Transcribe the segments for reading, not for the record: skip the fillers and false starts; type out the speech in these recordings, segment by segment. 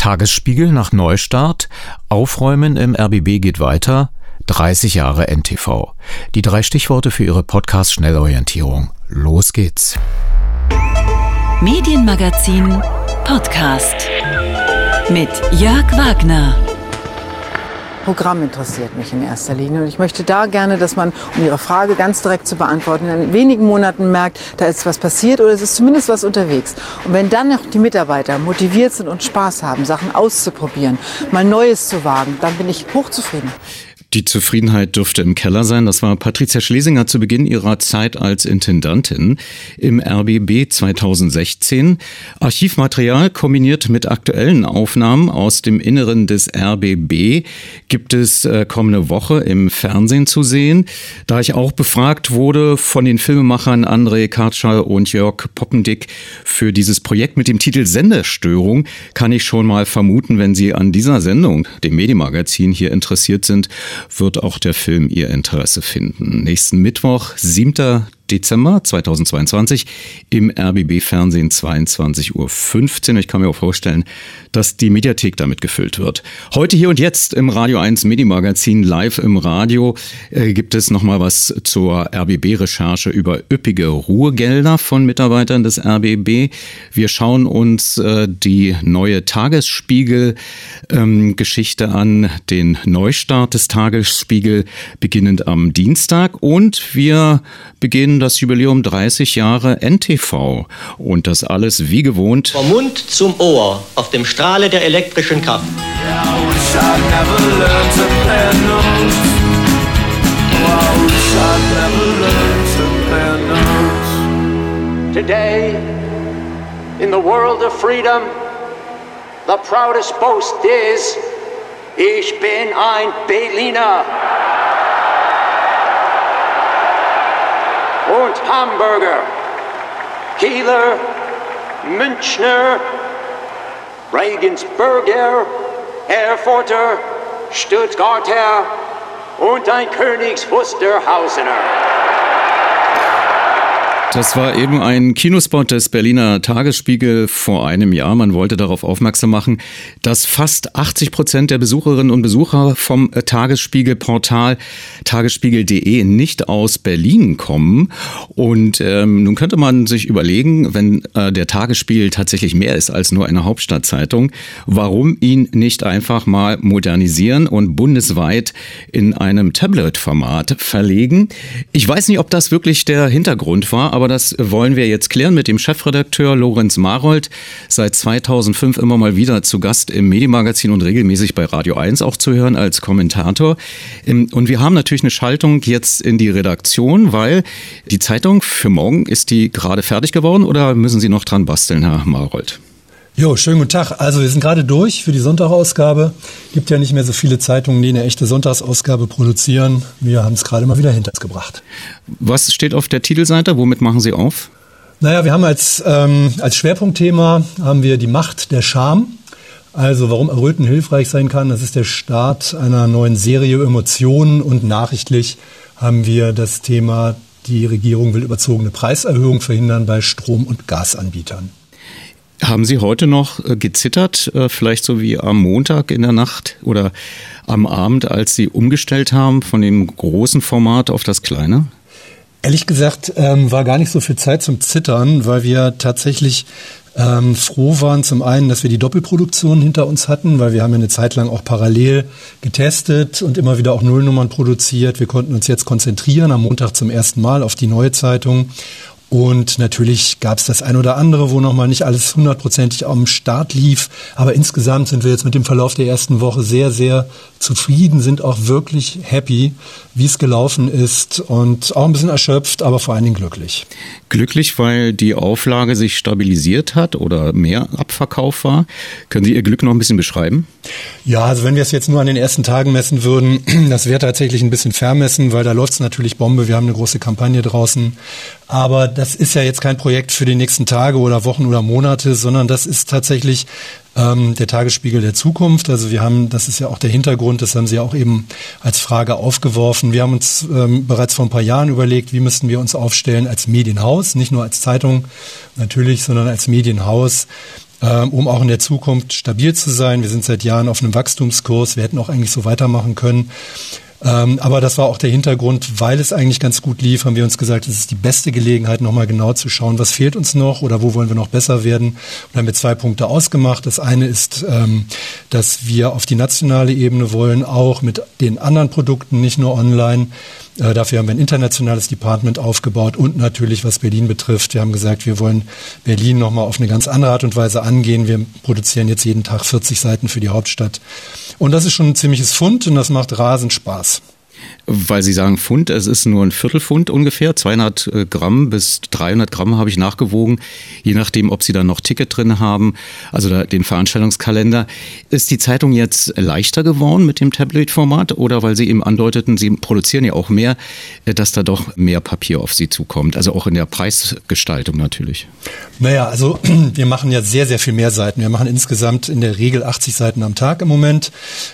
Tagesspiegel nach Neustart, Aufräumen im RBB geht weiter, 30 Jahre NTV. Die 3 Stichworte für Ihre Podcast-Schnellorientierung. Los geht's. Medienmagazin Podcast mit Jörg Wagner. Programm interessiert mich in erster Linie und ich möchte da gerne, dass man, um Ihre Frage ganz direkt zu beantworten, in wenigen Monaten merkt, da ist was passiert oder es ist zumindest was unterwegs. Und wenn dann noch die Mitarbeiter motiviert sind und Spaß haben, Sachen auszuprobieren, mal Neues zu wagen, dann bin ich hochzufrieden. Die Zufriedenheit dürfte im Keller sein. Das war Patricia Schlesinger zu Beginn ihrer Zeit als Intendantin im RBB 2016. Archivmaterial kombiniert mit aktuellen Aufnahmen aus dem Inneren des RBB gibt es kommende Woche im Fernsehen zu sehen. Da ich auch befragt wurde von den Filmemachern André Kartschall und Jörg Poppendick für dieses Projekt mit dem Titel Senderstörung, kann ich schon mal vermuten, wenn Sie an dieser Sendung, dem Medienmagazin, hier interessiert sind, wird auch der Film Ihr Interesse finden. Nächsten Mittwoch, 7. Dezember 2022 im RBB-Fernsehen 22:15 Uhr. Ich kann mir auch vorstellen, dass die Mediathek damit gefüllt wird. Heute, hier und jetzt im Radio 1 Medienmagazin live im Radio gibt es nochmal was zur RBB-Recherche über üppige Ruhegelder von Mitarbeitern des RBB. Wir schauen uns die neue Tagesspiegel-Geschichte an, den Neustart des Tagesspiegel beginnend am Dienstag, und wir beginnen das Jubiläum 30 Jahre NTV und das alles wie gewohnt vom Mund zum Ohr auf dem Strahle der elektrischen Kraft. Today, in the world of freedom, the proudest boast is, ich bin ein Berliner. Und Hamburger, Kieler, Münchner, Regensburger, Erfurter, Stuttgarter und ein Königs Wusterhausener. Das war eben ein Kinospot des Berliner Tagesspiegel vor einem Jahr. Man wollte darauf aufmerksam machen, dass fast 80% der Besucherinnen und Besucher vom Tagesspiegel-Portal tagesspiegel.de nicht aus Berlin kommen. Und nun könnte man sich überlegen, wenn der Tagesspiegel tatsächlich mehr ist als nur eine Hauptstadtzeitung, warum ihn nicht einfach mal modernisieren und bundesweit in einem Tablet-Format verlegen. Ich weiß nicht, ob das wirklich der Hintergrund war, aber das wollen wir jetzt klären mit dem Chefredakteur Lorenz Marold, seit 2005 immer mal wieder zu Gast im Medienmagazin und regelmäßig bei Radio 1 auch zu hören als Kommentator. Und wir haben natürlich eine Schaltung jetzt in die Redaktion, weil die Zeitung für morgen, ist die gerade fertig geworden oder müssen Sie noch dran basteln, Herr Marold? Jo, schönen guten Tag. Also wir sind gerade durch für die Sonntagausgabe. Gibt ja nicht mehr so viele Zeitungen, die eine echte Sonntagsausgabe produzieren. Wir haben es gerade mal wieder hinter uns gebracht. Was steht auf der Titelseite? Womit machen Sie auf? Naja, wir haben als Schwerpunktthema haben wir die Macht der Scham. Also warum Erröten hilfreich sein kann. Das ist der Start einer neuen Serie Emotionen, und nachrichtlich haben wir das Thema, die Regierung will überzogene Preiserhöhung verhindern bei Strom- und Gasanbietern. Haben Sie heute noch gezittert, vielleicht so wie am Montag in der Nacht oder am Abend, als Sie umgestellt haben von dem großen Format auf das kleine? Ehrlich gesagt war gar nicht so viel Zeit zum Zittern, weil wir tatsächlich froh waren, zum einen, dass wir die Doppelproduktion hinter uns hatten, weil wir haben ja eine Zeit lang auch parallel getestet und immer wieder auch Nullnummern produziert. Wir konnten uns jetzt konzentrieren, am Montag zum ersten Mal auf die neue Zeitung. Und natürlich gab es das ein oder andere, wo nochmal nicht alles 100%ig am Start lief. Aber insgesamt sind wir jetzt mit dem Verlauf der ersten Woche sehr, sehr zufrieden, sind auch wirklich happy, wie es gelaufen ist, und auch ein bisschen erschöpft, aber vor allen Dingen glücklich. Glücklich, weil die Auflage sich stabilisiert hat oder mehr Abverkauf war. Können Sie Ihr Glück noch ein bisschen beschreiben? Ja, also wenn wir es jetzt nur an den ersten Tagen messen würden, das wäre tatsächlich ein bisschen vermessen, weil da läuft es natürlich Bombe. Wir haben eine große Kampagne draußen. Aber das ist ja jetzt kein Projekt für die nächsten Tage oder Wochen oder Monate, sondern das ist tatsächlich der Tagesspiegel der Zukunft. Also wir haben, das ist ja auch der Hintergrund, das haben Sie ja auch eben als Frage aufgeworfen. Wir haben uns bereits vor ein paar Jahren überlegt, wie müssten wir uns aufstellen als Medienhaus, nicht nur als Zeitung natürlich, sondern als Medienhaus. um auch in der Zukunft stabil zu sein. Wir sind seit Jahren auf einem Wachstumskurs. Wir hätten auch eigentlich so weitermachen können. Aber das war auch der Hintergrund, weil es eigentlich ganz gut lief, haben wir uns gesagt, es ist die beste Gelegenheit, nochmal genau zu schauen, was fehlt uns noch oder wo wollen wir noch besser werden. Und da haben wir 2 Punkte ausgemacht. Das eine ist, dass wir auf die nationale Ebene wollen, auch mit den anderen Produkten, nicht nur online. Dafür haben wir ein internationales Department aufgebaut und natürlich, was Berlin betrifft, wir haben gesagt, wir wollen Berlin nochmal auf eine ganz andere Art und Weise angehen. Wir produzieren jetzt jeden Tag 40 Seiten für die Hauptstadt. Und das ist schon ein ziemliches Pfund und das macht rasend Spaß. Weil Sie sagen Pfund, es ist nur ein Viertelpfund ungefähr, 200 Gramm bis 300 Gramm habe ich nachgewogen, je nachdem, ob Sie da noch Ticket drin haben, also den Veranstaltungskalender. Ist die Zeitung jetzt leichter geworden mit dem Tablet-Format oder weil Sie eben andeuteten, Sie produzieren ja auch mehr, dass da doch mehr Papier auf Sie zukommt, also auch in der Preisgestaltung natürlich? Naja, also wir machen ja sehr, sehr viel mehr Seiten. Wir machen insgesamt in der Regel 80 Seiten am Tag im Moment.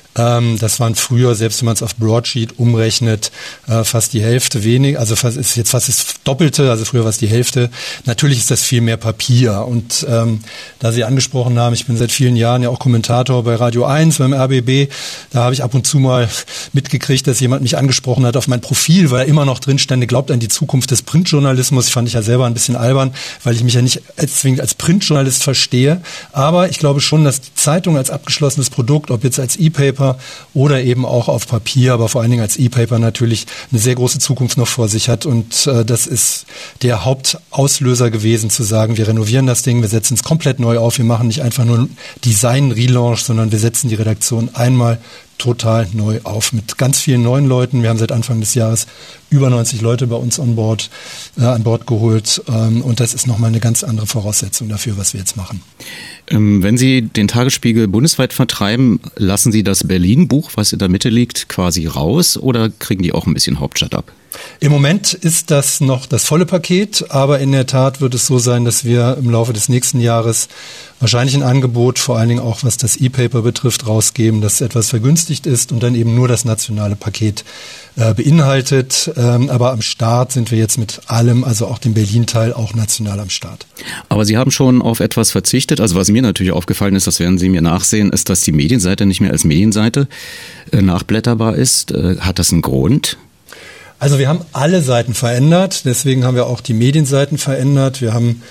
Das waren früher, selbst wenn man es auf Broadsheet umrechnet, fast die Hälfte weniger, also fast das Doppelte, also früher war es die Hälfte. Natürlich ist das viel mehr Papier und da Sie angesprochen haben, ich bin seit vielen Jahren ja auch Kommentator bei Radio 1 beim RBB, da habe ich ab und zu mal mitgekriegt, dass jemand mich angesprochen hat auf mein Profil, weil immer noch drin stand, glaubt an die Zukunft des Printjournalismus. Fand ich ja selber ein bisschen albern, weil ich mich ja nicht zwingend als Printjournalist verstehe, aber ich glaube schon, dass die Zeitung als abgeschlossenes Produkt, ob jetzt als E-Paper oder eben auch auf Papier, aber vor allen Dingen als E-Paper natürlich eine sehr große Zukunft noch vor sich hat. Und das ist der Hauptauslöser gewesen, zu sagen, wir renovieren das Ding, wir setzen es komplett neu auf, wir machen nicht einfach nur einen Design-Relaunch, sondern wir setzen die Redaktion einmal total neu auf mit ganz vielen neuen Leuten. Wir haben seit Anfang des Jahres über 90 Leute bei uns an Bord geholt. Und das ist nochmal eine ganz andere Voraussetzung dafür, was wir jetzt machen. Wenn Sie den Tagesspiegel bundesweit vertreiben, lassen Sie das Berlin-Buch, was in der Mitte liegt, quasi raus oder kriegen die auch ein bisschen Hauptstadt ab? Im Moment ist das noch das volle Paket, aber in der Tat wird es so sein, dass wir im Laufe des nächsten Jahres wahrscheinlich ein Angebot, vor allen Dingen auch was das E-Paper betrifft, rausgeben, das etwas vergünstigt ist und dann eben nur das nationale Paket beinhaltet. Aber am Start sind wir jetzt mit allem, also auch dem Berlin-Teil, auch national am Start. Aber Sie haben schon auf etwas verzichtet. Also was mir natürlich aufgefallen ist, das werden Sie mir nachsehen, ist, dass die Medienseite nicht mehr als Medienseite nachblätterbar ist. Hat das einen Grund? Also wir haben alle Seiten verändert, deswegen haben wir auch die Medienseiten verändert. Wir haben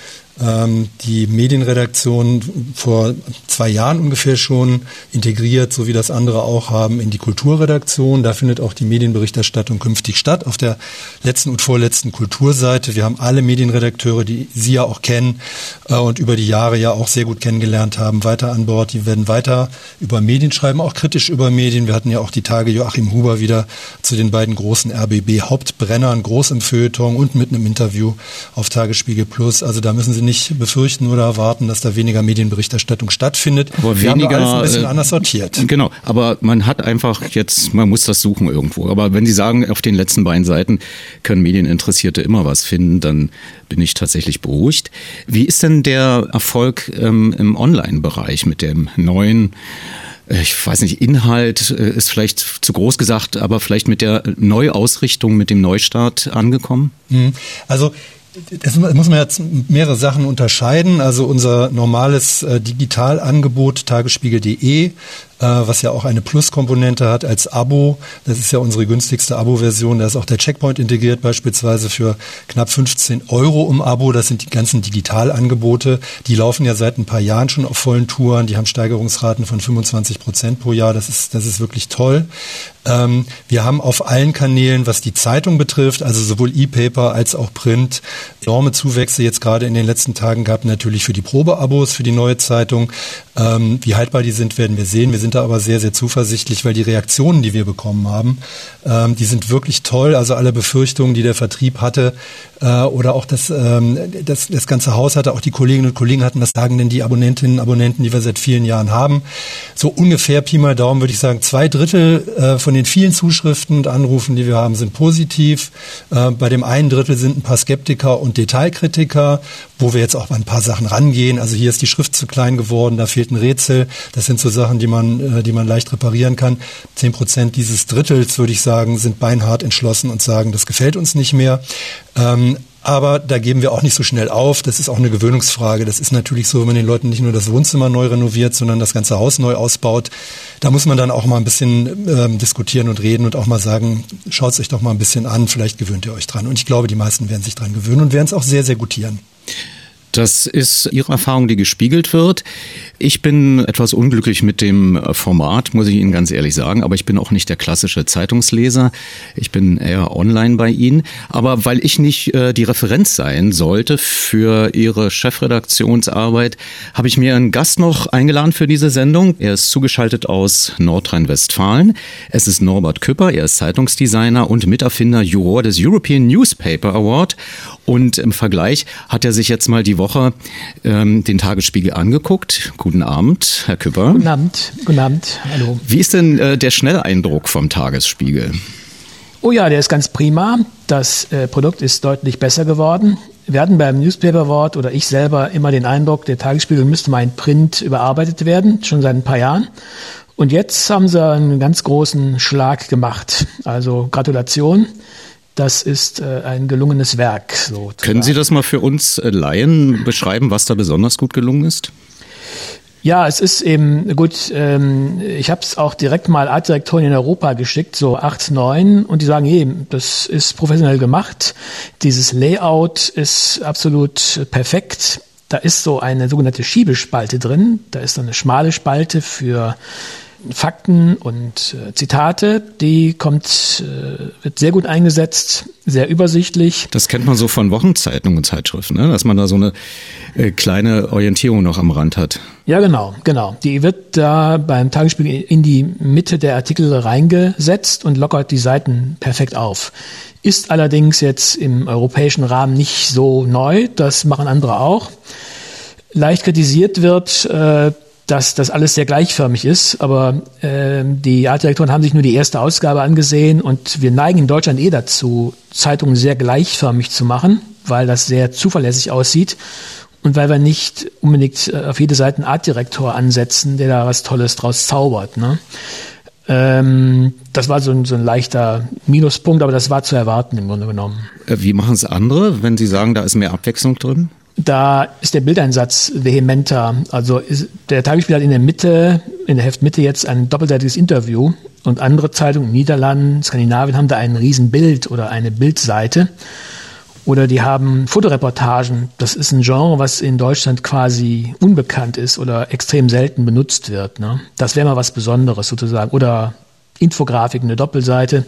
die Medienredaktion vor 2 Jahren ungefähr schon integriert, so wie das andere auch haben, in die Kulturredaktion. Da findet auch die Medienberichterstattung künftig statt, auf der letzten und vorletzten Kulturseite. Wir haben alle Medienredakteure, die Sie ja auch kennen und über die Jahre ja auch sehr gut kennengelernt haben, weiter an Bord. Die werden weiter über Medien schreiben, auch kritisch über Medien. Wir hatten ja auch die Tage Joachim Huber wieder zu den beiden großen RBB-Hauptbrennern, groß im Feuilleton und mit einem Interview auf Tagesspiegel Plus. Also da müssen Sie nicht befürchten oder erwarten, dass da weniger Medienberichterstattung stattfindet. Aber wir haben alles ein bisschen anders sortiert. Genau, aber man hat einfach jetzt, man muss das suchen irgendwo. Aber wenn Sie sagen, auf den letzten beiden Seiten können Medieninteressierte immer was finden, dann bin ich tatsächlich beruhigt. Wie ist denn der Erfolg im Online-Bereich mit dem neuen, ich weiß nicht, Inhalt ist vielleicht zu groß gesagt, aber vielleicht mit der Neuausrichtung, mit dem Neustart angekommen? Also das muss man jetzt mehrere Sachen unterscheiden. Also unser normales Digitalangebot tagesspiegel.de, was ja auch eine Plus-Komponente hat als Abo. Das ist ja unsere günstigste Abo-Version. Da ist auch der Checkpoint integriert, beispielsweise für knapp 15 € im Abo. Das sind die ganzen Digitalangebote. Die laufen ja seit ein paar Jahren schon auf vollen Touren. Die haben Steigerungsraten von 25% pro Jahr. Das ist wirklich toll. Wir haben auf allen Kanälen, was die Zeitung betrifft, also sowohl E-Paper als auch Print, enorme Zuwächse jetzt gerade in den letzten Tagen gehabt, natürlich für die Probeabos, für die neue Zeitung. Wie haltbar die sind, werden wir sehen. Wir sind da aber sehr, sehr zuversichtlich, weil die Reaktionen, die wir bekommen haben, die sind wirklich toll. Also alle Befürchtungen, die der Vertrieb hatte oder auch das ganze Haus hatte, auch die Kolleginnen und Kollegen hatten, was sagen denn die Abonnentinnen und Abonnenten, die wir seit vielen Jahren haben. So ungefähr Pi mal Daumen würde ich sagen, 2/3 von den vielen Zuschriften und Anrufen, die wir haben, sind positiv. Bei dem 1/3 sind ein paar Skeptiker und Detailkritiker, wo wir jetzt auch an ein paar Sachen rangehen. Also hier ist die Schrift zu klein geworden, da fehlt ein Rätsel. Das sind so Sachen, die man leicht reparieren kann. 10% dieses Drittels, würde ich sagen, sind beinhart entschlossen und sagen, das gefällt uns nicht mehr. Aber da geben wir auch nicht so schnell auf. Das ist auch eine Gewöhnungsfrage. Das ist natürlich so, wenn man den Leuten nicht nur das Wohnzimmer neu renoviert, sondern das ganze Haus neu ausbaut. Da muss man dann auch mal ein bisschen diskutieren und reden und auch mal sagen, schaut es euch doch mal ein bisschen an, vielleicht gewöhnt ihr euch dran. Und ich glaube, die meisten werden sich dran gewöhnen und werden es auch sehr, sehr gutieren. Das ist Ihre Erfahrung, die gespiegelt wird. Ich bin etwas unglücklich mit dem Format, muss ich Ihnen ganz ehrlich sagen. Aber ich bin auch nicht der klassische Zeitungsleser. Ich bin eher online bei Ihnen. Aber weil ich nicht die Referenz sein sollte für Ihre Chefredaktionsarbeit, habe ich mir einen Gast noch eingeladen für diese Sendung. Er ist zugeschaltet aus Nordrhein-Westfalen. Es ist Norbert Küpper. Er ist Zeitungsdesigner und Miterfinder, Juror des European Newspaper Award. Und im Vergleich hat er sich jetzt mal die Woche den Tagesspiegel angeguckt. Guten Abend, Herr Küpper. Guten Abend, hallo. Wie ist denn der Schnelleindruck vom Tagesspiegel? Oh ja, der ist ganz prima. Das Produkt ist deutlich besser geworden. Wir hatten beim Newspaper Award oder ich selber immer den Eindruck, der Tagesspiegel müsste mal in Print überarbeitet werden, schon seit ein paar Jahren. Und jetzt haben sie einen ganz großen Schlag gemacht. Also Gratulation. Das ist ein gelungenes Werk. Sozusagen. Können Sie das mal für uns Laien beschreiben, was da besonders gut gelungen ist? Ja, es ist eben gut, ich habe es auch direkt mal Artdirektoren in Europa geschickt, so 8, 9, und die sagen, hey, das ist professionell gemacht, dieses Layout ist absolut perfekt. Da ist so eine sogenannte Schiebespalte drin, da ist so eine schmale Spalte für Fakten und Zitate, die wird sehr gut eingesetzt, sehr übersichtlich. Das kennt man so von Wochenzeitungen und Zeitschriften, ne? Dass man da so eine kleine Orientierung noch am Rand hat. Ja, genau. Die wird da beim Tagesspiegel in die Mitte der Artikel reingesetzt und lockert die Seiten perfekt auf. Ist allerdings jetzt im europäischen Rahmen nicht so neu, das machen andere auch. Leicht kritisiert wird, dass das alles sehr gleichförmig ist, aber die Artdirektoren haben sich nur die erste Ausgabe angesehen und wir neigen in Deutschland dazu, Zeitungen sehr gleichförmig zu machen, weil das sehr zuverlässig aussieht und weil wir nicht unbedingt auf jede Seite einen Artdirektor ansetzen, der da was Tolles draus zaubert. Ne? Das war so ein leichter Minuspunkt, aber das war zu erwarten im Grunde genommen. Wie machen es andere, wenn Sie sagen, da ist mehr Abwechslung drin? Da ist der Bildeinsatz vehementer. Also der Tagesspiegel hat in der Heftmitte jetzt ein doppelseitiges Interview und andere Zeitungen in Niederlanden, Skandinavien haben da ein Riesenbild oder eine Bildseite. Oder die haben Fotoreportagen. Das ist ein Genre, was in Deutschland quasi unbekannt ist oder extrem selten benutzt wird. Ne? Das wäre mal was Besonderes sozusagen. Oder Infografik, eine Doppelseite.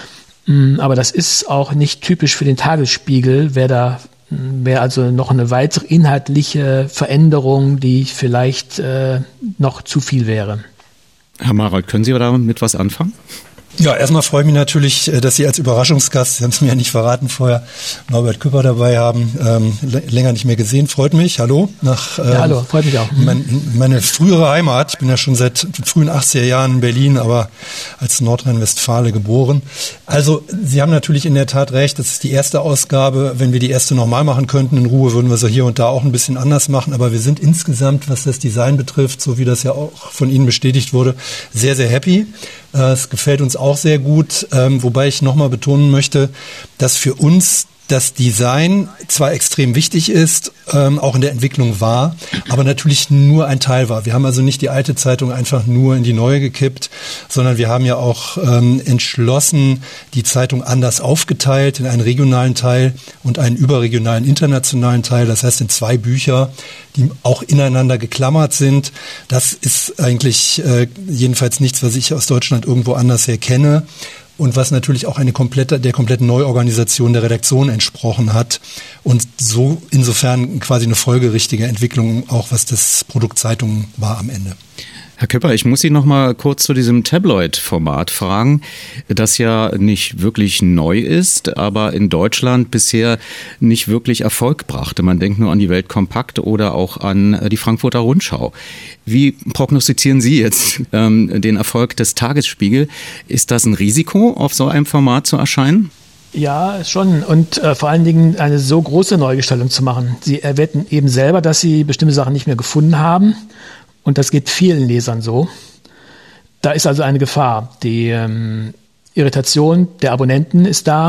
Aber das ist auch nicht typisch für den Tagesspiegel. Wäre also noch eine weitere inhaltliche Veränderung, die vielleicht noch zu viel wäre. Herr Marald, können Sie damit was anfangen? Ja, erstmal freue ich mich natürlich, dass Sie als Überraschungsgast, Sie haben es mir ja nicht verraten vorher, Norbert Küpper dabei haben. Länger nicht mehr gesehen, freut mich. Hallo. Hallo, freut mich auch. Meine frühere Heimat, ich bin ja schon seit den frühen 80er Jahren in Berlin, aber als Nordrhein-Westfale geboren. Also Sie haben natürlich in der Tat recht, das ist die erste Ausgabe. Wenn wir die erste normal machen könnten, in Ruhe, würden wir sie hier und da auch ein bisschen anders machen. Aber wir sind insgesamt, was das Design betrifft, so wie das ja auch von Ihnen bestätigt wurde, sehr, sehr happy. Es gefällt uns auch sehr gut, wobei ich nochmal betonen möchte, dass für uns das Design zwar extrem wichtig ist, auch in der Entwicklung war, aber natürlich nur ein Teil war. Wir haben also nicht die alte Zeitung einfach nur in die neue gekippt, sondern wir haben ja auch entschlossen, die Zeitung anders aufgeteilt in einen regionalen Teil und einen überregionalen internationalen Teil. Das heißt in 2 Bücher, die auch ineinander geklammert sind. Das ist eigentlich jedenfalls nichts, was ich aus Deutschland irgendwo anders her kenne. Und was natürlich auch der kompletten Neuorganisation der Redaktion entsprochen hat. Und so insofern quasi eine folgerichtige Entwicklung, auch was das Produkt Zeitung war am Ende. Herr Küpper, ich muss Sie noch mal kurz zu diesem Tabloid-Format fragen, das ja nicht wirklich neu ist, aber in Deutschland bisher nicht wirklich Erfolg brachte. Man denkt nur an die Welt kompakt oder auch an die Frankfurter Rundschau. Wie prognostizieren Sie jetzt den Erfolg des Tagesspiegel? Ist das ein Risiko, auf so einem Format zu erscheinen? Ja, schon. Und vor allen Dingen eine so große Neugestaltung zu machen. Sie erwähnten eben selber, dass Sie bestimmte Sachen nicht mehr gefunden haben. Und das geht vielen Lesern so. Da ist also eine Gefahr. Die Irritation der Abonnenten ist da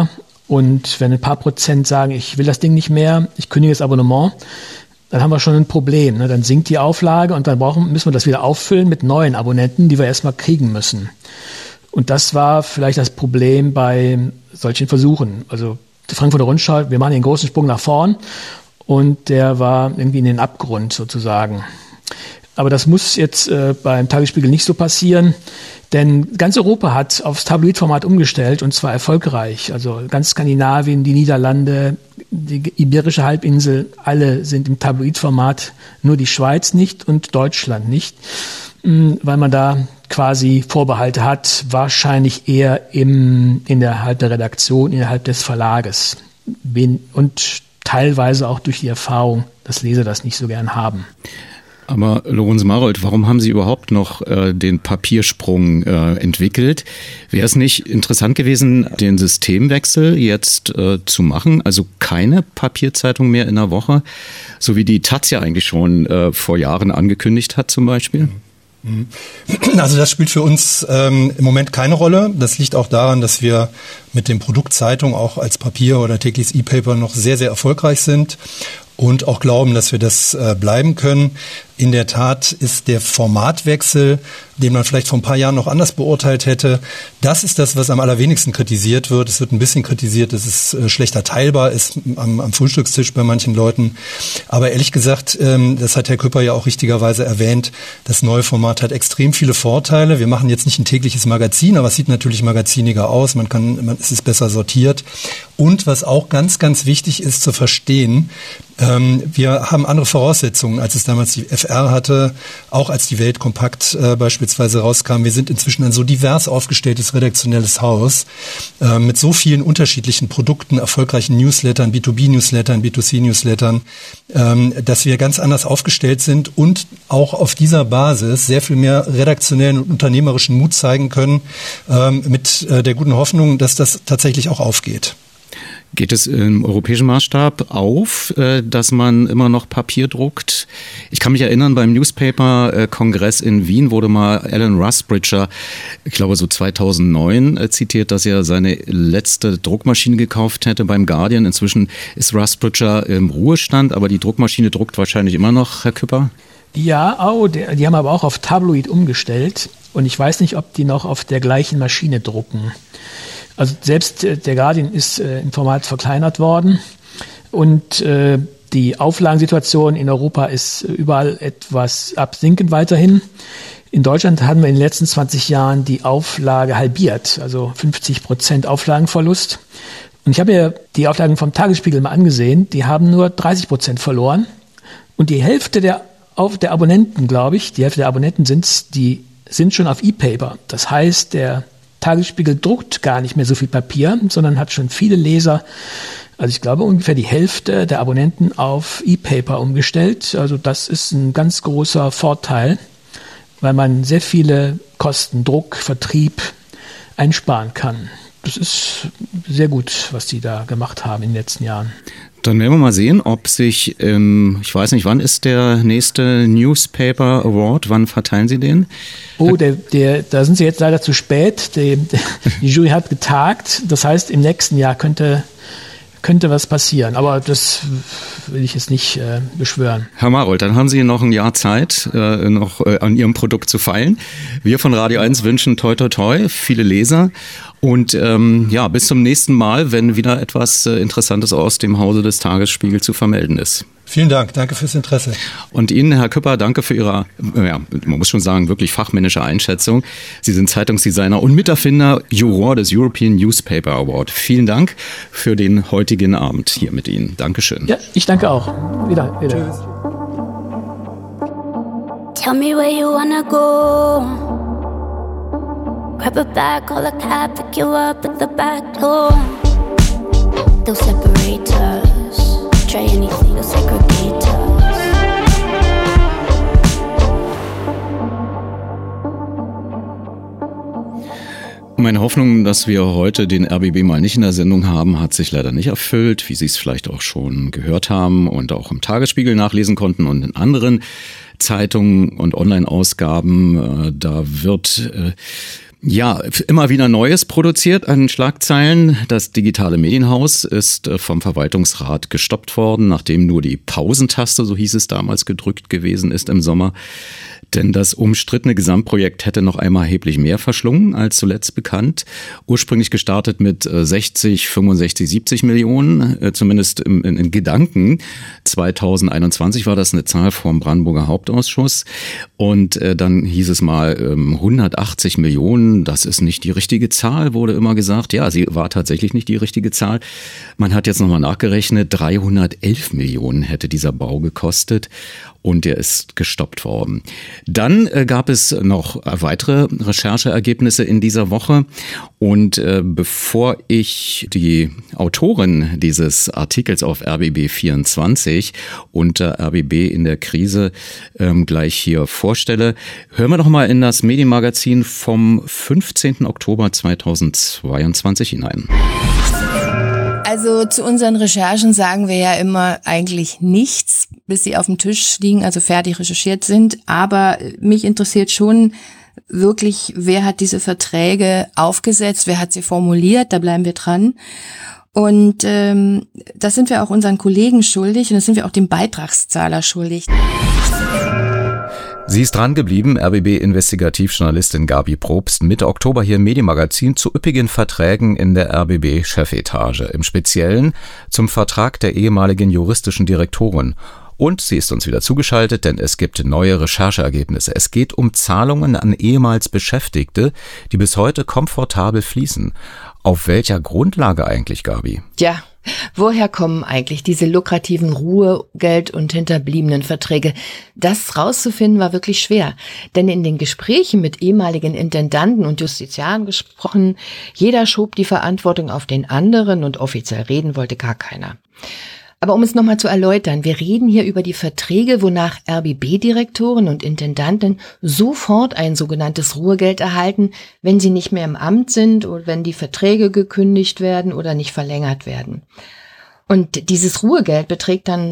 Und wenn ein paar Prozent sagen, ich will das Ding nicht mehr, ich kündige das Abonnement, dann haben wir schon ein Problem. Ne? Dann sinkt die Auflage und dann müssen wir das wieder auffüllen mit neuen Abonnenten, die wir erstmal kriegen müssen. Und das war vielleicht das Problem bei solchen Versuchen. Also die Frankfurter Rundschau, wir machen den großen Sprung nach vorn und der war irgendwie in den Abgrund sozusagen. Aber das muss jetzt beim Tagesspiegel nicht so passieren, denn ganz Europa hat aufs Tabloidformat umgestellt und zwar erfolgreich. Also ganz Skandinavien, die Niederlande, die Iberische Halbinsel, alle sind im Tabloidformat, nur die Schweiz nicht und Deutschland nicht, weil man da quasi Vorbehalte hat, wahrscheinlich eher innerhalb der Redaktion, innerhalb des Verlages und teilweise auch durch die Erfahrung, dass Leser das nicht so gern haben. Aber Lorenz Marold, warum haben Sie überhaupt noch den Papiersprung entwickelt? Wäre es nicht interessant gewesen, den Systemwechsel jetzt zu machen? Also keine Papierzeitung mehr in der Woche, so wie die Taz ja eigentlich schon vor Jahren angekündigt hat zum Beispiel? Also das spielt für uns im Moment keine Rolle. Das liegt auch daran, dass wir mit dem Produkt Zeitung auch als Papier oder tägliches E-Paper noch sehr, sehr erfolgreich sind und auch glauben, dass wir das bleiben können. In der Tat ist der Formatwechsel, den man vielleicht vor ein paar Jahren noch anders beurteilt hätte, das ist das, was am allerwenigsten kritisiert wird. Es wird ein bisschen kritisiert, dass es schlechter teilbar ist am Frühstückstisch bei manchen Leuten. Aber ehrlich gesagt, das hat Herr Küpper ja auch richtigerweise erwähnt, das neue Format hat extrem viele Vorteile. Wir machen jetzt nicht ein tägliches Magazin, aber es sieht natürlich magaziniger aus. Es ist besser sortiert. Und was auch ganz, ganz wichtig ist zu verstehen, wir haben andere Voraussetzungen, als es damals die FR hatte, auch als die Welt kompakt beispielsweise rauskam. Wir sind inzwischen ein so divers aufgestelltes redaktionelles Haus mit so vielen unterschiedlichen Produkten, erfolgreichen Newslettern, B2B-Newslettern, B2C-Newslettern, dass wir ganz anders aufgestellt sind und auch auf dieser Basis sehr viel mehr redaktionellen und unternehmerischen Mut zeigen können, mit der guten Hoffnung, dass das tatsächlich auch aufgeht. Geht es im europäischen Maßstab auf, dass man immer noch Papier druckt? Ich kann mich erinnern, beim Newspaper-Kongress in Wien wurde mal Alan Rusbridger, ich glaube so 2009, zitiert, dass er seine letzte Druckmaschine gekauft hätte beim Guardian. Inzwischen ist Rusbridger im Ruhestand, aber die Druckmaschine druckt wahrscheinlich immer noch, Herr Küpper? Ja, die haben aber auch auf Tabloid umgestellt und ich weiß nicht, ob die noch auf der gleichen Maschine drucken. Also selbst der Guardian ist im Format verkleinert worden und die Auflagensituation in Europa ist überall etwas absinkend weiterhin. In Deutschland hatten wir in den letzten 20 Jahren die Auflage halbiert, also 50% Auflagenverlust. Und ich habe mir die Auflagen vom Tagesspiegel mal angesehen, die haben nur 30% verloren. Und die Hälfte der Abonnenten, glaube ich, die Hälfte der Abonnenten sind schon auf E-Paper. Das heißt, der Tagesspiegel druckt gar nicht mehr so viel Papier, sondern hat schon viele Leser, also ich glaube ungefähr die Hälfte der Abonnenten auf E-Paper umgestellt. Also das ist ein ganz großer Vorteil, weil man sehr viele Kosten, Druck, Vertrieb einsparen kann. Das ist sehr gut, was die da gemacht haben in den letzten Jahren. Dann werden wir mal sehen, ob sich, ich weiß nicht, wann ist der nächste Newspaper Award? Wann verteilen Sie den? Oh, da sind Sie jetzt leider zu spät. Die Jury hat getagt. Das heißt, im nächsten Jahr könnte was passieren. Aber das will ich jetzt nicht beschwören. Herr Marold, dann haben Sie noch ein Jahr Zeit, noch an Ihrem Produkt zu feilen. Wir von Radio 1 wünschen toi toi toi, viele Leser. Und bis zum nächsten Mal, wenn wieder etwas Interessantes aus dem Hause des Tagesspiegel zu vermelden ist. Vielen Dank, danke fürs Interesse. Und Ihnen, Herr Küpper, danke für Ihre, man muss schon sagen, wirklich fachmännische Einschätzung. Sie sind Zeitungsdesigner und Miterfinder, Juror des European Newspaper Award. Vielen Dank für den heutigen Abend hier mit Ihnen. Dankeschön. Ja, ich danke auch. Wieder. Tschüss. Tell me where you wanna go. Grab a bag, call a cab, pick you up at the back door. They'll separate us. Try anything, they'll segregate us. Meine Hoffnung, dass wir heute den RBB mal nicht in der Sendung haben, hat sich leider nicht erfüllt, wie Sie es vielleicht auch schon gehört haben und auch im Tagesspiegel nachlesen konnten und in anderen Zeitungen und Online-Ausgaben. Da wird Ja, immer wieder Neues produziert an Schlagzeilen. Das digitale Medienhaus ist vom Verwaltungsrat gestoppt worden, nachdem nur die Pausentaste, so hieß es damals, gedrückt gewesen ist im Sommer. Denn das umstrittene Gesamtprojekt hätte noch einmal erheblich mehr verschlungen als zuletzt bekannt. Ursprünglich gestartet mit 60, 65, 70 Millionen, zumindest in Gedanken. 2021 war das eine Zahl vom Brandenburger Hauptausschuss. Und dann hieß es mal 180 Millionen. Das ist nicht die richtige Zahl, wurde immer gesagt. Ja, sie war tatsächlich nicht die richtige Zahl. Man hat jetzt nochmal nachgerechnet, 311 Millionen hätte dieser Bau gekostet. Und der ist gestoppt worden. Dann gab es noch weitere Rechercheergebnisse in dieser Woche. Und bevor ich die Autorin dieses Artikels auf RBB24 unter RBB in der Krise gleich hier vorstelle, hören wir doch mal in das Medienmagazin vom 15. Oktober 2022 hinein. Also zu unseren Recherchen sagen wir ja immer eigentlich nichts, bis sie auf dem Tisch liegen, also fertig recherchiert sind. Aber mich interessiert schon wirklich, wer hat diese Verträge aufgesetzt, wer hat sie formuliert, da bleiben wir dran. Und das sind wir auch unseren Kollegen schuldig und das sind wir auch dem Beitragszahler schuldig. Sie ist dran geblieben, RBB-Investigativjournalistin Gabi Probst, Mitte Oktober hier im Medienmagazin zu üppigen Verträgen in der RBB-Chefetage. Im Speziellen zum Vertrag der ehemaligen juristischen Direktorin. Und sie ist uns wieder zugeschaltet, denn es gibt neue Rechercheergebnisse. Es geht um Zahlungen an ehemals Beschäftigte, die bis heute komfortabel fließen. Auf welcher Grundlage eigentlich, Gabi? Ja, woher kommen eigentlich diese lukrativen Ruhegeld- und hinterbliebenen Verträge? Das rauszufinden war wirklich schwer. Denn in den Gesprächen mit ehemaligen Intendanten und Justiziaren gesprochen, jeder schob die Verantwortung auf den anderen und offiziell reden wollte gar keiner. Aber um es nochmal zu erläutern, wir reden hier über die Verträge, wonach RBB-Direktoren und Intendanten sofort ein sogenanntes Ruhegeld erhalten, wenn sie nicht mehr im Amt sind oder wenn die Verträge gekündigt werden oder nicht verlängert werden. Und dieses Ruhegeld beträgt dann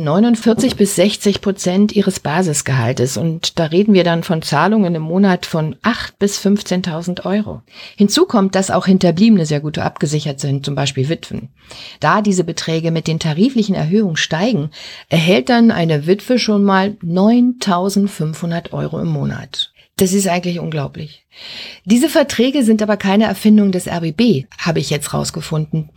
49% ihres Basisgehaltes. Und da reden wir dann von Zahlungen im Monat von 8.000 bis 15.000 Euro. Hinzu kommt, dass auch Hinterbliebene sehr gut abgesichert sind, zum Beispiel Witwen. Da diese Beträge mit den tariflichen Erhöhungen steigen, erhält dann eine Witwe schon mal 9.500 Euro im Monat. Das ist eigentlich unglaublich. Diese Verträge sind aber keine Erfindung des RBB, habe ich jetzt rausgefunden.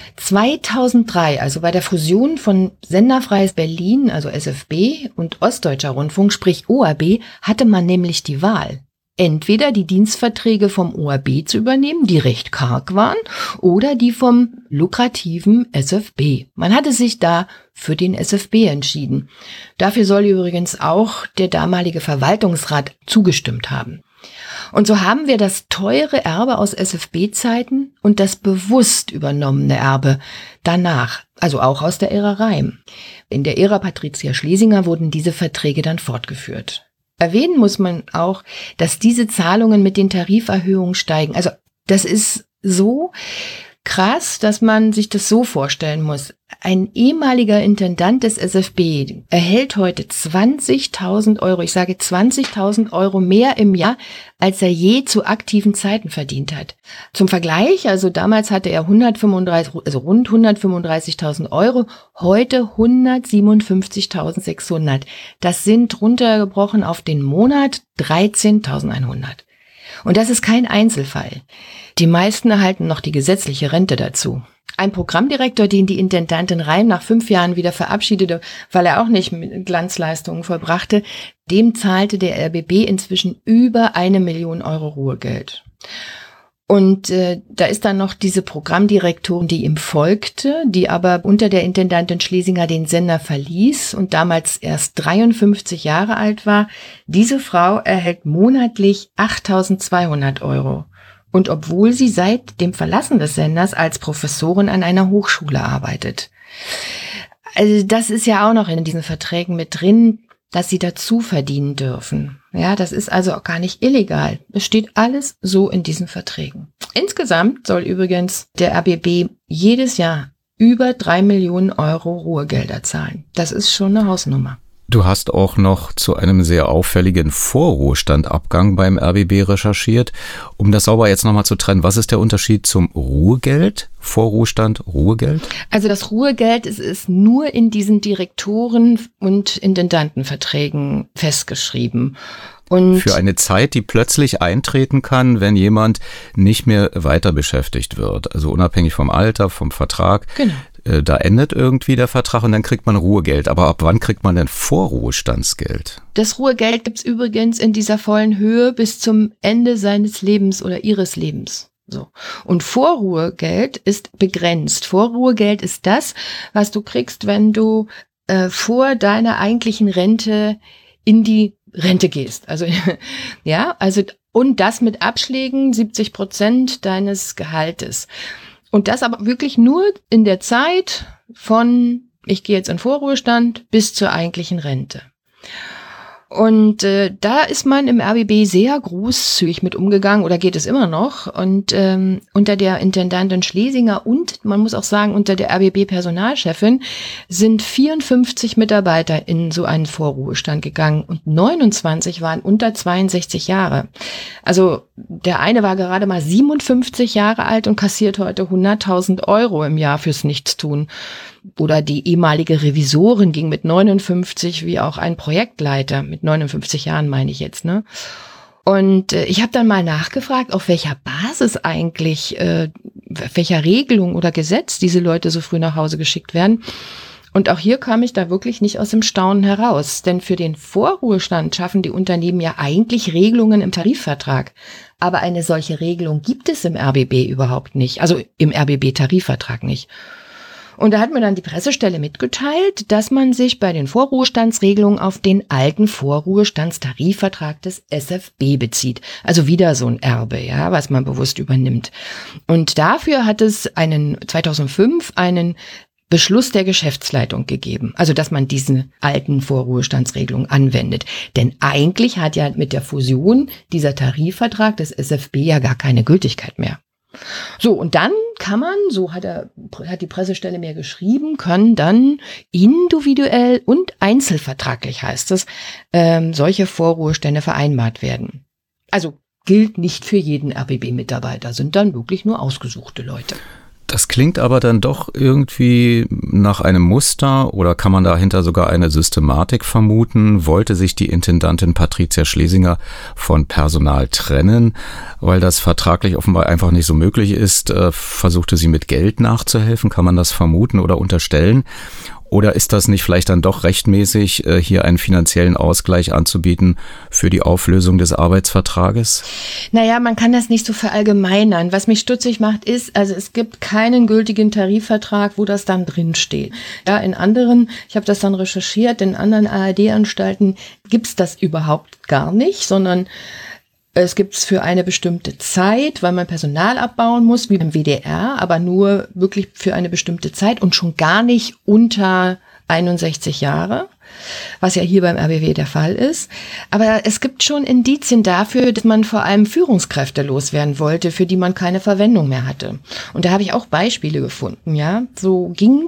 2003, also bei der Fusion von Senderfreies Berlin, also SFB, und Ostdeutscher Rundfunk, sprich ORB, hatte man nämlich die Wahl. Entweder die Dienstverträge vom ORB zu übernehmen, die recht karg waren, oder die vom lukrativen SFB. Man hatte sich da für den SFB entschieden. Dafür soll übrigens auch der damalige Verwaltungsrat zugestimmt haben. Und so haben wir das teure Erbe aus SFB-Zeiten und das bewusst übernommene Erbe danach, also auch aus der Ära Reim. In der Ära Patricia Schlesinger wurden diese Verträge dann fortgeführt. Erwähnen muss man auch, dass diese Zahlungen mit den Tariferhöhungen steigen. Also das ist so krass, dass man sich das so vorstellen muss. Ein ehemaliger Intendant des SFB erhält heute 20.000 Euro, ich sage 20.000 Euro mehr im Jahr, als er je zu aktiven Zeiten verdient hat. Zum Vergleich, also damals hatte er rund 135.000 Euro, heute 157.600. Das sind runtergebrochen auf den Monat 13.100. Und das ist kein Einzelfall. Die meisten erhalten noch die gesetzliche Rente dazu. Ein Programmdirektor, den die Intendantin Reim nach 5 Jahren wieder verabschiedete, weil er auch nicht mit Glanzleistungen vollbrachte, dem zahlte der RBB inzwischen über 1 Million Euro Ruhegeld. Und da ist dann noch diese Programmdirektorin, die ihm folgte, die aber unter der Intendantin Schlesinger den Sender verließ und damals erst 53 Jahre alt war. Diese Frau erhält monatlich 8.200 Euro. Und obwohl sie seit dem Verlassen des Senders als Professorin an einer Hochschule arbeitet. Also das ist ja auch noch in diesen Verträgen mit drin, dass sie dazu verdienen dürfen. Ja, das ist also auch gar nicht illegal. Es steht alles so in diesen Verträgen. Insgesamt soll übrigens der RBB jedes Jahr über 3 Millionen Euro Ruhegelder zahlen. Das ist schon eine Hausnummer. Du hast auch noch zu einem sehr auffälligen Vorruhestandabgang beim RBB recherchiert. Um das sauber jetzt nochmal zu trennen, was ist der Unterschied zum Ruhegeld? Vorruhestand, Ruhegeld? Also das Ruhegeld ist nur in diesen Direktoren- und Intendantenverträgen festgeschrieben. Und für eine Zeit, die plötzlich eintreten kann, wenn jemand nicht mehr weiter beschäftigt wird. Also unabhängig vom Alter, vom Vertrag. Genau. Da endet irgendwie der Vertrag und dann kriegt man Ruhegeld. Aber ab wann kriegt man denn Vorruhestandsgeld? Das Ruhegeld gibt's übrigens in dieser vollen Höhe bis zum Ende seines Lebens oder ihres Lebens. So. Und Vorruhegeld ist begrenzt. Vorruhegeld ist das, was du kriegst, wenn du vor deiner eigentlichen Rente in die Rente gehst. Also, ja, also, und das mit Abschlägen 70% deines Gehaltes. Und das aber wirklich nur in der Zeit von, ich gehe jetzt in Vorruhestand, bis zur eigentlichen Rente. Und da ist man im RBB sehr großzügig mit umgegangen oder geht es immer noch. Und unter der Intendantin Schlesinger und, man muss auch sagen, unter der RBB-Personalchefin sind 54 Mitarbeiter in so einen Vorruhestand gegangen und 29 waren unter 62 Jahre. Also der eine war gerade mal 57 Jahre alt und kassiert heute 100.000 Euro im Jahr fürs Nichtstun. Oder die ehemalige Revisorin ging mit 59, wie auch ein Projektleiter, mit 59 Jahren meine ich jetzt, ne? Und ich habe dann mal nachgefragt, auf welcher Basis eigentlich, welcher Regelung oder Gesetz diese Leute so früh nach Hause geschickt werden. Und auch hier kam ich da wirklich nicht aus dem Staunen heraus. Denn für den Vorruhestand schaffen die Unternehmen ja eigentlich Regelungen im Tarifvertrag. Aber eine solche Regelung gibt es im RBB überhaupt nicht. Also im RBB-Tarifvertrag nicht. Und da hat mir dann die Pressestelle mitgeteilt, dass man sich bei den Vorruhestandsregelungen auf den alten Vorruhestandstarifvertrag des SFB bezieht. Also wieder so ein Erbe, ja, was man bewusst übernimmt. Und dafür hat es 2005 einen Beschluss der Geschäftsleitung gegeben. Also, dass man diese alten Vorruhestandsregelungen anwendet. Denn eigentlich hat ja mit der Fusion dieser Tarifvertrag des SFB ja gar keine Gültigkeit mehr. So, und dann kann man, so hat die Pressestelle mir geschrieben, können dann individuell und einzelvertraglich, heißt es, solche Vorruhestände vereinbart werden. Also gilt nicht für jeden RBB-Mitarbeiter, sind dann wirklich nur ausgesuchte Leute. Das klingt aber dann doch irgendwie nach einem Muster oder kann man dahinter sogar eine Systematik vermuten? Wollte sich die Intendantin Patricia Schlesinger von Personal trennen, weil das vertraglich offenbar einfach nicht so möglich ist? Versuchte sie mit Geld nachzuhelfen? Kann man das vermuten oder unterstellen? Oder ist das nicht vielleicht dann doch rechtmäßig, hier einen finanziellen Ausgleich anzubieten für die Auflösung des Arbeitsvertrages? Naja, man kann das nicht so verallgemeinern. Was mich stutzig macht, ist, also es gibt keinen gültigen Tarifvertrag, wo das dann drin steht. Ja, in anderen, ich habe das dann recherchiert, in anderen ARD-Anstalten gibt's das überhaupt gar nicht, sondern es gibt's für eine bestimmte Zeit, weil man Personal abbauen muss, wie beim WDR, aber nur wirklich für eine bestimmte Zeit und schon gar nicht unter 61 Jahre, was ja hier beim RBW der Fall ist. Aber es gibt schon Indizien dafür, dass man vor allem Führungskräfte loswerden wollte, für die man keine Verwendung mehr hatte. Und da habe ich auch Beispiele gefunden, ja. So ging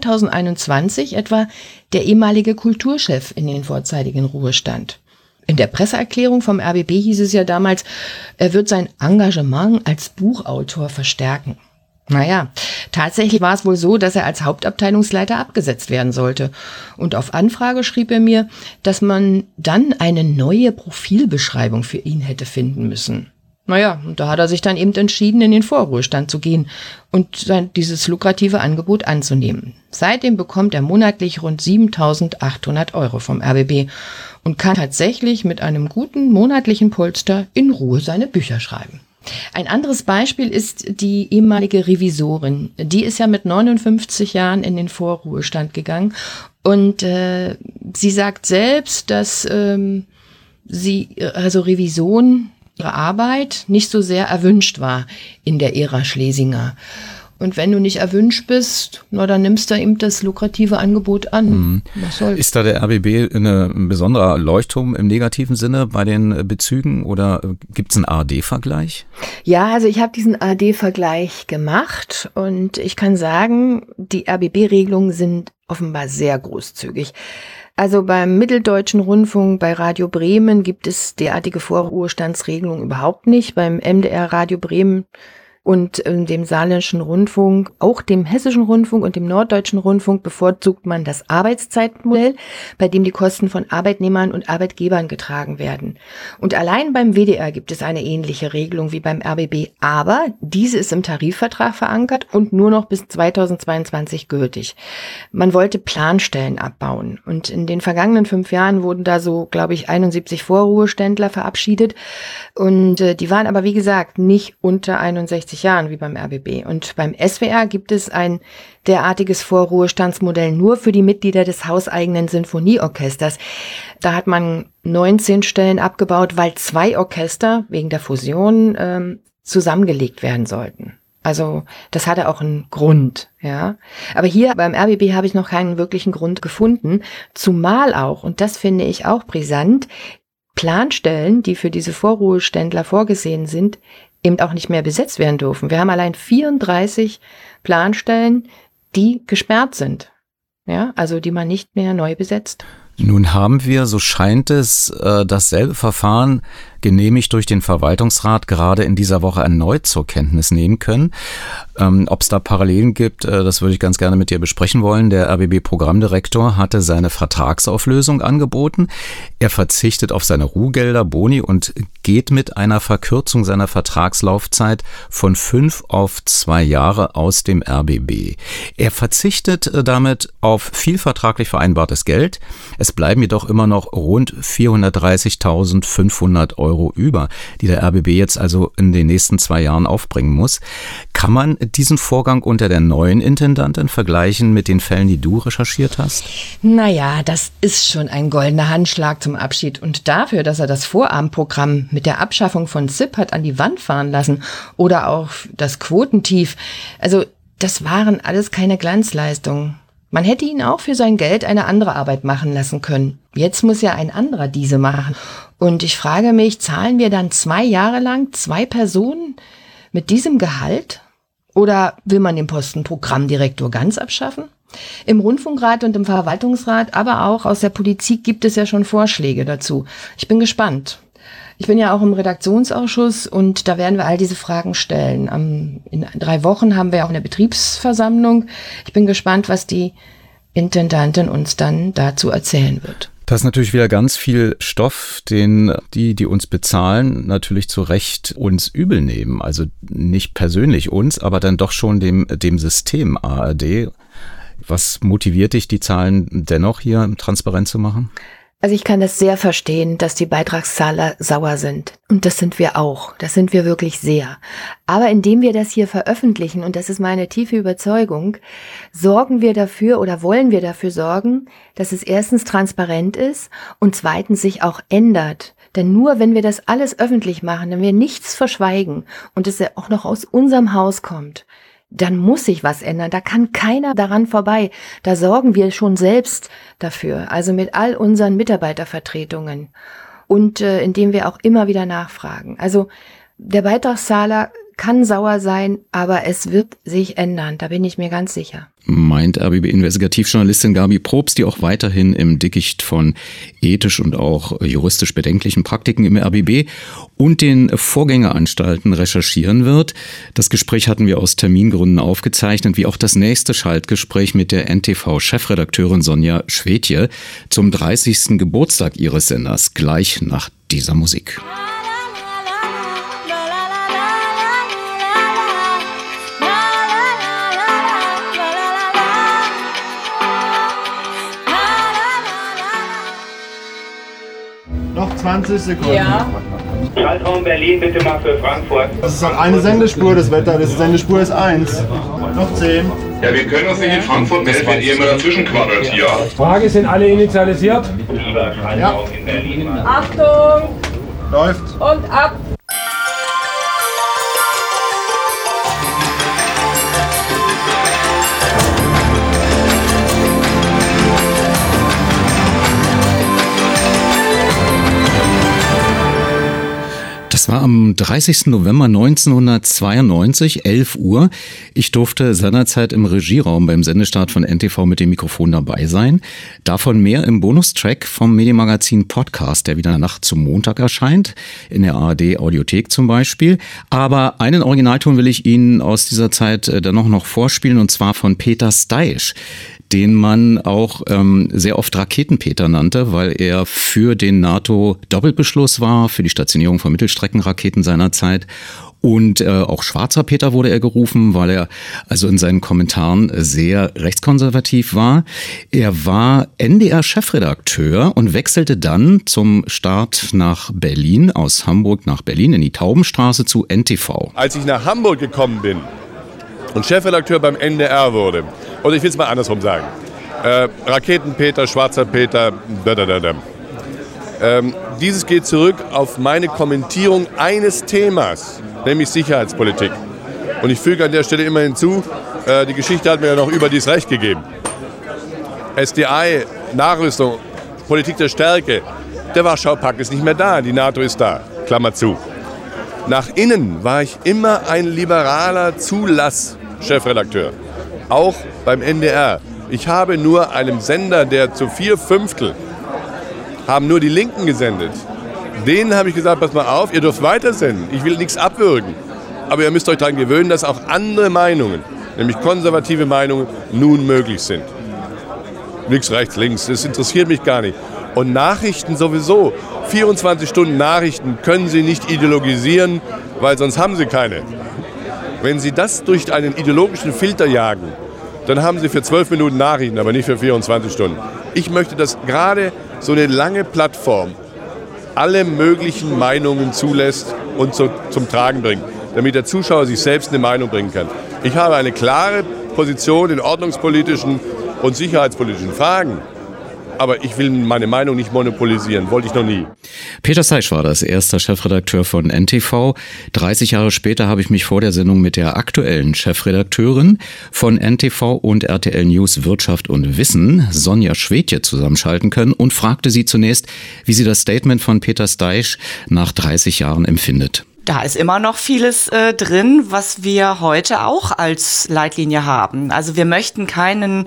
2021 etwa der ehemalige Kulturchef in den vorzeitigen Ruhestand. In der Presseerklärung vom RBB hieß es ja damals, er wird sein Engagement als Buchautor verstärken. Naja, tatsächlich war es wohl so, dass er als Hauptabteilungsleiter abgesetzt werden sollte. Und auf Anfrage schrieb er mir, dass man dann eine neue Profilbeschreibung für ihn hätte finden müssen. Naja, und da hat er sich dann eben entschieden, in den Vorruhestand zu gehen und dieses lukrative Angebot anzunehmen. Seitdem bekommt er monatlich rund 7.800 Euro vom RBB und kann tatsächlich mit einem guten monatlichen Polster in Ruhe seine Bücher schreiben. Ein anderes Beispiel ist die ehemalige Revisorin. Die ist ja mit 59 Jahren in den Vorruhestand gegangen und sie sagt selbst, dass Revision, ihre Arbeit nicht so sehr erwünscht war in der Ära Schlesinger. Und wenn du nicht erwünscht bist, na, dann nimmst du eben das lukrative Angebot an. Was soll's? Ist da der RBB ein besonderer Leuchtturm im negativen Sinne bei den Bezügen oder gibt's einen ARD-Vergleich? Ja, also ich habe diesen ARD-Vergleich gemacht und ich kann sagen, die RBB-Regelungen sind offenbar sehr großzügig. Also beim Mitteldeutschen Rundfunk, bei Radio Bremen gibt es derartige Vorruhestandsregelungen überhaupt nicht. Beim MDR Radio Bremen und dem Saarländischen Rundfunk, auch dem Hessischen Rundfunk und dem Norddeutschen Rundfunk bevorzugt man das Arbeitszeitmodell, bei dem die Kosten von Arbeitnehmern und Arbeitgebern getragen werden. Und allein beim WDR gibt es eine ähnliche Regelung wie beim RBB, aber diese ist im Tarifvertrag verankert und nur noch bis 2022 gültig. Man wollte Planstellen abbauen und in den vergangenen 5 Jahren wurden da so, glaube ich, 71 Vorruheständler verabschiedet und die waren aber, wie gesagt, nicht unter 61 Jahren wie beim RBB. Und beim SWR gibt es ein derartiges Vorruhestandsmodell nur für die Mitglieder des hauseigenen Sinfonieorchesters. Da hat man 19 Stellen abgebaut, weil 2 Orchester wegen der Fusion zusammengelegt werden sollten. Also das hatte auch einen Grund, ja. Aber hier beim RBB habe ich noch keinen wirklichen Grund gefunden, zumal auch, und das finde ich auch brisant, Planstellen, die für diese Vorruheständler vorgesehen sind, eben auch nicht mehr besetzt werden dürfen. Wir haben allein 34 Planstellen, die gesperrt sind, ja, also die man nicht mehr neu besetzt. Nun haben wir, so scheint es, dasselbe Verfahren genehmigt durch den Verwaltungsrat gerade in dieser Woche erneut zur Kenntnis nehmen können. Ob es da Parallelen gibt, das würde ich ganz gerne mit dir besprechen wollen. Der RBB-Programmdirektor hatte seine Vertragsauflösung angeboten. Er verzichtet auf seine Ruhegelder, Boni und geht mit einer Verkürzung seiner Vertragslaufzeit von 5 auf 2 Jahre aus dem RBB. Er verzichtet damit auf viel vertraglich vereinbartes Geld. Es bleiben jedoch immer noch rund 430.500 € über, die der RBB jetzt also in den nächsten 2 Jahren aufbringen muss. Kann man diesen Vorgang unter der neuen Intendantin vergleichen mit den Fällen, die du recherchiert hast? Naja, das ist schon ein goldener Handschlag zum Abschied. Und dafür, dass er das Vorabendprogramm mit der Abschaffung von ZIP hat an die Wand fahren lassen oder auch das Quotentief, also das waren alles keine Glanzleistungen. Man hätte ihn auch für sein Geld eine andere Arbeit machen lassen können. Jetzt muss ja ein anderer diese machen. Und ich frage mich, zahlen wir dann 2 Jahre lang 2 Personen mit diesem Gehalt? Oder will man den Posten Programmdirektor ganz abschaffen? Im Rundfunkrat und im Verwaltungsrat, aber auch aus der Politik gibt es ja schon Vorschläge dazu. Ich bin gespannt. Ich bin ja auch im Redaktionsausschuss und da werden wir all diese Fragen stellen. In 3 Wochen haben wir auch eine Betriebsversammlung. Ich bin gespannt, was die Intendantin uns dann dazu erzählen wird. Das ist natürlich wieder ganz viel Stoff, den die uns bezahlen, natürlich zu Recht uns übel nehmen. Also nicht persönlich uns, aber dann doch schon dem System ARD. Was motiviert dich, die Zahlen dennoch hier transparent zu machen? Also ich kann das sehr verstehen, dass die Beitragszahler sauer sind. Und das sind wir auch. Das sind wir wirklich sehr. Aber indem wir das hier veröffentlichen, und das ist meine tiefe Überzeugung, sorgen wir dafür oder wollen wir dafür sorgen, dass es erstens transparent ist und zweitens sich auch ändert. Denn nur wenn wir das alles öffentlich machen, wenn wir nichts verschweigen und es ja auch noch aus unserem Haus kommt, dann muss sich was ändern. Da kann keiner daran vorbei. Da sorgen wir schon selbst dafür. Also mit all unseren Mitarbeitervertretungen und indem wir auch immer wieder nachfragen. Also der Beitragszahler kann sauer sein, aber es wird sich ändern. Da bin ich mir ganz sicher. Meint RBB-Investigativjournalistin Gabi Probst, die auch weiterhin im Dickicht von ethisch und auch juristisch bedenklichen Praktiken im RBB und den Vorgängeranstalten recherchieren wird. Das Gespräch hatten wir aus Termingründen aufgezeichnet, wie auch das nächste Schaltgespräch mit der NTV-Chefredakteurin Sonja Schwedje zum 30. Geburtstag ihres Senders, gleich nach dieser Musik. Noch 20 Sekunden. Ja. Schaltraum Berlin, bitte mal für Frankfurt. Das ist eine Sendespur, das Wetter. Das Sendespur ist 1. Noch 10. Ja, wir können uns nicht in Frankfurt melden, wenn ihr immer dazwischen quaddert hier. Frage, sind alle initialisiert? Lieber Schaltraum in Berlin. Achtung! Läuft. Und ab! Das war am 30. November 1992, 11 Uhr. Ich durfte seinerzeit im Regieraum beim Sendestart von NTV mit dem Mikrofon dabei sein. Davon mehr im Bonustrack vom Medienmagazin Podcast, der wieder Nacht zum Montag erscheint, in der ARD Audiothek zum Beispiel. Aber einen Originalton will ich Ihnen aus dieser Zeit dennoch noch vorspielen, und zwar von Peter Steisch, den man auch sehr oft Raketenpeter nannte, weil er für den NATO-Doppelbeschluss war, für die Stationierung von Mittelstreckenraketen seiner Zeit. Und auch Schwarzer Peter wurde er gerufen, weil er also in seinen Kommentaren sehr rechtskonservativ war. Er war NDR-Chefredakteur und wechselte dann zum Start nach Berlin, aus Hamburg nach Berlin, in die Taubenstraße zu NTV. Als ich nach Hamburg gekommen bin und Chefredakteur beim NDR wurde, oder ich will es mal andersrum sagen, Raketenpeter, Schwarzer Peter, dieses geht zurück auf meine Kommentierung eines Themas, nämlich Sicherheitspolitik. Und ich füge an der Stelle immer hinzu, die Geschichte hat mir ja noch überdies Recht gegeben. SDI, Nachrüstung, Politik der Stärke, der Warschau-Pakt ist nicht mehr da, die NATO ist da, Klammer zu. Nach innen war ich immer ein liberaler Zulass-Chefredakteur, auch beim NDR. Ich habe nur einem Sender, der zu 4/5 haben nur die Linken gesendet. Denen habe ich gesagt, pass mal auf, ihr dürft weitersenden. Ich will nichts abwürgen. Aber ihr müsst euch daran gewöhnen, dass auch andere Meinungen, nämlich konservative Meinungen, nun möglich sind. Nichts rechts, links, das interessiert mich gar nicht. Und Nachrichten sowieso. 24 Stunden Nachrichten können Sie nicht ideologisieren, weil sonst haben Sie keine. Wenn Sie das durch einen ideologischen Filter jagen, dann haben Sie für 12 Minuten Nachrichten, aber nicht für 24 Stunden. Ich möchte, dass gerade so eine lange Plattform alle möglichen Meinungen zulässt und zum Tragen bringt, damit der Zuschauer sich selbst eine Meinung bringen kann. Ich habe eine klare Position in ordnungspolitischen und sicherheitspolitischen Fragen. Aber ich will meine Meinung nicht monopolisieren, wollte ich noch nie. Peter Steisch war das, erster Chefredakteur von NTV. 30 Jahre später habe ich mich vor der Sendung mit der aktuellen Chefredakteurin von NTV und RTL News Wirtschaft und Wissen, Sonja Schwedje, zusammenschalten können und fragte sie zunächst, wie sie das Statement von Peter Steisch nach 30 Jahren empfindet. Da ist immer noch vieles drin, was wir heute auch als Leitlinie haben. Also wir möchten keinen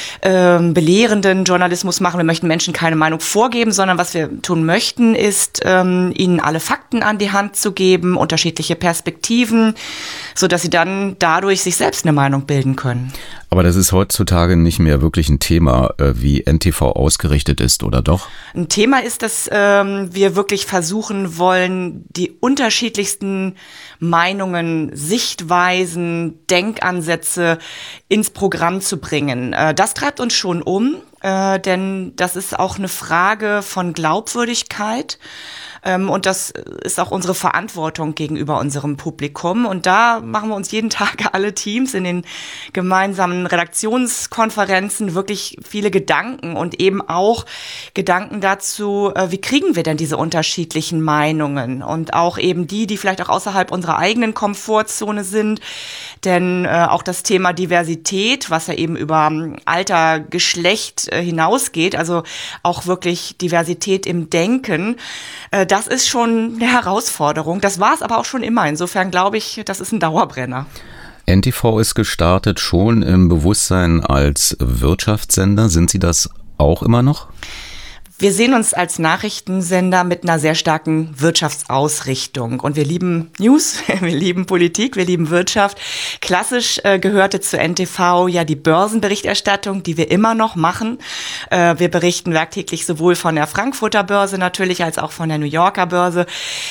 belehrenden Journalismus machen, wir möchten Menschen keine Meinung vorgeben, sondern was wir tun möchten, ist ihnen alle Fakten an die Hand zu geben, unterschiedliche Perspektiven, sodass sie dann dadurch sich selbst eine Meinung bilden können. Aber das ist heutzutage nicht mehr wirklich ein Thema, wie NTV ausgerichtet ist, oder doch? Ein Thema ist, dass wir wirklich versuchen wollen, die unterschiedlichsten Meinungen, Sichtweisen, Denkansätze ins Programm zu bringen. Das treibt uns schon um, denn das ist auch eine Frage von Glaubwürdigkeit. Und das ist auch unsere Verantwortung gegenüber unserem Publikum. Und da machen wir uns jeden Tag alle Teams in den gemeinsamen Redaktionskonferenzen wirklich viele Gedanken und eben auch Gedanken dazu, wie kriegen wir denn diese unterschiedlichen Meinungen und auch eben die vielleicht auch außerhalb unserer eigenen Komfortzone sind. Denn auch das Thema Diversität, was ja eben über Alter, Geschlecht hinausgeht, also auch wirklich Diversität im Denken, das ist schon eine Herausforderung. Das war es aber auch schon immer. Insofern glaube ich, das ist ein Dauerbrenner. NTV ist gestartet schon im Bewusstsein als Wirtschaftssender. Sind Sie das auch immer noch? Wir sehen uns als Nachrichtensender mit einer sehr starken Wirtschaftsausrichtung. Und wir lieben News, wir lieben Politik, wir lieben Wirtschaft. Klassisch gehörte zu NTV ja die Börsenberichterstattung, die wir immer noch machen. Wir berichten werktäglich sowohl von der Frankfurter Börse natürlich als auch von der New Yorker Börse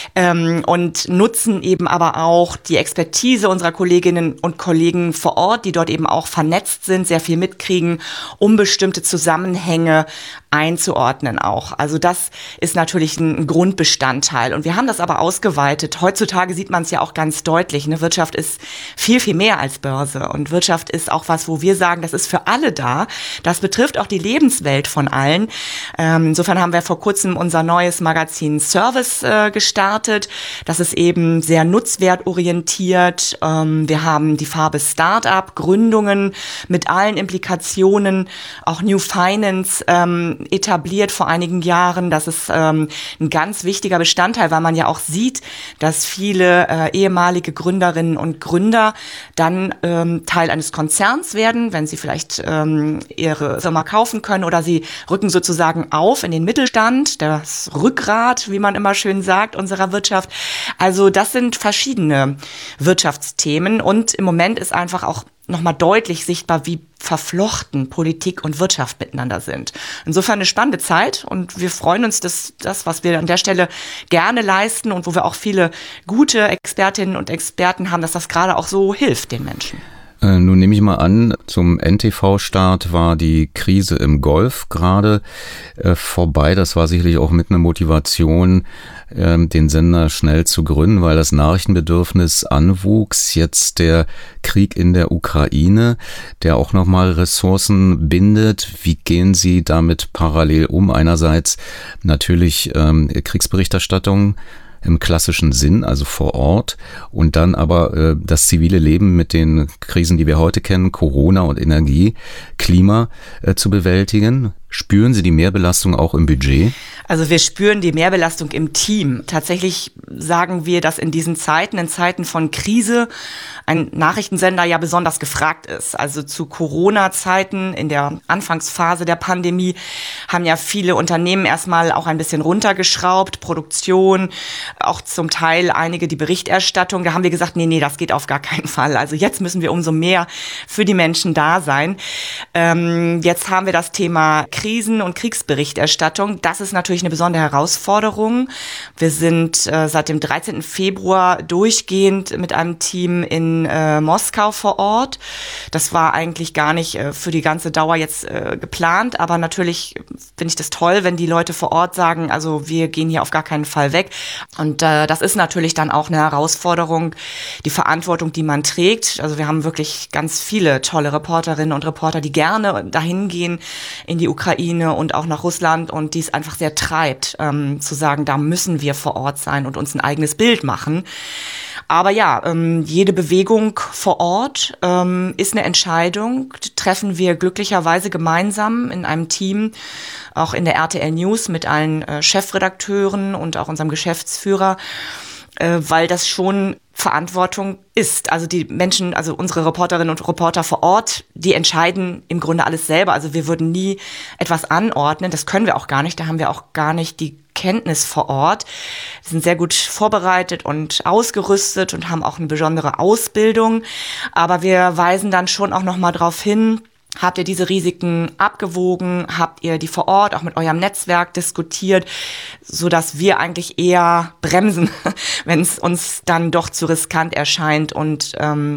und nutzen eben aber auch die Expertise unserer Kolleginnen und Kollegen vor Ort, die dort eben auch vernetzt sind, sehr viel mitkriegen, um bestimmte Zusammenhänge einzuordnen auch. Also das ist natürlich ein Grundbestandteil. Und wir haben das aber ausgeweitet. Heutzutage sieht man es ja auch ganz deutlich. Ne? Wirtschaft ist viel, viel mehr als Börse. Und Wirtschaft ist auch was, wo wir sagen, das ist für alle da. Das betrifft auch die Lebenswelt von allen. Insofern haben wir vor kurzem unser neues Magazin Service gestartet. Das ist eben sehr nutzwertorientiert. Wir haben die Farbe Startup, Gründungen mit allen Implikationen, auch New Finance etabliert vor einigen Jahren. Das ist ein ganz wichtiger Bestandteil, weil man ja auch sieht, dass viele ehemalige Gründerinnen und Gründer dann Teil eines Konzerns werden, wenn sie vielleicht ihre Firma kaufen können, oder sie rücken sozusagen auf in den Mittelstand, das Rückgrat, wie man immer schön sagt, unserer Wirtschaft. Also das sind verschiedene Wirtschaftsthemen, und im Moment ist einfach auch nochmal deutlich sichtbar, wie verflochten Politik und Wirtschaft miteinander sind. Insofern eine spannende Zeit, und wir freuen uns, dass das, was wir an der Stelle gerne leisten und wo wir auch viele gute Expertinnen und Experten haben, dass das gerade auch so hilft den Menschen. Nun nehme ich mal an, zum NTV-Start war die Krise im Golf gerade vorbei. Das war sicherlich auch mit einer Motivation, den Sender schnell zu gründen, weil das Nachrichtenbedürfnis anwuchs. Jetzt der Krieg in der Ukraine, der auch nochmal Ressourcen bindet. Wie gehen Sie damit parallel um? Einerseits natürlich Kriegsberichterstattung im klassischen Sinn, also vor Ort, und dann aber das zivile Leben mit den Krisen, die wir heute kennen, Corona und Energie, Klima zu bewältigen. Spüren Sie die Mehrbelastung auch im Budget? Also wir spüren die Mehrbelastung im Team. Tatsächlich sagen wir, dass in diesen Zeiten, in Zeiten von Krise, ein Nachrichtensender ja besonders gefragt ist. Also zu Corona-Zeiten, in der Anfangsphase der Pandemie, haben ja viele Unternehmen erstmal auch ein bisschen runtergeschraubt, Produktion, auch zum Teil einige die Berichterstattung. Da haben wir gesagt, nee, das geht auf gar keinen Fall. Also jetzt müssen wir umso mehr für die Menschen da sein. Jetzt haben wir das Thema Krisen- und Kriegsberichterstattung. Das ist natürlich eine besondere Herausforderung. Wir sind seit dem 13. Februar durchgehend mit einem Team in Moskau vor Ort. Das war eigentlich gar nicht für die ganze Dauer jetzt geplant, aber natürlich finde ich das toll, wenn die Leute vor Ort sagen, also wir gehen hier auf gar keinen Fall weg. Und das ist natürlich dann auch eine Herausforderung, die Verantwortung, die man trägt. Also wir haben wirklich ganz viele tolle Reporterinnen und Reporter, die gerne dahin gehen in die Ukraine und auch nach Russland, und die es einfach sehr treibt, zu sagen, da müssen wir vor Ort sein und uns ein eigenes Bild machen. Aber ja, jede Bewegung vor Ort ist eine Entscheidung, treffen wir glücklicherweise gemeinsam in einem Team, auch in der RTL News mit allen Chefredakteuren und auch unserem Geschäftsführer, weil das schon Verantwortung ist. Also die Menschen, also unsere Reporterinnen und Reporter vor Ort, die entscheiden im Grunde alles selber. Also wir würden nie etwas anordnen, das können wir auch gar nicht, da haben wir auch gar nicht die Kenntnis vor Ort. Wir sind sehr gut vorbereitet und ausgerüstet und haben auch eine besondere Ausbildung, aber wir weisen dann schon auch nochmal darauf hin, habt ihr diese Risiken abgewogen? Habt ihr die vor Ort auch mit eurem Netzwerk diskutiert, so dass wir eigentlich eher bremsen, wenn es uns dann doch zu riskant erscheint? Und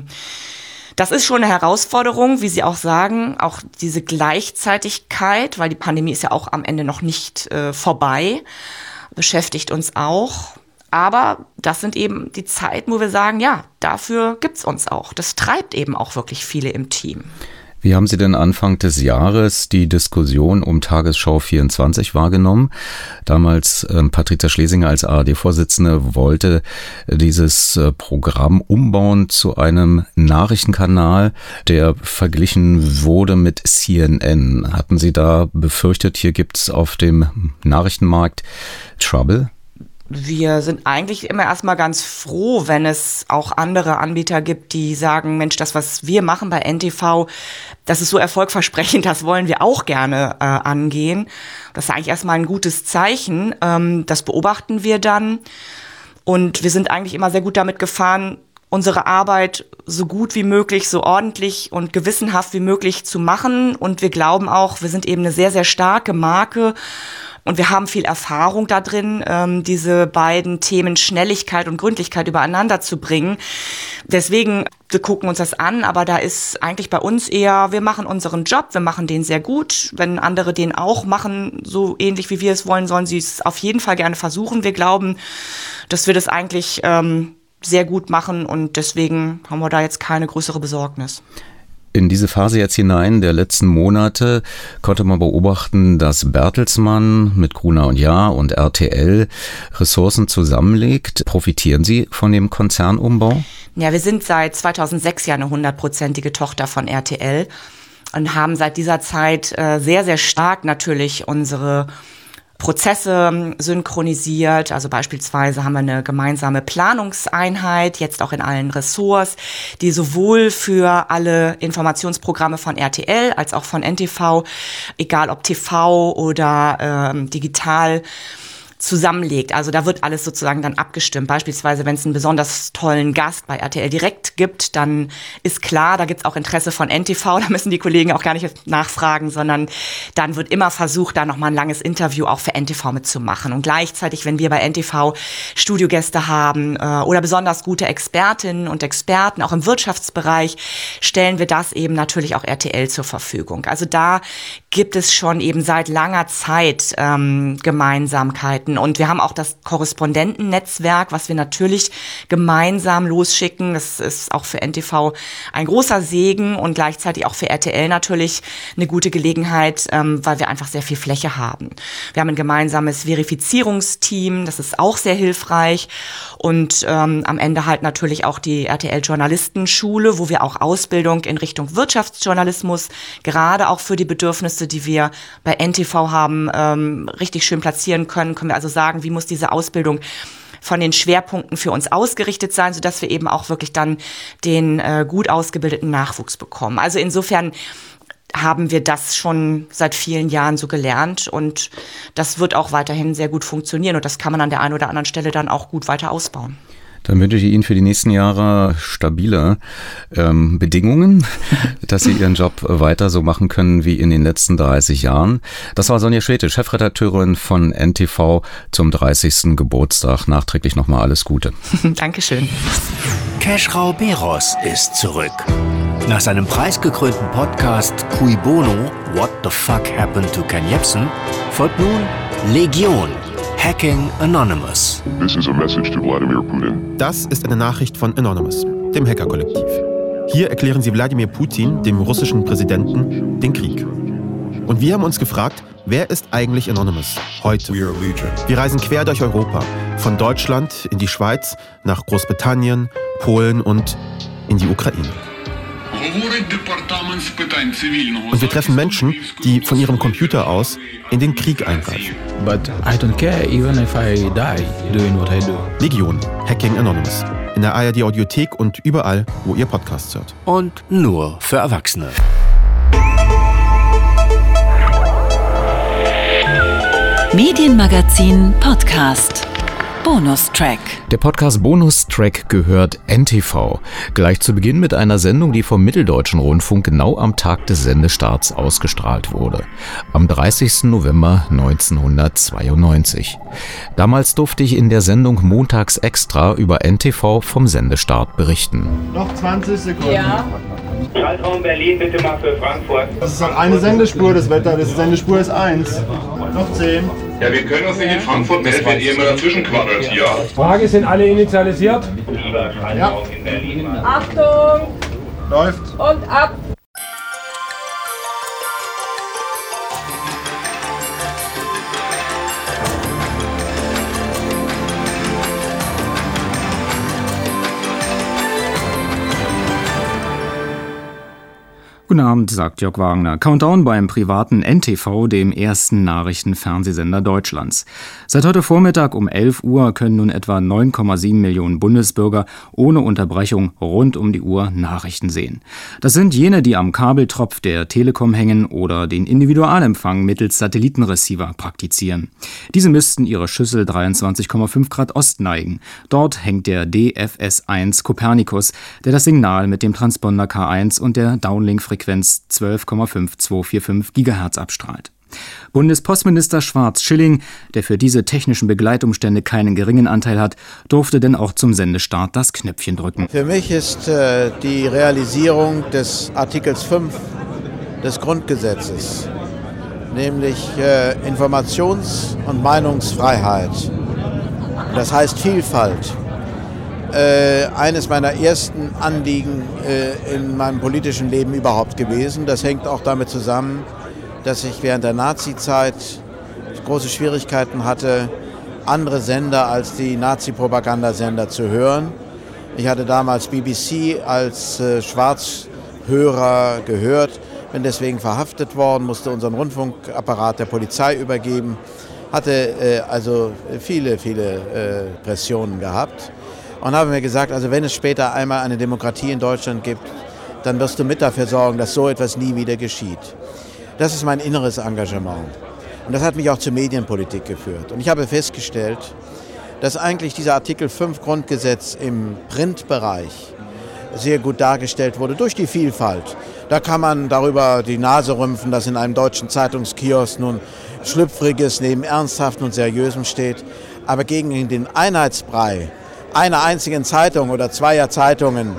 das ist schon eine Herausforderung, wie Sie auch sagen, auch diese Gleichzeitigkeit, weil die Pandemie ist ja auch am Ende noch nicht vorbei, beschäftigt uns auch. Aber das sind eben die Zeiten, wo wir sagen, ja, dafür gibt's uns auch. Das treibt eben auch wirklich viele im Team. Wie haben Sie denn Anfang des Jahres die Diskussion um Tagesschau 24 wahrgenommen? Damals Patricia Schlesinger als ARD-Vorsitzende wollte dieses Programm umbauen zu einem Nachrichtenkanal, der verglichen wurde mit CNN. Hatten Sie da befürchtet, hier gibt's auf dem Nachrichtenmarkt Trouble? Wir sind eigentlich immer erstmal ganz froh, wenn es auch andere Anbieter gibt, die sagen, Mensch, das, was wir machen bei NTV, das ist so erfolgversprechend, das wollen wir auch gerne angehen. Das ist eigentlich erstmal ein gutes Zeichen. Das beobachten wir dann. Und wir sind eigentlich immer sehr gut damit gefahren, unsere Arbeit so gut wie möglich, so ordentlich und gewissenhaft wie möglich zu machen. Und wir glauben auch, wir sind eben eine sehr, sehr starke Marke. Und wir haben viel Erfahrung da drin, diese beiden Themen Schnelligkeit und Gründlichkeit übereinander zu bringen. Deswegen, wir gucken uns das an, aber da ist eigentlich bei uns eher, wir machen unseren Job, wir machen den sehr gut. Wenn andere den auch machen, so ähnlich wie wir es wollen, sollen sie es auf jeden Fall gerne versuchen. Wir glauben, dass wir das eigentlich sehr gut machen, und deswegen haben wir da jetzt keine größere Besorgnis. In diese Phase jetzt hinein der letzten Monate konnte man beobachten, dass Bertelsmann mit Gruner + Jahr und RTL Ressourcen zusammenlegt. Profitieren Sie von dem Konzernumbau? Ja, wir sind seit 2006 ja eine 100%ige Tochter von RTL. und haben seit dieser Zeit sehr, sehr stark natürlich unsere Prozesse synchronisiert. Also beispielsweise haben wir eine gemeinsame Planungseinheit, jetzt auch in allen Ressorts, die sowohl für alle Informationsprogramme von RTL als auch von NTV, egal ob TV oder digital, zusammenlegt. Also da wird alles sozusagen dann abgestimmt. Beispielsweise, wenn es einen besonders tollen Gast bei RTL Direkt gibt, dann ist klar, da gibt es auch Interesse von NTV, da müssen die Kollegen auch gar nicht nachfragen, sondern dann wird immer versucht, da nochmal ein langes Interview auch für NTV mitzumachen. Und gleichzeitig, wenn wir bei NTV Studiogäste haben oder besonders gute Expertinnen und Experten, auch im Wirtschaftsbereich, stellen wir das eben natürlich auch RTL zur Verfügung. Also da gibt es schon eben seit langer Zeit Gemeinsamkeiten. Und wir haben auch das Korrespondentennetzwerk, was wir natürlich gemeinsam losschicken. Das ist auch für NTV ein großer Segen und gleichzeitig auch für RTL natürlich eine gute Gelegenheit, weil wir einfach sehr viel Fläche haben. Wir haben ein gemeinsames Verifizierungsteam, das ist auch sehr hilfreich. Und am Ende halt natürlich auch die RTL-Journalistenschule, wo wir auch Ausbildung in Richtung Wirtschaftsjournalismus, gerade auch für die Bedürfnisse, die wir bei NTV haben, richtig schön platzieren können wir also sagen, wie muss diese Ausbildung von den Schwerpunkten für uns ausgerichtet sein, sodass wir eben auch wirklich dann den gut ausgebildeten Nachwuchs bekommen. Also insofern haben wir das schon seit vielen Jahren so gelernt und das wird auch weiterhin sehr gut funktionieren und das kann man an der einen oder anderen Stelle dann auch gut weiter ausbauen. Dann wünsche ich Ihnen für die nächsten Jahre stabile Bedingungen, dass Sie Ihren Job weiter so machen können wie in den letzten 30 Jahren. Das war Sonja Schwete, Chefredakteurin von NTV zum 30. Geburtstag. Nachträglich nochmal alles Gute. Dankeschön. Keschrau Beros ist zurück. Nach seinem preisgekrönten Podcast Cui Bono, What the Fuck Happened to Ken Jebsen, folgt nun Legion. Hacking Anonymous. This is a message to Vladimir Putin. Das ist eine Nachricht von Anonymous, dem Hackerkollektiv. Hier erklären sie Wladimir Putin, dem russischen Präsidenten, den Krieg. Und wir haben uns gefragt, wer ist eigentlich Anonymous heute? Wir reisen quer durch Europa, von Deutschland in die Schweiz, nach Großbritannien, Polen und in die Ukraine. Und wir treffen Menschen, die von ihrem Computer aus in den Krieg eingreifen. But I don't care even if I die doing what I do. Legion, Hacking Anonymous. In der ARD Audiothek und überall, wo ihr Podcasts hört. Und nur für Erwachsene. Medienmagazin Podcast. Bonustrack. Der Podcast Bonustrack gehört NTV. Gleich zu Beginn mit einer Sendung, die vom Mitteldeutschen Rundfunk genau am Tag des Sendestarts ausgestrahlt wurde. Am 30. November 1992. Damals durfte ich in der Sendung Montags Extra über NTV vom Sendestart berichten. Noch 20 Sekunden. Ja. Schaltraum Berlin, bitte mal für Frankfurt. Das ist eine Sendespur, das Wetter. Das Sendespur ist 1. Noch 10. Ja, wir können uns nicht in Frankfurt melden, wenn ihr immer dazwischen quaddert hier. Frage, sind alle initialisiert? Lieber Schaltraum in Berlin. Achtung! Läuft. Und ab! Guten Abend, sagt Jörg Wagner. Countdown beim privaten NTV, dem ersten Nachrichtenfernsehsender Deutschlands. Seit heute Vormittag um 11 Uhr können nun etwa 9,7 Millionen Bundesbürger ohne Unterbrechung rund um die Uhr Nachrichten sehen. Das sind jene, die am Kabeltropf der Telekom hängen oder den Individualempfang mittels Satellitenreceiver praktizieren. Diese müssten ihre Schüssel 23,5 Grad Ost neigen. Dort hängt der DFS-1 Copernicus, der das Signal mit dem Transponder K1 und der Downlink-Frequenz 12,5245 GHz abstrahlt. Bundespostminister Schwarz-Schilling, der für diese technischen Begleitumstände keinen geringen Anteil hat, durfte denn auch zum Sendestart das Knöpfchen drücken. Für mich ist die Realisierung des Artikels 5 des Grundgesetzes, nämlich Informations- und Meinungsfreiheit, das heißt Vielfalt, eines meiner ersten Anliegen in meinem politischen Leben überhaupt gewesen. Das hängt auch damit zusammen, dass ich während der Nazi-Zeit große Schwierigkeiten hatte, andere Sender als die Nazi-Propagandasender zu hören. Ich hatte damals BBC als Schwarzhörer gehört, bin deswegen verhaftet worden, musste unseren Rundfunkapparat der Polizei übergeben, hatte also viele Pressionen gehabt und habe mir gesagt, also wenn es später einmal eine Demokratie in Deutschland gibt, dann wirst du mit dafür sorgen, dass so etwas nie wieder geschieht. Das ist mein inneres Engagement. Und das hat mich auch zur Medienpolitik geführt. Und ich habe festgestellt, dass eigentlich dieser Artikel 5 Grundgesetz im Printbereich sehr gut dargestellt wurde durch die Vielfalt. Da kann man darüber die Nase rümpfen, dass in einem deutschen Zeitungskiosk nun Schlüpfriges neben Ernsthaften und Seriösem steht. Aber gegen den Einheitsbrei einer einzigen Zeitung oder zweier Zeitungen,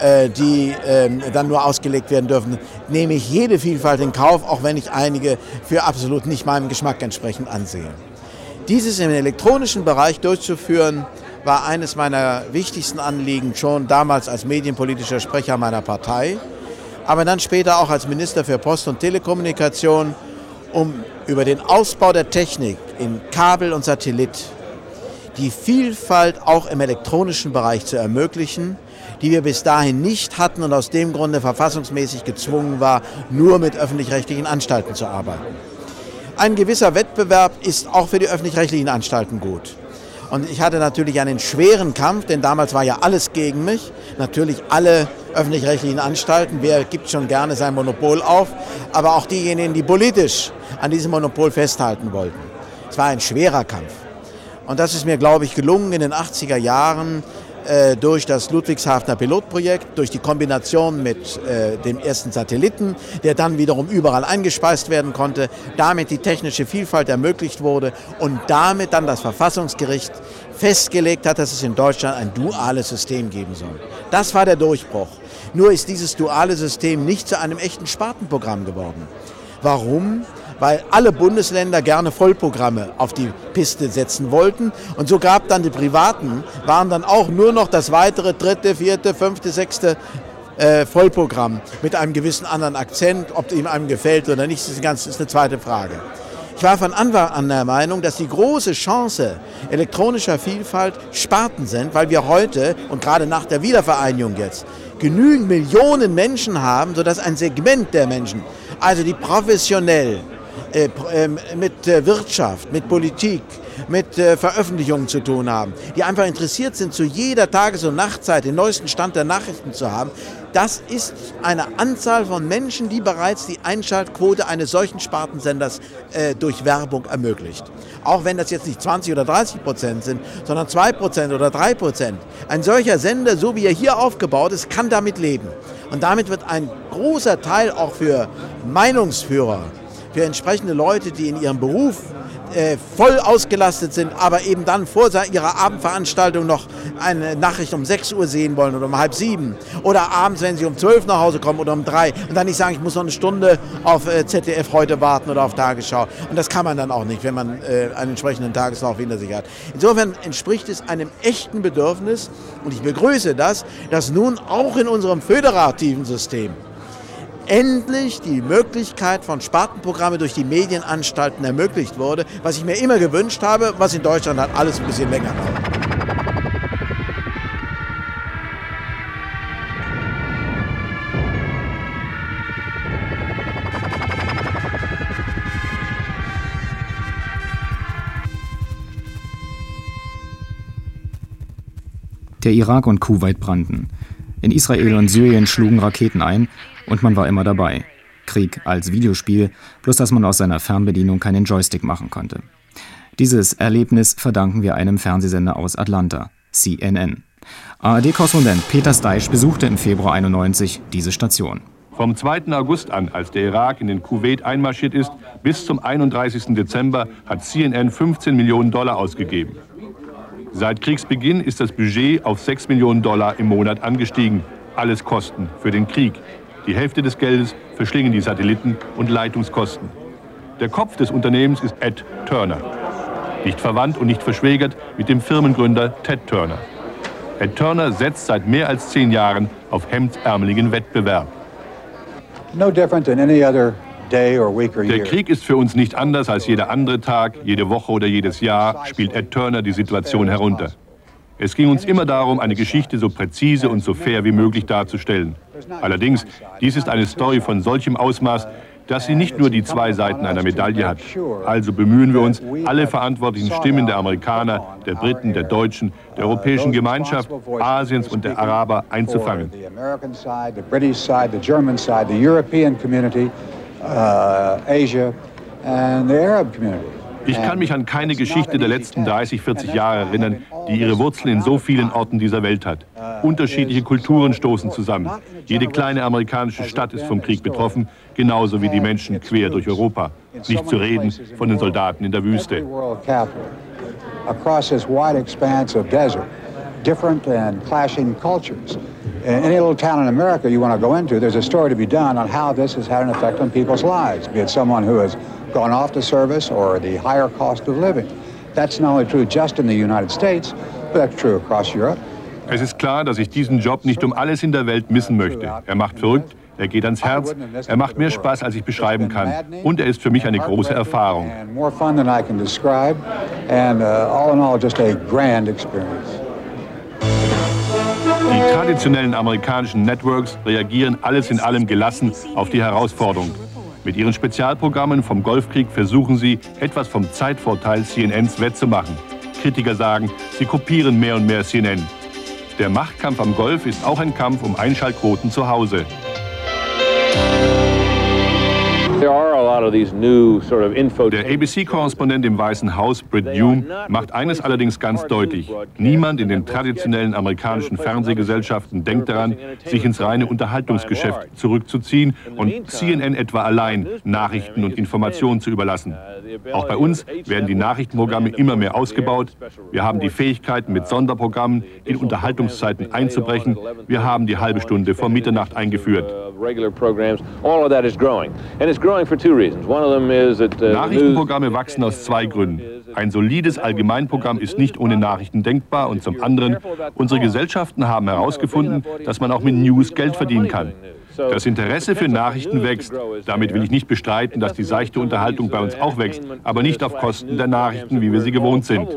die dann nur ausgelegt werden dürfen, nehme ich jede Vielfalt in Kauf, auch wenn ich einige für absolut nicht meinem Geschmack entsprechend ansehe. Dieses im elektronischen Bereich durchzuführen, war eines meiner wichtigsten Anliegen, schon damals als medienpolitischer Sprecher meiner Partei, aber dann später auch als Minister für Post und Telekommunikation, um über den Ausbau der Technik in Kabel und Satellit die Vielfalt auch im elektronischen Bereich zu ermöglichen, die wir bis dahin nicht hatten und aus dem Grunde verfassungsmäßig gezwungen war, nur mit öffentlich-rechtlichen Anstalten zu arbeiten. Ein gewisser Wettbewerb ist auch für die öffentlich-rechtlichen Anstalten gut. Und ich hatte natürlich einen schweren Kampf, denn damals war ja alles gegen mich. Natürlich alle öffentlich-rechtlichen Anstalten, wer gibt schon gerne sein Monopol auf, aber auch diejenigen, die politisch an diesem Monopol festhalten wollten. Es war ein schwerer Kampf. Und das ist mir, glaube ich, gelungen in den 80er Jahren durch das Ludwigshafener Pilotprojekt, durch die Kombination mit dem ersten Satelliten, der dann wiederum überall eingespeist werden konnte, damit die technische Vielfalt ermöglicht wurde und damit dann das Verfassungsgericht festgelegt hat, dass es in Deutschland ein duales System geben soll. Das war der Durchbruch. Nur ist dieses duale System nicht zu einem echten Spartenprogramm geworden. Warum? Weil alle Bundesländer gerne Vollprogramme auf die Piste setzen wollten. Und so gab dann die Privaten, waren dann auch nur noch das weitere 3., 4., 5., 6. Vollprogramm mit einem gewissen anderen Akzent. Ob ihm einem gefällt oder nicht, ist eine zweite Frage. Ich war von Anfang an der Meinung, dass die große Chance elektronischer Vielfalt Sparten sind, weil wir heute und gerade nach der Wiedervereinigung jetzt genügend Millionen Menschen haben, sodass ein Segment der Menschen, also die professionell mit Wirtschaft, mit Politik, mit Veröffentlichungen zu tun haben, die einfach interessiert sind, zu jeder Tages- und Nachtzeit den neuesten Stand der Nachrichten zu haben. Das ist eine Anzahl von Menschen, die bereits die Einschaltquote eines solchen Spartensenders durch Werbung ermöglicht. Auch wenn das jetzt nicht 20 oder 30% sind, sondern 2% oder 3%. Ein solcher Sender, so wie er hier aufgebaut ist, kann damit leben. Und damit wird ein großer Teil auch für Meinungsführer, für entsprechende Leute, die in ihrem Beruf voll ausgelastet sind, aber eben dann vor ihrer Abendveranstaltung noch eine Nachricht um 6 Uhr sehen wollen oder um 6:30 oder abends, wenn sie um 12 nach Hause kommen oder um 3 und dann nicht sagen, ich muss noch eine Stunde auf ZDF heute warten oder auf Tagesschau. Und das kann man dann auch nicht, wenn man einen entsprechenden Tageslauf hinter sich hat. Insofern entspricht es einem echten Bedürfnis und ich begrüße das, dass nun auch in unserem föderativen System endlich die Möglichkeit von Spartenprogrammen durch die Medienanstalten ermöglicht wurde, was ich mir immer gewünscht habe, was in Deutschland halt alles ein bisschen länger dauert. Der Irak und Kuwait brannten. In Israel und Syrien schlugen Raketen ein und man war immer dabei. Krieg als Videospiel, bloß dass man aus seiner Fernbedienung keinen Joystick machen konnte. Dieses Erlebnis verdanken wir einem Fernsehsender aus Atlanta, CNN. ARD-Korrespondent Peter Steisch besuchte im Februar 91 diese Station. Vom 2. August an, als der Irak in den Kuwait einmarschiert ist, bis zum 31. Dezember hat CNN 15 Millionen Dollar ausgegeben. Seit Kriegsbeginn ist das Budget auf 6 Millionen Dollar im Monat angestiegen. Alles Kosten für den Krieg. Die Hälfte des Geldes verschlingen die Satelliten und Leitungskosten. Der Kopf des Unternehmens ist Ed Turner. Nicht verwandt und nicht verschwägert mit dem Firmengründer Ted Turner. Ed Turner setzt seit mehr als 10 Jahren auf hemdsärmeligen Wettbewerb. No different than any other day or week or year. Der Krieg ist für uns nicht anders als jeder andere Tag, jede Woche oder jedes Jahr, spielt Ed Turner die Situation herunter. Es ging uns immer darum, eine Geschichte so präzise und so fair wie möglich darzustellen. Allerdings, dies ist eine Story von solchem Ausmaß, dass sie nicht nur die zwei Seiten einer Medaille hat. Also bemühen wir uns, alle verantwortlichen Stimmen der Amerikaner, der Briten, der Deutschen, der Europäischen Gemeinschaft, Asiens und der Araber einzufangen. Ich kann mich an keine Geschichte der letzten 30, 40 Jahre erinnern, die ihre Wurzeln in so vielen Orten dieser Welt hat. Unterschiedliche Kulturen stoßen zusammen. Jede kleine amerikanische Stadt ist vom Krieg betroffen, genauso wie die Menschen quer durch Europa. Nicht zu reden von den Soldaten in der Wüste. Across this wide expanse of desert, different and clashing cultures. In any little town in America you want to go into, there's a story to be done on how this has had an effect on people's lives, be it someone who has gone off to service or the higher cost of living. That's not only true just in the United States, but that's true across Europe. Es ist klar, dass ich diesen Job nicht um alles in der Welt missen möchte. Er macht verrückt, er geht ans Herz, er macht mehr Spaß, als ich beschreiben kann. Und er ist für mich eine große Erfahrung. More fun than I can describe, and all in all just a grand experience. Die traditionellen amerikanischen Networks reagieren alles in allem gelassen auf die Herausforderung. Mit ihren Spezialprogrammen vom Golfkrieg versuchen sie, etwas vom Zeitvorteil CNNs wettzumachen. Kritiker sagen, sie kopieren mehr und mehr CNN. Der Machtkampf am Golf ist auch ein Kampf um Einschaltquoten zu Hause. Der ABC-Korrespondent im Weißen Haus, Britt Hume, macht eines allerdings ganz deutlich. Niemand in den traditionellen amerikanischen Fernsehgesellschaften denkt daran, sich ins reine Unterhaltungsgeschäft zurückzuziehen und CNN etwa allein Nachrichten und Informationen zu überlassen. Auch bei uns werden die Nachrichtenprogramme immer mehr ausgebaut. Wir haben die Fähigkeit, mit Sonderprogrammen in Unterhaltungszeiten einzubrechen. Wir haben die halbe Stunde vor Mitternacht eingeführt. Nachrichtenprogramme wachsen aus zwei Gründen. Ein solides Allgemeinprogramm ist nicht ohne Nachrichten denkbar und zum anderen, unsere Gesellschaften haben herausgefunden, dass man auch mit News Geld verdienen kann. Das Interesse für Nachrichten wächst. Damit will ich nicht bestreiten, dass die seichte Unterhaltung bei uns auch wächst, aber nicht auf Kosten der Nachrichten, wie wir sie gewohnt sind.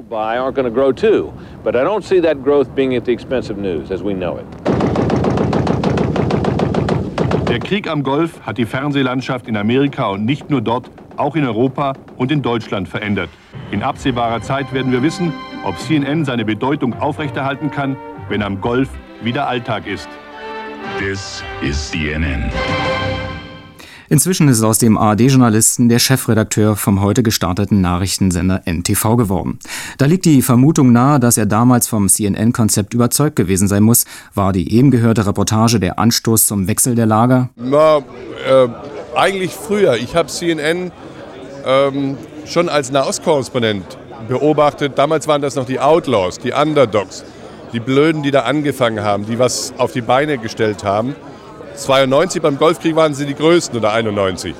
Der Krieg am Golf hat die Fernsehlandschaft in Amerika und nicht nur dort, auch in Europa und in Deutschland verändert. In absehbarer Zeit werden wir wissen, ob CNN seine Bedeutung aufrechterhalten kann, wenn am Golf wieder Alltag ist. This is CNN. Inzwischen ist aus dem ARD-Journalisten der Chefredakteur vom heute gestarteten Nachrichtensender NTV geworden. Da liegt die Vermutung nahe, dass er damals vom CNN-Konzept überzeugt gewesen sein muss. War die eben gehörte Reportage der Anstoß zum Wechsel der Lager? Eigentlich früher. Ich habe CNN schon als Nahostkorrespondent beobachtet. Damals waren das noch die Outlaws, die Underdogs, die Blöden, die da angefangen haben, die was auf die Beine gestellt haben. 92 beim Golfkrieg waren sie die Größten oder 91.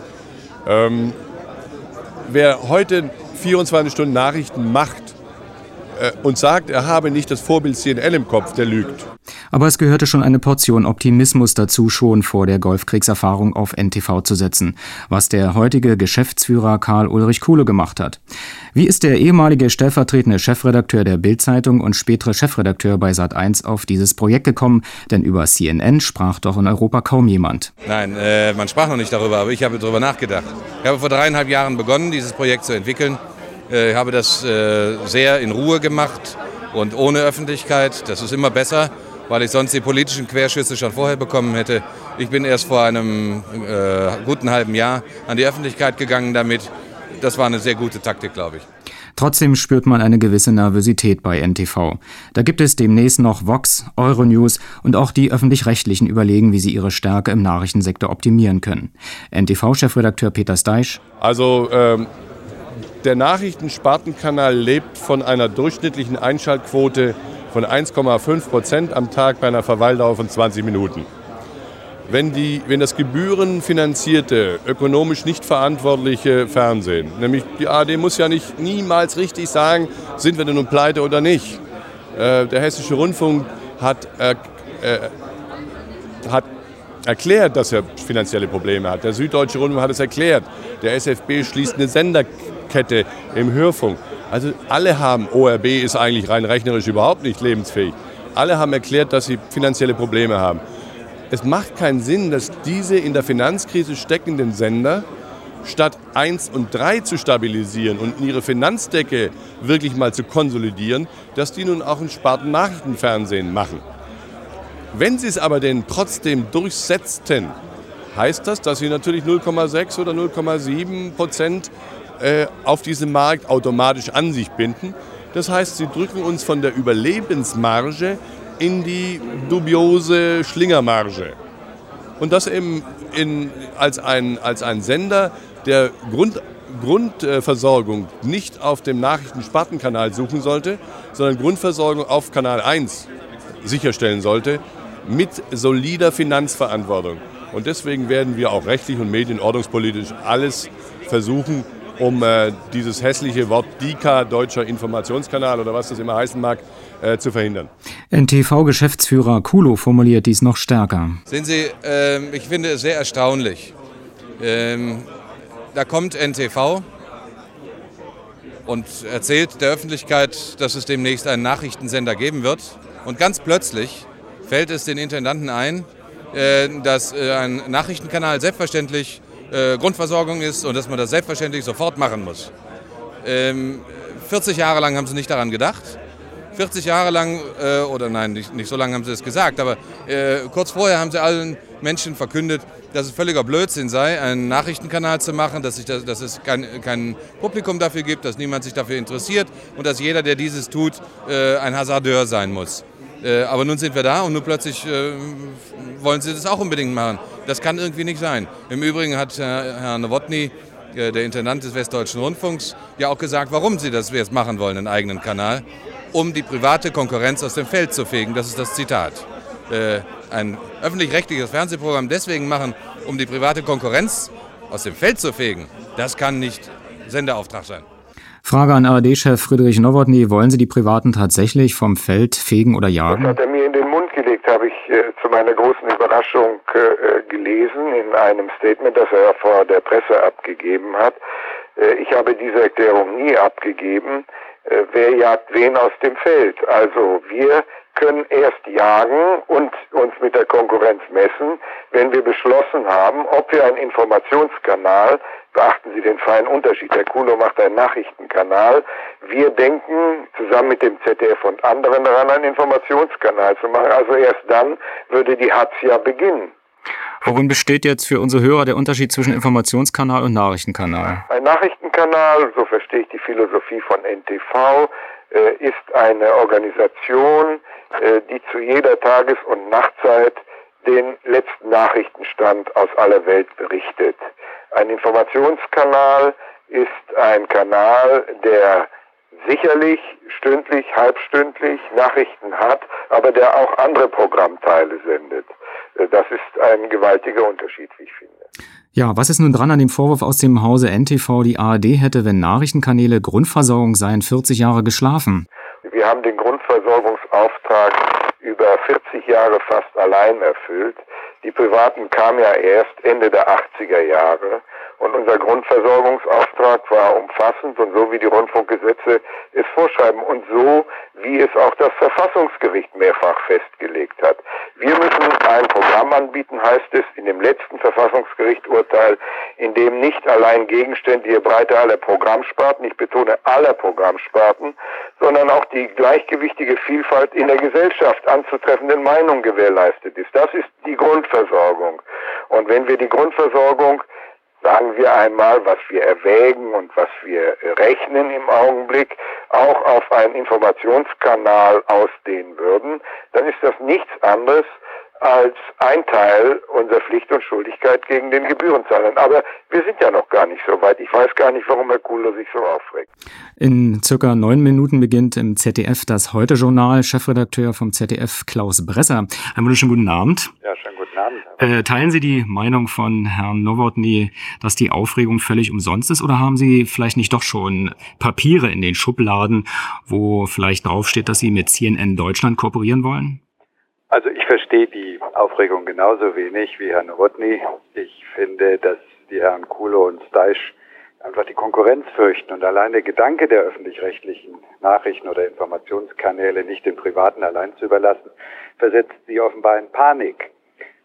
Wer heute 24 Stunden Nachrichten macht und sagt, er habe nicht das Vorbild CNN im Kopf, der lügt. Aber es gehörte schon eine Portion Optimismus dazu, schon vor der Golfkriegserfahrung auf NTV zu setzen, was der heutige Geschäftsführer Karl-Ulrich Kuhle gemacht hat. Wie ist der ehemalige stellvertretende Chefredakteur der Bild-Zeitung und spätere Chefredakteur bei Sat.1 auf dieses Projekt gekommen? Denn über CNN sprach doch in Europa kaum jemand. Nein, man sprach noch nicht darüber, aber ich habe darüber nachgedacht. Ich habe vor 3,5 Jahren begonnen, dieses Projekt zu entwickeln. Ich habe das sehr in Ruhe gemacht und ohne Öffentlichkeit. Das ist immer besser, weil ich sonst die politischen Querschüsse schon vorher bekommen hätte. Ich bin erst vor einem guten halben Jahr an die Öffentlichkeit gegangen damit. Das war eine sehr gute Taktik, glaube ich. Trotzdem spürt man eine gewisse Nervosität bei NTV. Da gibt es demnächst noch Vox, Euronews und auch die Öffentlich-Rechtlichen überlegen, wie sie ihre Stärke im Nachrichtensektor optimieren können. NTV-Chefredakteur Peter Steisch. Also der Nachrichtenspartenkanal lebt von einer durchschnittlichen Einschaltquote von 1,5% am Tag bei einer Verweildauer von 20 Minuten. Wenn das gebührenfinanzierte, ökonomisch nicht verantwortliche Fernsehen, nämlich die ARD muss ja niemals richtig sagen, sind wir denn nun pleite oder nicht. Der Hessische Rundfunk hat erklärt, dass er finanzielle Probleme hat. Der Süddeutsche Rundfunk hat es erklärt. Der SFB schließt eine Senderkette im Hörfunk. Also alle haben, ORB ist eigentlich rein rechnerisch überhaupt nicht lebensfähig. Alle haben erklärt, dass sie finanzielle Probleme haben. Es macht keinen Sinn, dass diese in der Finanzkrise steckenden Sender, statt 1 und 3 zu stabilisieren und ihre Finanzdecke wirklich mal zu konsolidieren, dass die nun auch ein Sparten-Nachrichtenfernsehen machen. Wenn sie es aber denn trotzdem durchsetzten, heißt das, dass sie natürlich 0,6 oder 0,7% auf diesem Markt automatisch an sich binden. Das heißt, sie drücken uns von der Überlebensmarge in die dubiose Schlingermarge. Und das eben als ein Sender, der Grundversorgung nicht auf dem Nachrichtenspartenkanal suchen sollte, sondern Grundversorgung auf Kanal 1 sicherstellen sollte, mit solider Finanzverantwortung. Und deswegen werden wir auch rechtlich und medienordnungspolitisch alles versuchen, um dieses hässliche Wort DIKA, Deutscher Informationskanal oder was das immer heißen mag, zu verhindern. NTV-Geschäftsführer Kulo formuliert dies noch stärker. Sehen Sie, ich finde es sehr erstaunlich. Da kommt NTV und erzählt der Öffentlichkeit, dass es demnächst einen Nachrichtensender geben wird. Und ganz plötzlich fällt es den Intendanten ein, dass ein Nachrichtenkanal selbstverständlich Grundversorgung ist und dass man das selbstverständlich sofort machen muss. 40 Jahre lang haben sie nicht daran gedacht. 40 Jahre lang, oder nein, nicht so lange haben sie es gesagt, aber kurz vorher haben sie allen Menschen verkündet, dass es völliger Blödsinn sei, einen Nachrichtenkanal zu machen, dass es kein Publikum dafür gibt, dass niemand sich dafür interessiert und dass jeder, der dieses tut, ein Hasardeur sein muss. Aber nun sind wir da und nun plötzlich wollen sie das auch unbedingt machen. Das kann irgendwie nicht sein. Im Übrigen hat Herr Nowotny, der Intendant des Westdeutschen Rundfunks, ja auch gesagt, warum sie das jetzt machen wollen, einen eigenen Kanal, um die private Konkurrenz aus dem Feld zu fegen. Das ist das Zitat. Ein öffentlich-rechtliches Fernsehprogramm deswegen machen, um die private Konkurrenz aus dem Feld zu fegen, das kann nicht Senderauftrag sein. Frage an ARD-Chef Friedrich Nowotny. Wollen Sie die Privaten tatsächlich vom Feld fegen oder jagen? Das hat er mir in den Mund gelegt, habe ich zu meiner großen Überraschung gelesen in einem Statement, das er vor der Presse abgegeben hat. Ich habe diese Erklärung nie abgegeben. Wer jagt wen aus dem Feld? Also wir können erst jagen und uns mit der Konkurrenz messen, wenn wir beschlossen haben, ob wir einen Informationskanal, beachten Sie den feinen Unterschied, Herr Kulo macht einen Nachrichtenkanal, wir denken zusammen mit dem ZDF und anderen daran, einen Informationskanal zu machen. Also erst dann würde die Razzia beginnen. Worin besteht jetzt für unsere Hörer der Unterschied zwischen Informationskanal und Nachrichtenkanal? Ein Nachrichtenkanal, so verstehe ich die Philosophie von NTV, ist eine Organisation, die zu jeder Tages- und Nachtzeit den letzten Nachrichtenstand aus aller Welt berichtet. Ein Informationskanal ist ein Kanal, der sicherlich stündlich, halbstündlich Nachrichten hat, aber der auch andere Programmteile sendet. Das ist ein gewaltiger Unterschied, wie ich finde. Ja, was ist nun dran an dem Vorwurf aus dem Hause NTV, die ARD hätte, wenn Nachrichtenkanäle Grundversorgung seien, 40 Jahre geschlafen? Wir haben den Grundversorgungsauftrag über 40 Jahre fast allein erfüllt. Die Privaten kamen ja erst Ende der 80er Jahre. Und unser Grundversorgungsauftrag war umfassend und so wie die Rundfunkgesetze es vorschreiben und so wie es auch das Verfassungsgericht mehrfach festgelegt hat. Wir müssen ein Programm anbieten, heißt es in dem letzten Verfassungsgerichturteil, in dem nicht allein gegenständliche Breite aller Programmsparten, ich betone aller Programmsparten, sondern auch die gleichgewichtige Vielfalt in der Gesellschaft anzutreffenden Meinung gewährleistet ist. Das ist die Grundversorgung. Und wenn wir die Grundversorgung, sagen wir einmal, was wir erwägen und was wir rechnen im Augenblick, auch auf einen Informationskanal ausdehnen würden, dann ist das nichts anderes als ein Teil unserer Pflicht und Schuldigkeit gegen den Gebührenzahlern. Aber wir sind ja noch gar nicht so weit. Ich weiß gar nicht, warum Herr Kulo sich so aufregt. In circa 9 Minuten beginnt im ZDF das Heute-Journal. Chefredakteur vom ZDF Klaus Bresser. Einen wunderschönen guten Abend. Ja, schönen guten Abend. Teilen Sie die Meinung von Herrn Nowotny, dass die Aufregung völlig umsonst ist, oder haben Sie vielleicht nicht doch schon Papiere in den Schubladen, wo vielleicht draufsteht, dass Sie mit CNN Deutschland kooperieren wollen? Also ich verstehe die Aufregung genauso wenig wie Herr Nowotny. Ich finde, dass die Herren Kulo und Steisch einfach die Konkurrenz fürchten und allein der Gedanke der öffentlich-rechtlichen Nachrichten- oder Informationskanäle nicht den Privaten allein zu überlassen, versetzt sie offenbar in Panik.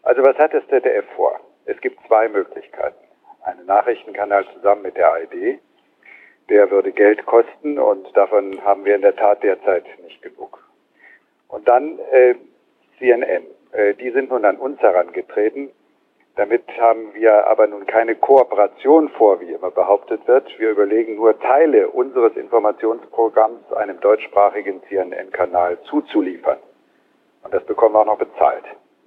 Also was hat das ZDF vor? Es gibt zwei Möglichkeiten. Einen Nachrichtenkanal zusammen mit der ARD, der würde Geld kosten und davon haben wir in der Tat derzeit nicht genug. Und dann CNN, die sind nun an uns herangetreten. Damit haben wir aber nun keine Kooperation vor, wie immer behauptet wird. Wir überlegen nur, Teile unseres Informationsprogramms einem deutschsprachigen CNN-Kanal zuzuliefern. Und das bekommen wir auch noch bezahlt.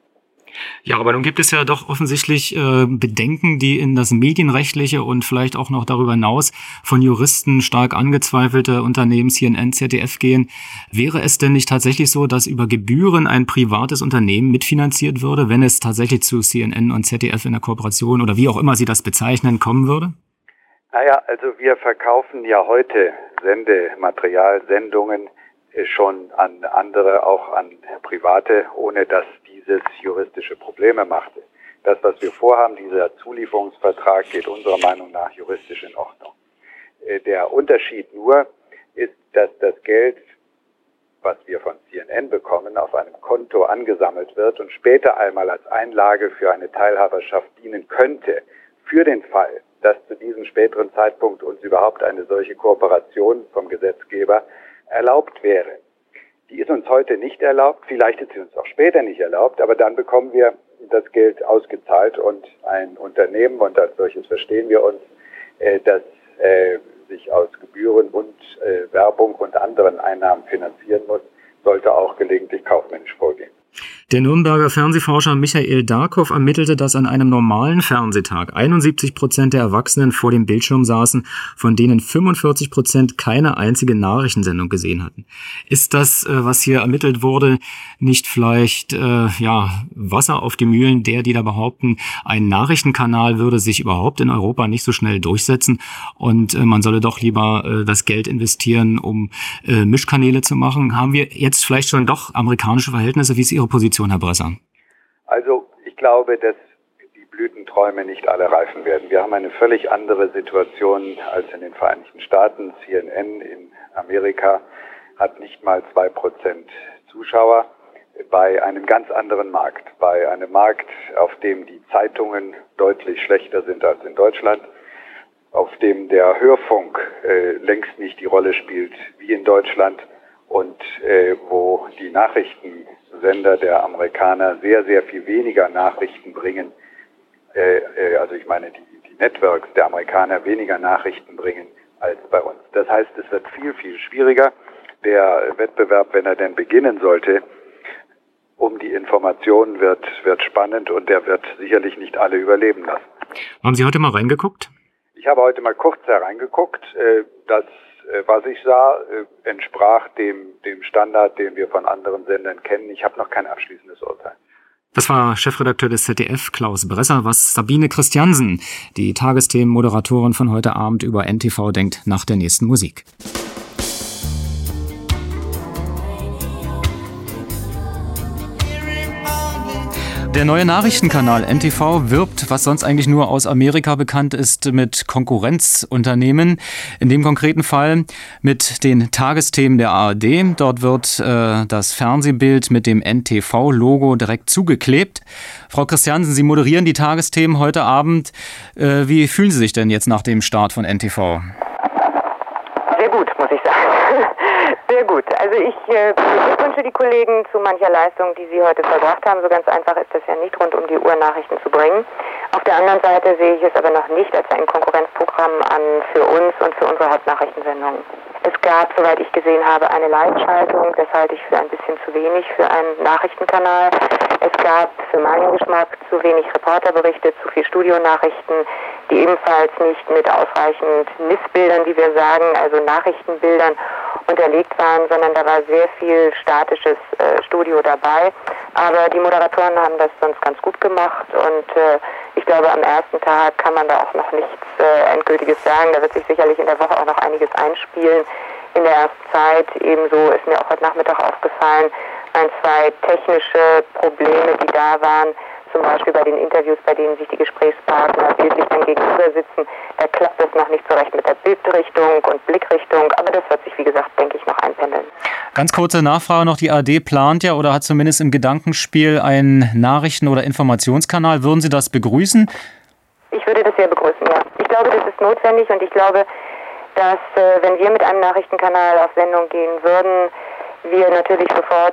Ja, aber nun gibt es ja doch offensichtlich Bedenken, die in das medienrechtliche und vielleicht auch noch darüber hinaus von Juristen stark angezweifelte Unternehmen CNN, ZDF gehen. Wäre es denn nicht tatsächlich so, dass über Gebühren ein privates Unternehmen mitfinanziert würde, wenn es tatsächlich zu CNN und ZDF in der Kooperation oder wie auch immer Sie das bezeichnen, kommen würde? Naja, also wir verkaufen ja heute Sendematerial, Sendungen schon an andere, auch an Private, ohne dass dieses juristische Probleme machte. Das, was wir vorhaben, dieser Zulieferungsvertrag, geht unserer Meinung nach juristisch in Ordnung. Der Unterschied nur ist, dass das Geld, was wir von CNN bekommen, auf einem Konto angesammelt wird und später einmal als Einlage für eine Teilhaberschaft dienen könnte, für den Fall, dass zu diesem späteren Zeitpunkt uns überhaupt eine solche Kooperation vom Gesetzgeber erlaubt wäre. Die ist uns heute nicht erlaubt, vielleicht ist sie uns auch später nicht erlaubt, aber dann bekommen wir das Geld ausgezahlt und ein Unternehmen, und als solches verstehen wir uns, das sich aus Gebühren und Werbung und anderen Einnahmen finanzieren muss, sollte auch gelegentlich kaufmännisch vorgehen. Der Nürnberger Fernsehforscher Michael Darkow ermittelte, dass an einem normalen Fernsehtag 71% der Erwachsenen vor dem Bildschirm saßen, von denen 45% keine einzige Nachrichtensendung gesehen hatten. Ist das, was hier ermittelt wurde, nicht vielleicht Wasser auf die Mühlen der, die da behaupten, ein Nachrichtenkanal würde sich überhaupt in Europa nicht so schnell durchsetzen und man solle doch lieber das Geld investieren, um Mischkanäle zu machen? Haben wir jetzt vielleicht schon doch amerikanische Verhältnisse? Wie ist Ihre Position, Herr Bresser? Also ich glaube, dass die Blütenträume nicht alle reifen werden. Wir haben eine völlig andere Situation als in den Vereinigten Staaten. CNN in Amerika hat nicht mal 2% Zuschauer bei einem ganz anderen Markt. Bei einem Markt, auf dem die Zeitungen deutlich schlechter sind als in Deutschland, auf dem der Hörfunk längst nicht die Rolle spielt wie in Deutschland und wo die Nachrichtensender der Amerikaner sehr, sehr viel weniger Nachrichten bringen, also ich meine die Networks der Amerikaner weniger Nachrichten bringen als bei uns. Das heißt, es wird viel, viel schwieriger. Der Wettbewerb, wenn er denn beginnen sollte, um die Informationen wird spannend und der wird sicherlich nicht alle überleben lassen. Haben Sie heute mal reingeguckt? Ich habe heute mal kurz hereingeguckt. Das, was ich sah, entsprach dem Standard, den wir von anderen Sendern kennen. Ich habe noch kein abschließendes Urteil. Das war Chefredakteur des ZDF, Klaus Bresser, was Sabine Christiansen, die Tagesthemen-Moderatorin von heute Abend, über NTV denkt nach der nächsten Musik. Der neue Nachrichtenkanal NTV wirbt, was sonst eigentlich nur aus Amerika bekannt ist, mit Konkurrenzunternehmen. In dem konkreten Fall mit den Tagesthemen der ARD. Dort wird das Fernsehbild mit dem NTV-Logo direkt zugeklebt. Frau Christiansen, Sie moderieren die Tagesthemen heute Abend. Wie fühlen Sie sich denn jetzt nach dem Start von NTV? Sehr gut, muss ich sagen. Sehr gut. Also ich beglückwünsche die Kollegen zu mancher Leistung, die sie heute vollbracht haben. So ganz einfach ist das ja nicht, rund um die Uhr Nachrichten zu bringen. Auf der anderen Seite sehe ich es aber noch nicht als ein Konkurrenzprogramm an für uns und für unsere Hauptnachrichtensendungen. Es gab, soweit ich gesehen habe, eine Live-Schaltung. Das halte ich für ein bisschen zu wenig für einen Nachrichtenkanal. Es gab für meinen Geschmack zu wenig Reporterberichte, zu viel Studionachrichten, die ebenfalls nicht mit ausreichend Missbildern, wie wir sagen, also Nachrichtenbildern unterlegt waren, sondern da war sehr viel statisches Studio dabei. Aber die Moderatoren haben das sonst ganz gut gemacht und ich glaube, am ersten Tag kann man da auch noch nichts Endgültiges sagen. Da wird sich sicherlich in der Woche auch noch einiges einspielen. In der ersten Zeit ebenso ist mir auch heute Nachmittag aufgefallen, 1, 2 technische Probleme, die da waren, zum Beispiel bei den Interviews, bei denen sich die Gesprächspartner bildlich dann gegenüber sitzen, da klappt das noch nicht so recht mit der Bildrichtung und Blickrichtung, aber das wird sich, wie gesagt, denke ich, noch einpendeln. Ganz kurze Nachfrage noch, die ARD plant ja oder hat zumindest im Gedankenspiel einen Nachrichten- oder Informationskanal. Würden Sie das begrüßen? Ich würde das sehr begrüßen, ja. Ich glaube, das ist notwendig und ich glaube, dass wenn wir mit einem Nachrichtenkanal auf Sendung gehen würden, wir natürlich sofort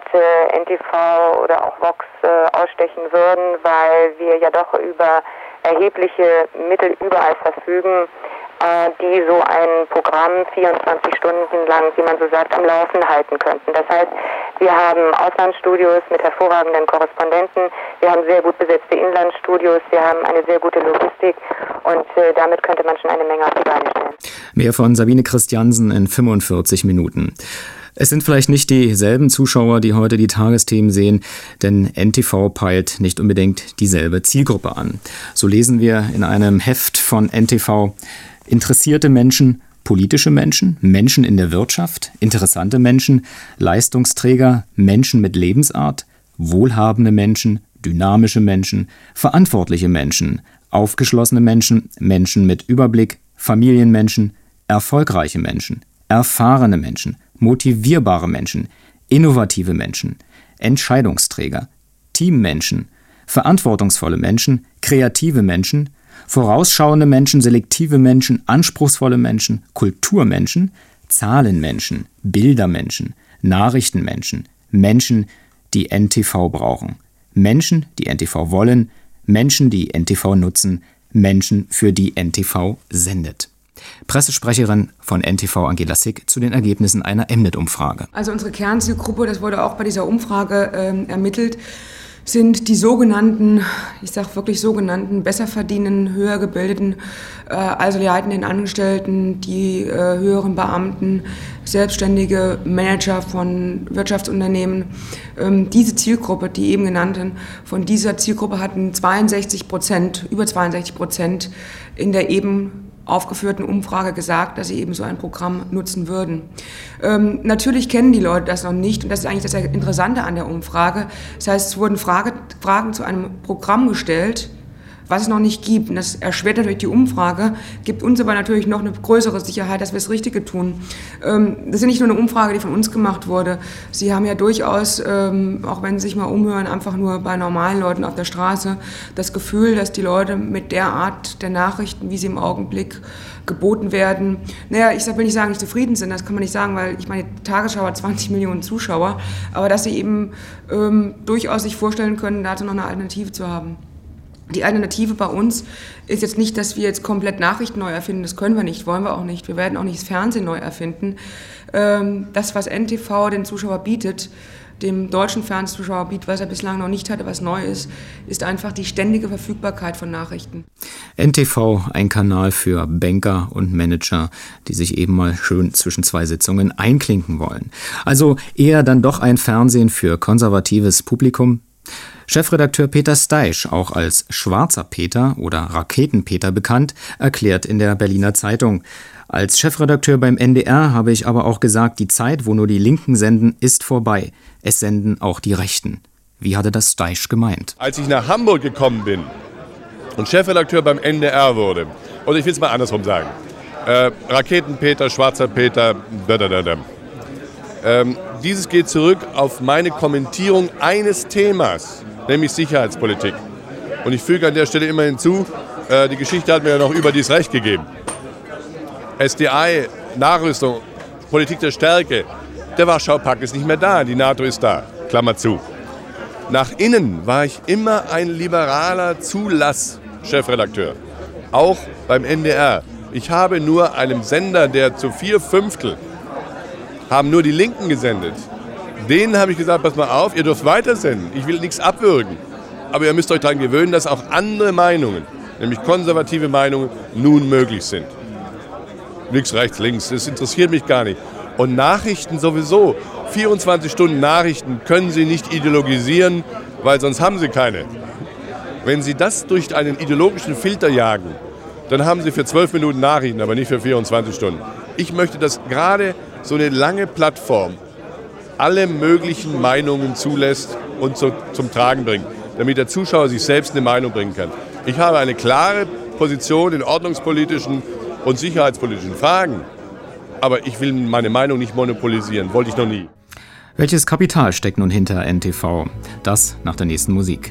NTV oder auch Vox ausstechen würden, weil wir ja doch über erhebliche Mittel überall verfügen, die so ein Programm 24 Stunden lang, wie man so sagt, am Laufen halten könnten. Das heißt, wir haben Auslandsstudios mit hervorragenden Korrespondenten, wir haben sehr gut besetzte Inlandsstudios, wir haben eine sehr gute Logistik und damit könnte man schon eine Menge auf die Beine stellen. Mehr von Sabine Christiansen in 45 Minuten. Es sind vielleicht nicht dieselben Zuschauer, die heute die Tagesthemen sehen, denn NTV peilt nicht unbedingt dieselbe Zielgruppe an. So lesen wir in einem Heft von NTV: interessierte Menschen, politische Menschen, Menschen in der Wirtschaft, interessante Menschen, Leistungsträger, Menschen mit Lebensart, wohlhabende Menschen, dynamische Menschen, verantwortliche Menschen, aufgeschlossene Menschen, Menschen mit Überblick, Familienmenschen, erfolgreiche Menschen, erfahrene Menschen, motivierbare Menschen, innovative Menschen, Entscheidungsträger, Teammenschen, verantwortungsvolle Menschen, kreative Menschen, vorausschauende Menschen, selektive Menschen, anspruchsvolle Menschen, Kulturmenschen, Zahlenmenschen, Bildermenschen, Nachrichtenmenschen, Menschen, die NTV brauchen, Menschen, die NTV wollen, Menschen, die NTV nutzen, Menschen, für die NTV sendet. Pressesprecherin von NTV Angela Sick zu den Ergebnissen einer Mnet-Umfrage. Also unsere Kernzielgruppe, das wurde auch bei dieser Umfrage ermittelt, sind die sogenannten, ich sage wirklich sogenannten, besser verdienenden, höher gebildeten, also leitenden Angestellten, die höheren Beamten, selbstständige Manager von Wirtschaftsunternehmen. Diese Zielgruppe, die eben genannten, von dieser Zielgruppe hatten über 62% in der eben aufgeführten Umfrage gesagt, dass sie eben so ein Programm nutzen würden. Natürlich kennen die Leute das noch nicht und das ist eigentlich das Interessante an der Umfrage. Das heißt, es wurden Fragen zu einem Programm gestellt, was es noch nicht gibt. Und das erschwert natürlich die Umfrage, gibt uns aber natürlich noch eine größere Sicherheit, dass wir das Richtige tun. Das ist ja nicht nur eine Umfrage, die von uns gemacht wurde. Sie haben ja durchaus, auch wenn Sie sich mal umhören, einfach nur bei normalen Leuten auf der Straße, das Gefühl, dass die Leute mit der Art der Nachrichten, wie sie im Augenblick geboten werden, ich will nicht sagen, nicht zufrieden sind, das kann man nicht sagen, weil ich meine, die Tagesschau hat 20 Millionen Zuschauer, aber dass sie eben durchaus sich vorstellen können, dazu noch eine Alternative zu haben. Die Alternative bei uns ist jetzt nicht, dass wir jetzt komplett Nachrichten neu erfinden, das können wir nicht, wollen wir auch nicht. Wir werden auch nicht das Fernsehen neu erfinden. Das, was NTV den Zuschauer bietet, dem deutschen Fernsehzuschauer bietet, was er bislang noch nicht hatte, was neu ist, ist einfach die ständige Verfügbarkeit von Nachrichten. NTV, ein Kanal für Banker und Manager, die sich eben mal schön zwischen zwei Sitzungen einklinken wollen. Also eher dann doch ein Fernsehen für konservatives Publikum. Chefredakteur Peter Steisch, auch als Schwarzer Peter oder Raketenpeter bekannt, erklärt in der Berliner Zeitung: Als Chefredakteur beim NDR habe ich aber auch gesagt, die Zeit, wo nur die Linken senden, ist vorbei. Es senden auch die Rechten. Wie hatte das Steisch gemeint? Als ich nach Hamburg gekommen bin und Chefredakteur beim NDR wurde, oder ich will es mal andersrum sagen, Raketenpeter, Schwarzer Peter, dieses geht zurück auf meine Kommentierung eines Themas, nämlich Sicherheitspolitik. Und ich füge an der Stelle immer hinzu, die Geschichte hat mir ja noch überdies recht gegeben. SDI, Nachrüstung, Politik der Stärke, der Warschau-Pakt ist nicht mehr da, die NATO ist da, Klammer zu. Nach innen war ich immer ein liberaler Zulass-Chefredakteur, auch beim NDR. Ich habe nur einem Sender, der zu 4/5 haben nur die Linken gesendet. Denen habe ich gesagt, pass mal auf, ihr dürft weitersenden. Ich will nichts abwürgen. Aber ihr müsst euch daran gewöhnen, dass auch andere Meinungen, nämlich konservative Meinungen, nun möglich sind. Nichts rechts, links, das interessiert mich gar nicht. Und Nachrichten sowieso. 24 Stunden Nachrichten können Sie nicht ideologisieren, weil sonst haben Sie keine. Wenn Sie das durch einen ideologischen Filter jagen, dann haben Sie für 12 Minuten Nachrichten, aber nicht für 24 Stunden. Ich möchte, dass gerade so eine lange Plattform alle möglichen Meinungen zulässt und zum Tragen bringt. damit der Zuschauer sich selbst eine Meinung bringen kann. Ich habe eine klare Position in ordnungspolitischen und sicherheitspolitischen Fragen, aber ich will meine Meinung nicht monopolisieren, wollte ich noch nie. Welches Kapital steckt nun hinter NTV? Das nach der nächsten Musik.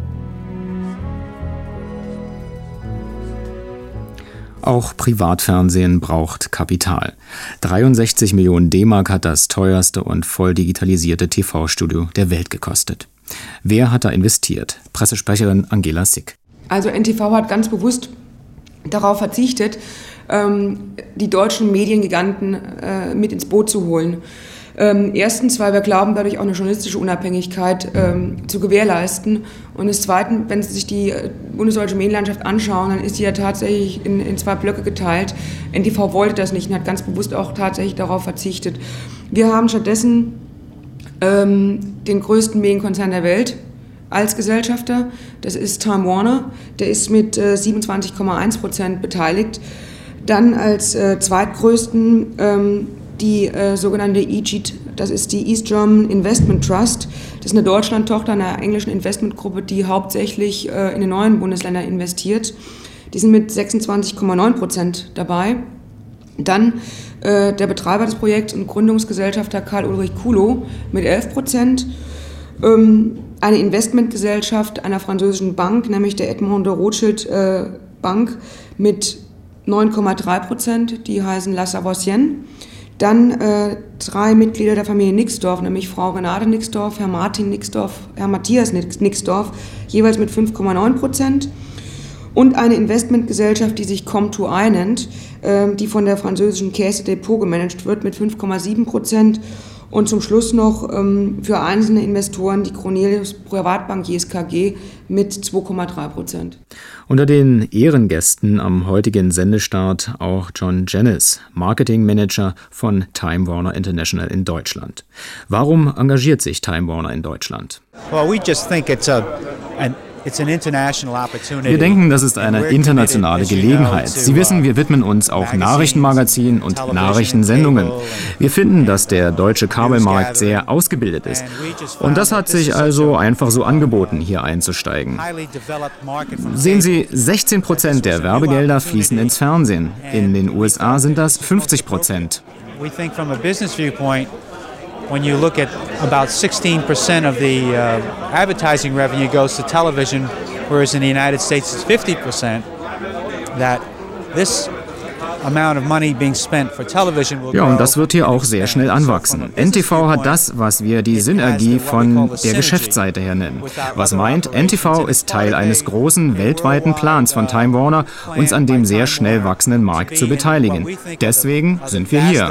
Auch Privatfernsehen braucht Kapital. 63 Millionen D-Mark hat das teuerste und voll digitalisierte TV-Studio der Welt gekostet. Wer hat da investiert? Pressesprecherin Angela Sick. Also NTV hat ganz bewusst darauf verzichtet, die deutschen Mediengiganten mit ins Boot zu holen. Erstens, weil wir glauben, dadurch auch eine journalistische Unabhängigkeit zu gewährleisten. Und das Zweite, wenn Sie sich die bundesdeutsche Medienlandschaft anschauen, dann ist die ja tatsächlich in zwei Blöcke geteilt. NTV wollte das nicht und hat ganz bewusst auch tatsächlich darauf verzichtet. Wir haben stattdessen den größten Medienkonzern der Welt als Gesellschafter. Das ist Time Warner. Der ist mit 27,1% beteiligt. Dann als zweitgrößten die sogenannte EGIT, das ist die East German Investment Trust. Das ist eine Deutschland-Tochter einer englischen Investmentgruppe, die hauptsächlich in den neuen Bundesländern investiert. Die sind mit 26,9% dabei. Dann der Betreiber des Projekts und Gründungsgesellschafter Karl Ulrich Kuhlow mit 11%. Eine Investmentgesellschaft einer französischen Bank, nämlich der Edmond de Rothschild Bank mit 9,3%, die heißen La Savoisienne. Dann 3 Mitglieder der Familie Nixdorf, nämlich Frau Renate Nixdorf, Herr Martin Nixdorf, Herr Matthias Nixdorf, jeweils mit 5,9%. Und eine Investmentgesellschaft, die sich Com2i nennt, die von der französischen Caisse de Dépôt gemanagt wird, mit 5,7%. Und zum Schluss noch für einzelne Investoren die Cornelius Privatbankiers KG mit 2,3%. Unter den Ehrengästen am heutigen Sendestart auch John Jenness, Marketingmanager von Time Warner International in Deutschland. Warum engagiert sich Time Warner in Deutschland? Well, we just think it's an Wir denken, das ist eine internationale Gelegenheit. Sie wissen, wir widmen uns auch Nachrichtenmagazinen und Nachrichtensendungen. Wir finden, dass der deutsche Kabelmarkt sehr ausgebildet ist. Und das hat sich also einfach so angeboten, hier einzusteigen. Sehen Sie, 16% der Werbegelder fließen ins Fernsehen. In den USA sind das 50%. When you look at about 16% of the advertising revenue goes to television, whereas in the United States it's 50%, that this amount of money being spent for television will grow. Ja, und das wird hier auch sehr schnell anwachsen. NTV hat das, was wir die Synergie von der Geschäftsseite her nennen. Was meint, NTV ist Teil eines großen weltweiten Plans von Time Warner, uns an dem sehr schnell wachsenden Markt zu beteiligen. Deswegen sind wir hier.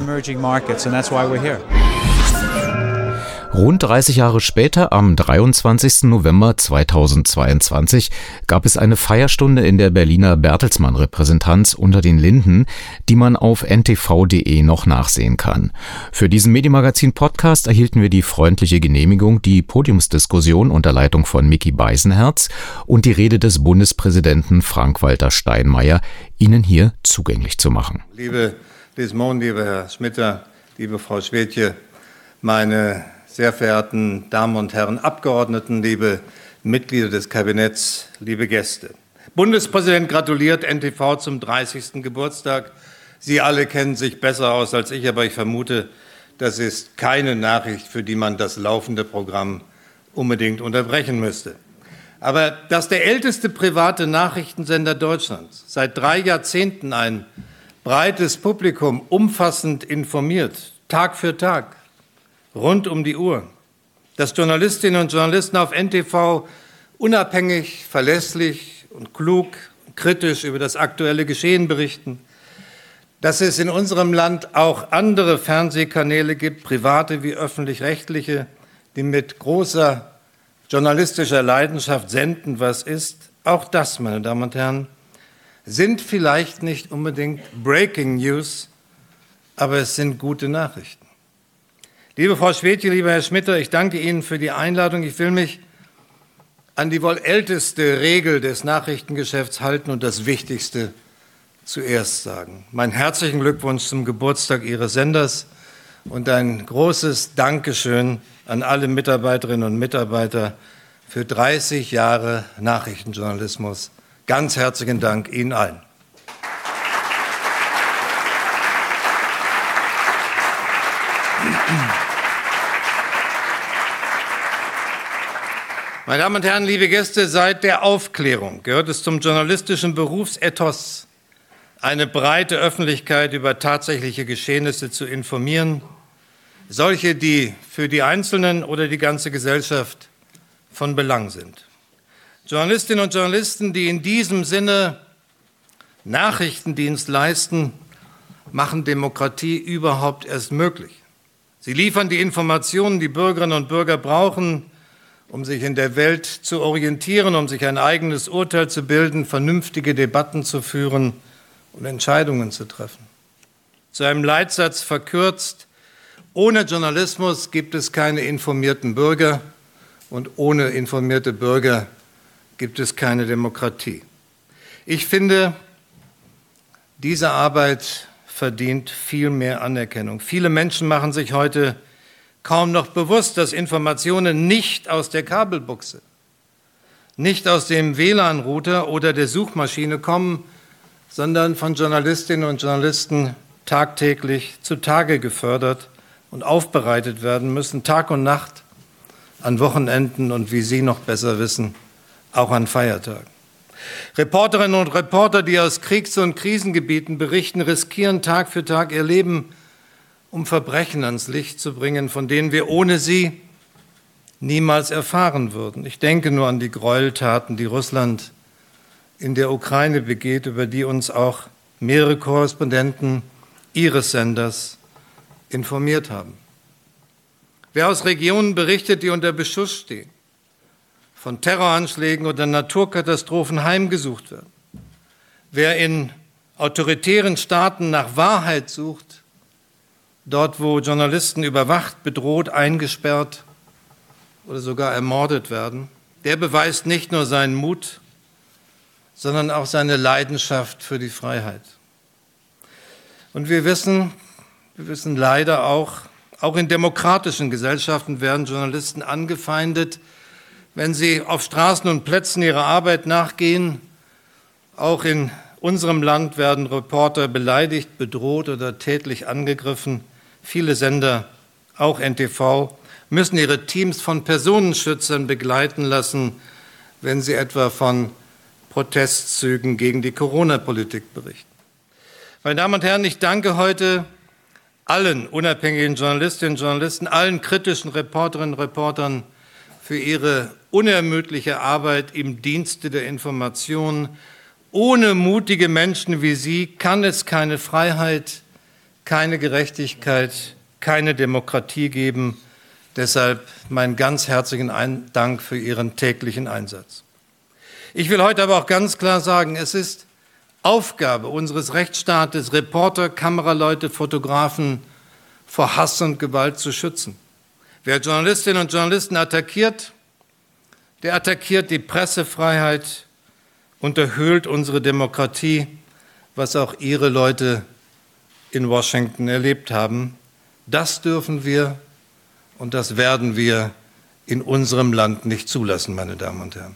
Rund 30 Jahre später, am 23. November 2022, gab es eine Feierstunde in der Berliner Bertelsmann-Repräsentanz unter den Linden, die man auf ntv.de noch nachsehen kann. Für diesen Medienmagazin-Podcast erhielten wir die freundliche Genehmigung, die Podiumsdiskussion unter Leitung von Micky Beisenherz und die Rede des Bundespräsidenten Frank-Walter Steinmeier Ihnen hier zugänglich zu machen. Liebe Lismon, lieber Herr Schmitter, liebe Frau Schwedtje, meine sehr verehrten Damen und Herren Abgeordneten, liebe Mitglieder des Kabinetts, liebe Gäste. Bundespräsident gratuliert NTV zum 30. Geburtstag. Sie alle kennen sich besser aus als ich, aber ich vermute, das ist keine Nachricht, für die man das laufende Programm unbedingt unterbrechen müsste. Aber dass der älteste private Nachrichtensender Deutschlands seit 3 Jahrzehnten ein breites Publikum umfassend informiert, Tag für Tag, rund um die Uhr, dass Journalistinnen und Journalisten auf NTV unabhängig, verlässlich und klug, kritisch über das aktuelle Geschehen berichten, dass es in unserem Land auch andere Fernsehkanäle gibt, private wie öffentlich-rechtliche, die mit großer journalistischer Leidenschaft senden, was ist. Auch das, meine Damen und Herren, sind vielleicht nicht unbedingt Breaking News, aber es sind gute Nachrichten. Liebe Frau Schwedtje, lieber Herr Schmitter, ich danke Ihnen für die Einladung. Ich will mich an die wohl älteste Regel des Nachrichtengeschäfts halten und das Wichtigste zuerst sagen. Meinen herzlichen Glückwunsch zum Geburtstag Ihres Senders und ein großes Dankeschön an alle Mitarbeiterinnen und Mitarbeiter für 30 Jahre Nachrichtenjournalismus. Ganz herzlichen Dank Ihnen allen. Meine Damen und Herren, liebe Gäste, seit der Aufklärung gehört es zum journalistischen Berufsethos, eine breite Öffentlichkeit über tatsächliche Geschehnisse zu informieren, solche, die für die Einzelnen oder die ganze Gesellschaft von Belang sind. Journalistinnen und Journalisten, die in diesem Sinne Nachrichtendienst leisten, machen Demokratie überhaupt erst möglich. Sie liefern die Informationen, die Bürgerinnen und Bürger brauchen, um sich in der Welt zu orientieren, um sich ein eigenes Urteil zu bilden, vernünftige Debatten zu führen und Entscheidungen zu treffen. Zu einem Leitsatz verkürzt: Ohne Journalismus gibt es keine informierten Bürger und ohne informierte Bürger gibt es keine Demokratie. Ich finde, diese Arbeit verdient viel mehr Anerkennung. Viele Menschen machen sich heute kaum noch bewusst, dass Informationen nicht aus der Kabelbuchse, nicht aus dem WLAN-Router oder der Suchmaschine kommen, sondern von Journalistinnen und Journalisten tagtäglich zutage gefördert und aufbereitet werden müssen, Tag und Nacht, an Wochenenden und, wie Sie noch besser wissen, auch an Feiertagen. Reporterinnen und Reporter, die aus Kriegs- und Krisengebieten berichten, riskieren Tag für Tag ihr Leben, um Verbrechen ans Licht zu bringen, von denen wir ohne sie niemals erfahren würden. Ich denke nur an die Gräueltaten, die Russland in der Ukraine begeht, über die uns auch mehrere Korrespondenten Ihres Senders informiert haben. Wer aus Regionen berichtet, die unter Beschuss stehen, von Terroranschlägen oder Naturkatastrophen heimgesucht werden, wer in autoritären Staaten nach Wahrheit sucht, dort, wo Journalisten überwacht, bedroht, eingesperrt oder sogar ermordet werden, der beweist nicht nur seinen Mut, sondern auch seine Leidenschaft für die Freiheit. Und wir wissen leider auch in demokratischen Gesellschaften werden Journalisten angefeindet, wenn sie auf Straßen und Plätzen ihrer Arbeit nachgehen. Auch in unserem Land werden Reporter beleidigt, bedroht oder tätlich angegriffen. Viele Sender, auch NTV, müssen ihre Teams von Personenschützern begleiten lassen, wenn sie etwa von Protestzügen gegen die Corona-Politik berichten. Meine Damen und Herren, ich danke heute allen unabhängigen Journalistinnen und Journalisten, allen kritischen Reporterinnen und Reportern für ihre unermüdliche Arbeit im Dienste der Information. Ohne mutige Menschen wie Sie kann es keine Freiheit, keine Gerechtigkeit, keine Demokratie geben. Deshalb meinen ganz herzlichen Dank für Ihren täglichen Einsatz. Ich will heute aber auch ganz klar sagen, es ist Aufgabe unseres Rechtsstaates, Reporter, Kameraleute, Fotografen vor Hass und Gewalt zu schützen. Wer Journalistinnen und Journalisten attackiert, der attackiert die Pressefreiheit, unterhöhlt unsere Demokratie, was auch Ihre Leute in Washington erlebt haben. Das dürfen wir und das werden wir in unserem Land nicht zulassen, meine Damen und Herren.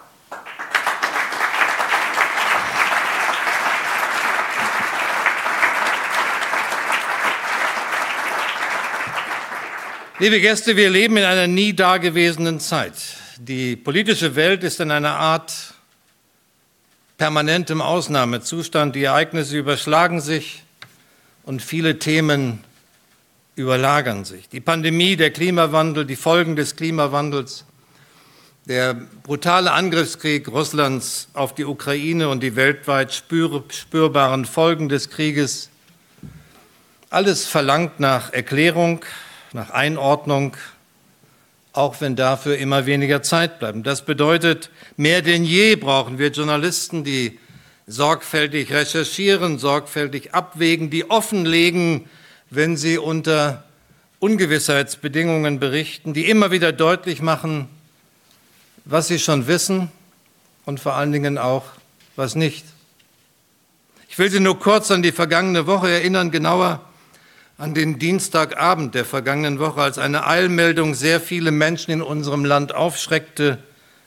Liebe Gäste, wir leben in einer nie dagewesenen Zeit. Die politische Welt ist in einer Art permanentem Ausnahmezustand. Die Ereignisse überschlagen sich und viele Themen überlagern sich. Die Pandemie, der Klimawandel, die Folgen des Klimawandels, der brutale Angriffskrieg Russlands auf die Ukraine und die weltweit spürbaren Folgen des Krieges, alles verlangt nach Erklärung, nach Einordnung, auch wenn dafür immer weniger Zeit bleibt. Das bedeutet, mehr denn je brauchen wir Journalisten, die sorgfältig recherchieren, sorgfältig abwägen, die offenlegen, wenn sie unter Ungewissheitsbedingungen berichten, die immer wieder deutlich machen, was sie schon wissen und vor allen Dingen auch, was nicht. Ich will Sie nur kurz an die vergangene Woche erinnern, genauer an den Dienstagabend der vergangenen Woche, als eine Eilmeldung sehr viele Menschen in unserem Land aufschreckte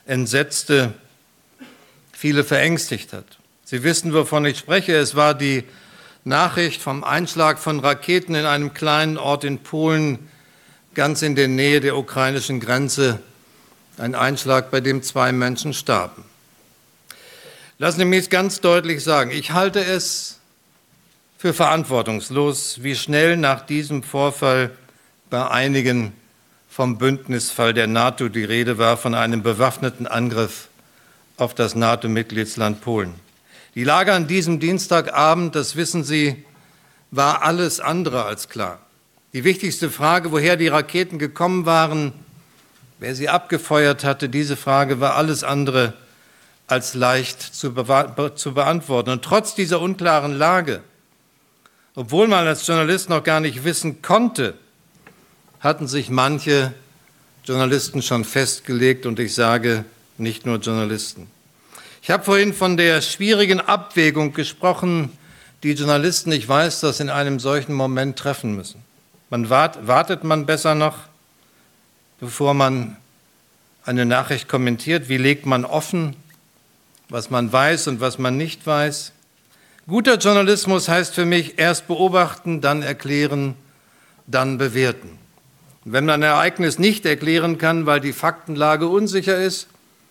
entsetzte, viele verängstigt hat. Sie wissen, wovon ich spreche. Es war die Nachricht vom Einschlag von Raketen in einem kleinen Ort in Polen, ganz in der Nähe der ukrainischen Grenze. Ein Einschlag, bei dem 2 Menschen starben. Lassen Sie mich ganz deutlich sagen, ich halte es für verantwortungslos, wie schnell nach diesem Vorfall bei einigen vom Bündnisfall der NATO die Rede war, von einem bewaffneten Angriff auf das NATO-Mitgliedsland Polen. Die Lage an diesem Dienstagabend, das wissen Sie, war alles andere als klar. Die wichtigste Frage, woher die Raketen gekommen waren, wer sie abgefeuert hatte, diese Frage war alles andere als leicht zu beantworten. Und trotz dieser unklaren Lage, obwohl man als Journalist noch gar nicht wissen konnte, hatten sich manche Journalisten schon festgelegt, und ich sage nicht nur Journalisten. Ich habe vorhin von der schwierigen Abwägung gesprochen, die Journalisten, ich weiß, das in einem solchen Moment treffen müssen. Wartet man besser noch, bevor man eine Nachricht kommentiert? Wie legt man offen, was man weiß und was man nicht weiß? Guter Journalismus heißt für mich erst beobachten, dann erklären, dann bewerten. Und wenn man ein Ereignis nicht erklären kann, weil die Faktenlage unsicher ist,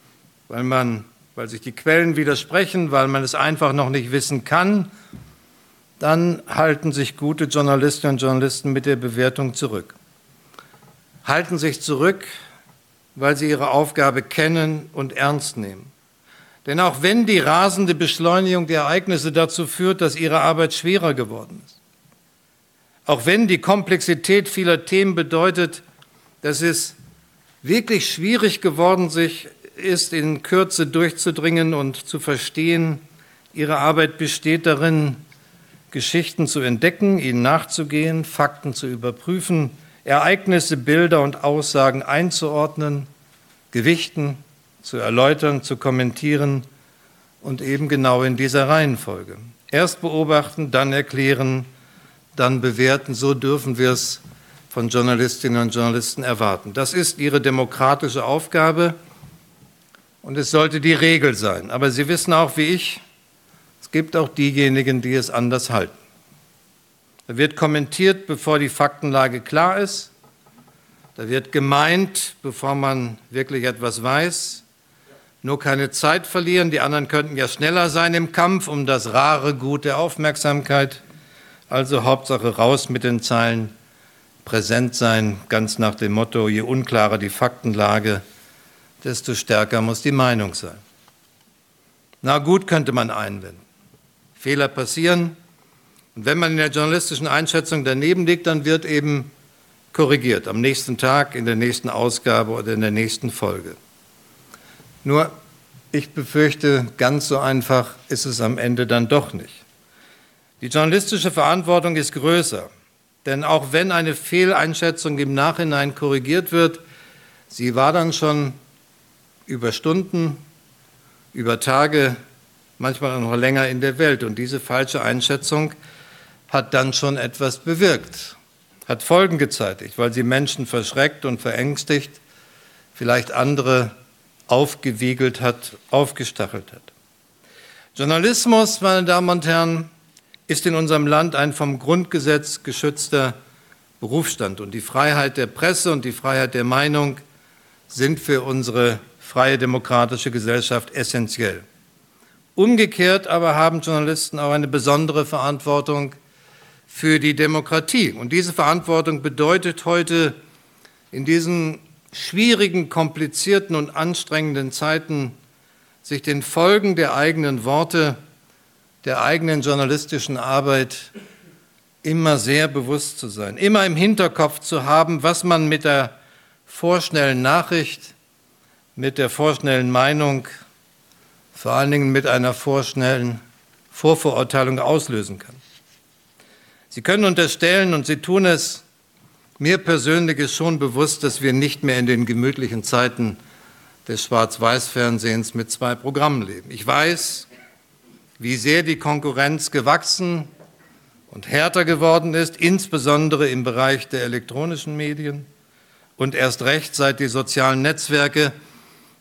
weil sich die Quellen widersprechen, weil man es einfach noch nicht wissen kann, dann halten sich gute Journalistinnen und Journalisten mit der Bewertung zurück. Halten sich zurück, weil sie ihre Aufgabe kennen und ernst nehmen. Denn auch wenn die rasende Beschleunigung der Ereignisse dazu führt, dass ihre Arbeit schwerer geworden ist, auch wenn die Komplexität vieler Themen bedeutet, dass es wirklich schwierig geworden ist, in Kürze durchzudringen und zu verstehen, ihre Arbeit besteht darin, Geschichten zu entdecken, ihnen nachzugehen, Fakten zu überprüfen, Ereignisse, Bilder und Aussagen einzuordnen, gewichten, zu erläutern, zu kommentieren und eben genau in dieser Reihenfolge. Erst beobachten, dann erklären, dann bewerten. So dürfen wir es von Journalistinnen und Journalisten erwarten. Das ist ihre demokratische Aufgabe und es sollte die Regel sein. Aber Sie wissen auch wie ich, es gibt auch diejenigen, die es anders halten. Da wird kommentiert, bevor die Faktenlage klar ist. Da wird gemeint, bevor man wirklich etwas weiß. Nur keine Zeit verlieren. Die anderen könnten ja schneller sein im Kampf um das rare Gut der Aufmerksamkeit. Also Hauptsache raus mit den Zeilen, präsent sein, ganz nach dem Motto, je unklarer die Faktenlage, desto stärker muss die Meinung sein. Na gut, könnte man einwenden. Fehler passieren. Und wenn man in der journalistischen Einschätzung daneben liegt, dann wird eben korrigiert, am nächsten Tag, in der nächsten Ausgabe oder in der nächsten Folge. Nur, ich befürchte, ganz so einfach ist es am Ende dann doch nicht. Die journalistische Verantwortung ist größer, denn auch wenn eine Fehleinschätzung im Nachhinein korrigiert wird, sie war dann schon über Stunden, über Tage, manchmal auch noch länger in der Welt. Und diese falsche Einschätzung hat dann schon etwas bewirkt, hat Folgen gezeitigt, weil sie Menschen verschreckt und verängstigt, vielleicht andere aufgewiegelt hat, aufgestachelt hat. Journalismus, meine Damen und Herren, ist in unserem Land ein vom Grundgesetz geschützter Berufsstand. Und die Freiheit der Presse und die Freiheit der Meinung sind für unsere freie demokratische Gesellschaft essentiell. Umgekehrt aber haben Journalisten auch eine besondere Verantwortung für die Demokratie. Und diese Verantwortung bedeutet heute in diesen schwierigen, komplizierten und anstrengenden Zeiten, sich den Folgen der eigenen Worte, der eigenen journalistischen Arbeit immer sehr bewusst zu sein, immer im Hinterkopf zu haben, was man mit der vorschnellen Nachricht, mit der vorschnellen Meinung, vor allen Dingen mit einer vorschnellen Vorverurteilung auslösen kann. Sie können unterstellen, und Sie tun es, mir persönlich ist schon bewusst, dass wir nicht mehr in den gemütlichen Zeiten des Schwarz-Weiß-Fernsehens mit 2 Programmen leben. Ich weiß, wie sehr die Konkurrenz gewachsen und härter geworden ist, insbesondere im Bereich der elektronischen Medien und erst recht seit die sozialen Netzwerke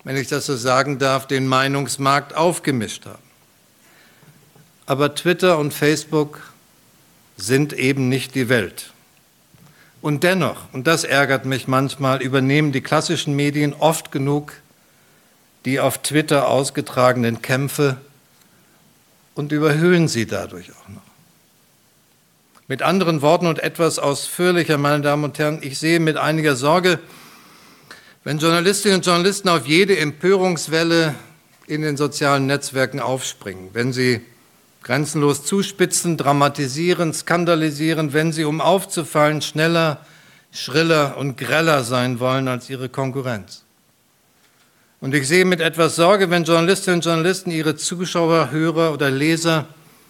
wenn ich das so sagen darf, den Meinungsmarkt aufgemischt haben. Aber Twitter und Facebook sind eben nicht die Welt. Und dennoch, und das ärgert mich manchmal, übernehmen die klassischen Medien oft genug die auf Twitter ausgetragenen Kämpfe und überhöhen sie dadurch auch noch. Mit anderen Worten und etwas ausführlicher, meine Damen und Herren, ich sehe mit einiger Sorge, wenn Journalistinnen und Journalisten auf jede Empörungswelle in den sozialen Netzwerken aufspringen, wenn sie grenzenlos zuspitzen, dramatisieren, skandalisieren, wenn sie, um aufzufallen, schneller, schriller und greller sein wollen als ihre Konkurrenz. Und ich sehe mit etwas Sorge, wenn Journalistinnen und Journalisten ihre Zuschauer, Hörer oder Leser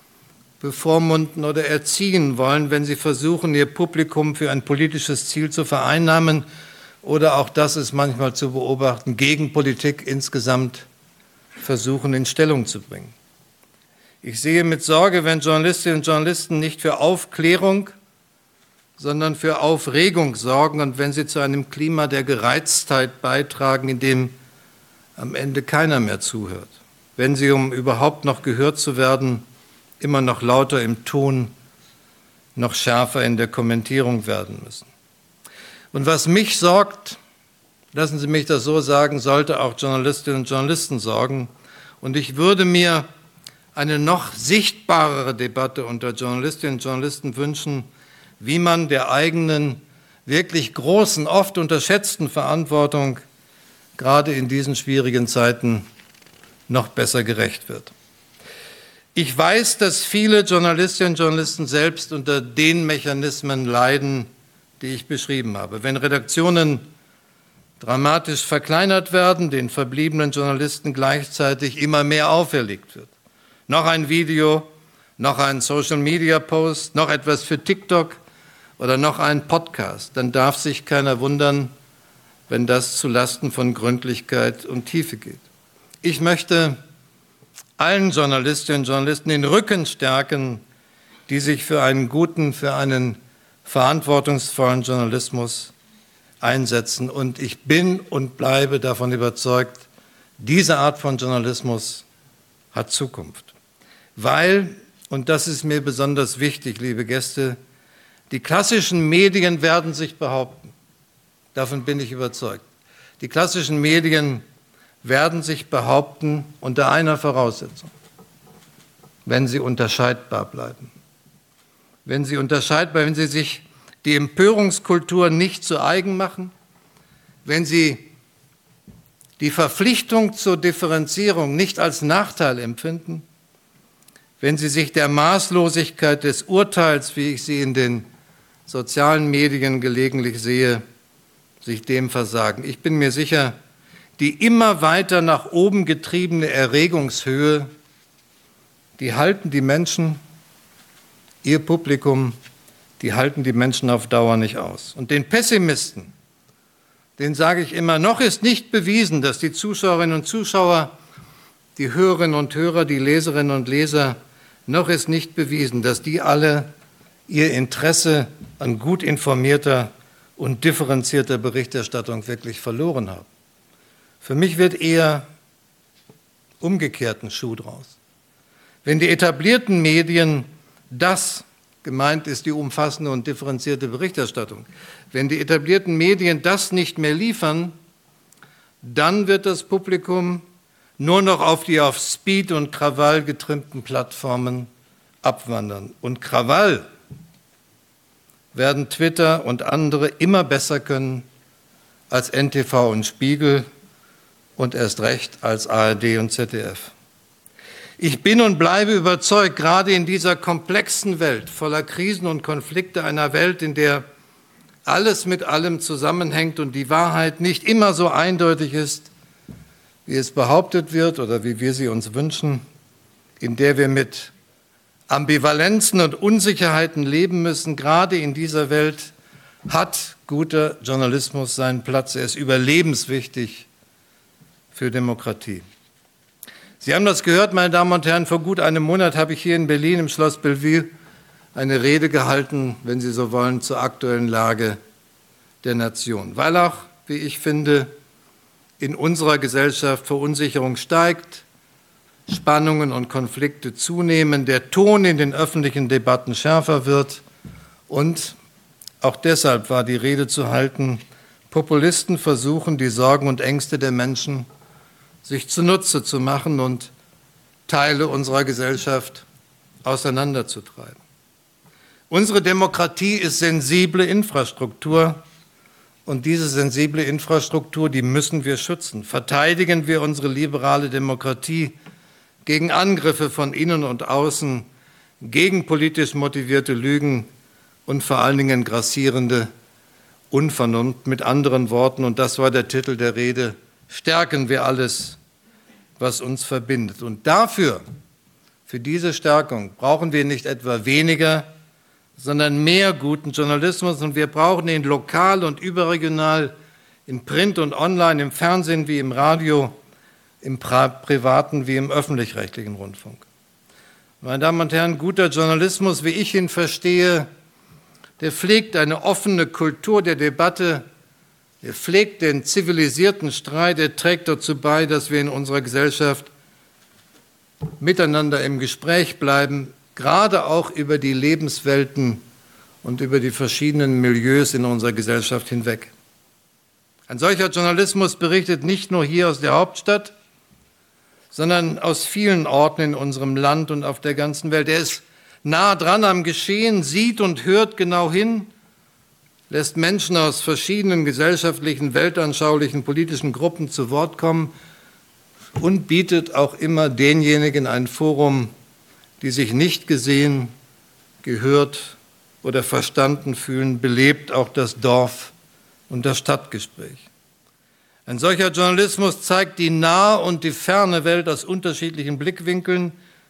bevormunden oder erziehen wollen, wenn sie versuchen, ihr Publikum für ein politisches Ziel zu vereinnahmen oder, auch das ist manchmal zu beobachten, gegen Politik insgesamt versuchen, in Stellung zu bringen. Ich sehe mit Sorge, wenn Journalistinnen und Journalisten nicht für Aufklärung, sondern für Aufregung sorgen und wenn sie zu einem Klima der Gereiztheit beitragen, in dem am Ende keiner mehr zuhört. Wenn sie, um überhaupt noch gehört zu werden, immer noch lauter im Ton, noch schärfer in der Kommentierung werden müssen. Und was mich sorgt, lassen Sie mich das so sagen, sollte auch Journalistinnen und Journalisten sorgen. Und ich würde mir eine noch sichtbarere Debatte unter Journalistinnen und Journalisten wünschen, wie man der eigenen, wirklich großen, oft unterschätzten Verantwortung gerade in diesen schwierigen Zeiten noch besser gerecht wird. Ich weiß, dass viele Journalistinnen und Journalisten selbst unter den Mechanismen leiden, die ich beschrieben habe. Wenn Redaktionen dramatisch verkleinert werden, den verbliebenen Journalisten gleichzeitig immer mehr auferlegt wird. Noch ein Video, noch ein Social-Media-Post, noch etwas für TikTok oder noch ein Podcast, dann darf sich keiner wundern, wenn das zulasten von Gründlichkeit und Tiefe geht. Ich möchte allen Journalistinnen und Journalisten den Rücken stärken, die sich für einen guten, für einen verantwortungsvollen Journalismus einsetzen. Und ich bin und bleibe davon überzeugt, diese Art von Journalismus hat Zukunft. Weil, und das ist mir besonders wichtig, liebe Gäste, die klassischen Medien werden sich behaupten. Davon bin ich überzeugt. Die klassischen Medien werden sich behaupten unter einer Voraussetzung: wenn sie unterscheidbar bleiben. Wenn sie sich die Empörungskultur nicht zu eigen machen, wenn sie die Verpflichtung zur Differenzierung nicht als Nachteil empfinden, wenn sie sich der Maßlosigkeit des Urteils, wie ich sie in den sozialen Medien gelegentlich sehe, sich dem versagen. Ich bin mir sicher, die immer weiter nach oben getriebene Erregungshöhe, die halten die Menschen, ihr Publikum, die halten die Menschen auf Dauer nicht aus. Und den Pessimisten, denen sage ich immer, noch ist nicht bewiesen, dass die Zuschauerinnen und Zuschauer, die Hörerinnen und Hörer, die Leserinnen und Leser, noch ist nicht bewiesen, dass die alle ihr Interesse an gut informierter und differenzierter Berichterstattung wirklich verloren haben. Für mich wird eher umgekehrt ein Schuh draus. Wenn die etablierten Medien das, gemeint ist die umfassende und differenzierte Berichterstattung, wenn die etablierten Medien das nicht mehr liefern, dann wird das Publikum nur noch auf die auf Speed und Krawall getrimmten Plattformen abwandern. Und Krawall werden Twitter und andere immer besser können als NTV und Spiegel und erst recht als ARD und ZDF. Ich bin und bleibe überzeugt, gerade in dieser komplexen Welt voller Krisen und Konflikte, einer Welt, in der alles mit allem zusammenhängt und die Wahrheit nicht immer so eindeutig ist, wie es behauptet wird oder wie wir sie uns wünschen, in der wir mit Ambivalenzen und Unsicherheiten leben müssen. Gerade in dieser Welt hat guter Journalismus seinen Platz. Er ist überlebenswichtig für Demokratie. Sie haben das gehört, meine Damen und Herren, vor gut einem Monat habe ich hier in Berlin im Schloss Bellevue eine Rede gehalten, wenn Sie so wollen, zur aktuellen Lage der Nation. Weil auch, wie ich finde, in unserer Gesellschaft Verunsicherung steigt, Spannungen und Konflikte zunehmen, der Ton in den öffentlichen Debatten schärfer wird und auch deshalb war die Rede zu halten, Populisten versuchen, die Sorgen und Ängste der Menschen sich zunutze zu machen und Teile unserer Gesellschaft auseinanderzutreiben. Unsere Demokratie ist sensible Infrastruktur und diese sensible Infrastruktur, die müssen wir schützen. Verteidigen wir unsere liberale Demokratie gegen Angriffe von innen und außen, gegen politisch motivierte Lügen und vor allen Dingen grassierende Unvernunft. Mit anderen Worten, und das war der Titel der Rede, stärken wir alles, was uns verbindet. Und dafür, für diese Stärkung, brauchen wir nicht etwa weniger, sondern mehr guten Journalismus. Und wir brauchen ihn lokal und überregional, in Print und online, im Fernsehen wie im Radio, im privaten wie im öffentlich-rechtlichen Rundfunk. Meine Damen und Herren, guter Journalismus, wie ich ihn verstehe, der pflegt eine offene Kultur der Debatte, er pflegt den zivilisierten Streit, er trägt dazu bei, dass wir in unserer Gesellschaft miteinander im Gespräch bleiben, gerade auch über die Lebenswelten und über die verschiedenen Milieus in unserer Gesellschaft hinweg. Ein solcher Journalismus berichtet nicht nur hier aus der Hauptstadt, sondern aus vielen Orten in unserem Land und auf der ganzen Welt. Er ist nah dran am Geschehen, sieht und hört genau hin, lässt Menschen aus verschiedenen gesellschaftlichen, weltanschaulichen, politischen Gruppen zu Wort kommen und bietet auch immer denjenigen ein Forum, die sich nicht gesehen, gehört oder verstanden fühlen, belebt auch das Dorf und das Stadtgespräch. Ein solcher Journalismus zeigt die nahe und die ferne Welt aus unterschiedlichen Blickwinkeln,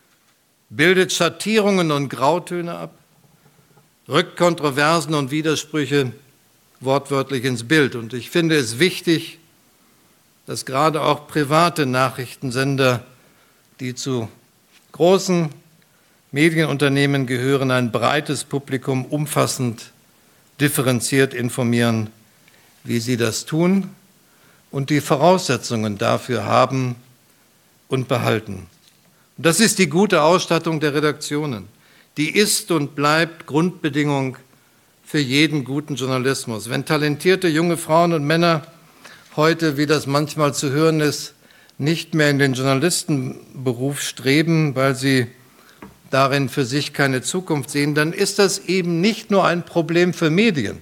bildet Schattierungen und Grautöne ab, rückt Kontroversen und Widersprüche wortwörtlich ins Bild. Und ich finde es wichtig, dass gerade auch private Nachrichtensender, die zu großen Medienunternehmen gehören, ein breites Publikum umfassend, differenziert informieren, wie sie das tun und die Voraussetzungen dafür haben und behalten. Und das ist die gute Ausstattung der Redaktionen. Die ist und bleibt Grundbedingung für jeden guten Journalismus. Wenn talentierte junge Frauen und Männer heute, wie das manchmal zu hören ist, nicht mehr in den Journalistenberuf streben, weil sie darin für sich keine Zukunft sehen, dann ist das eben nicht nur ein Problem für Medien,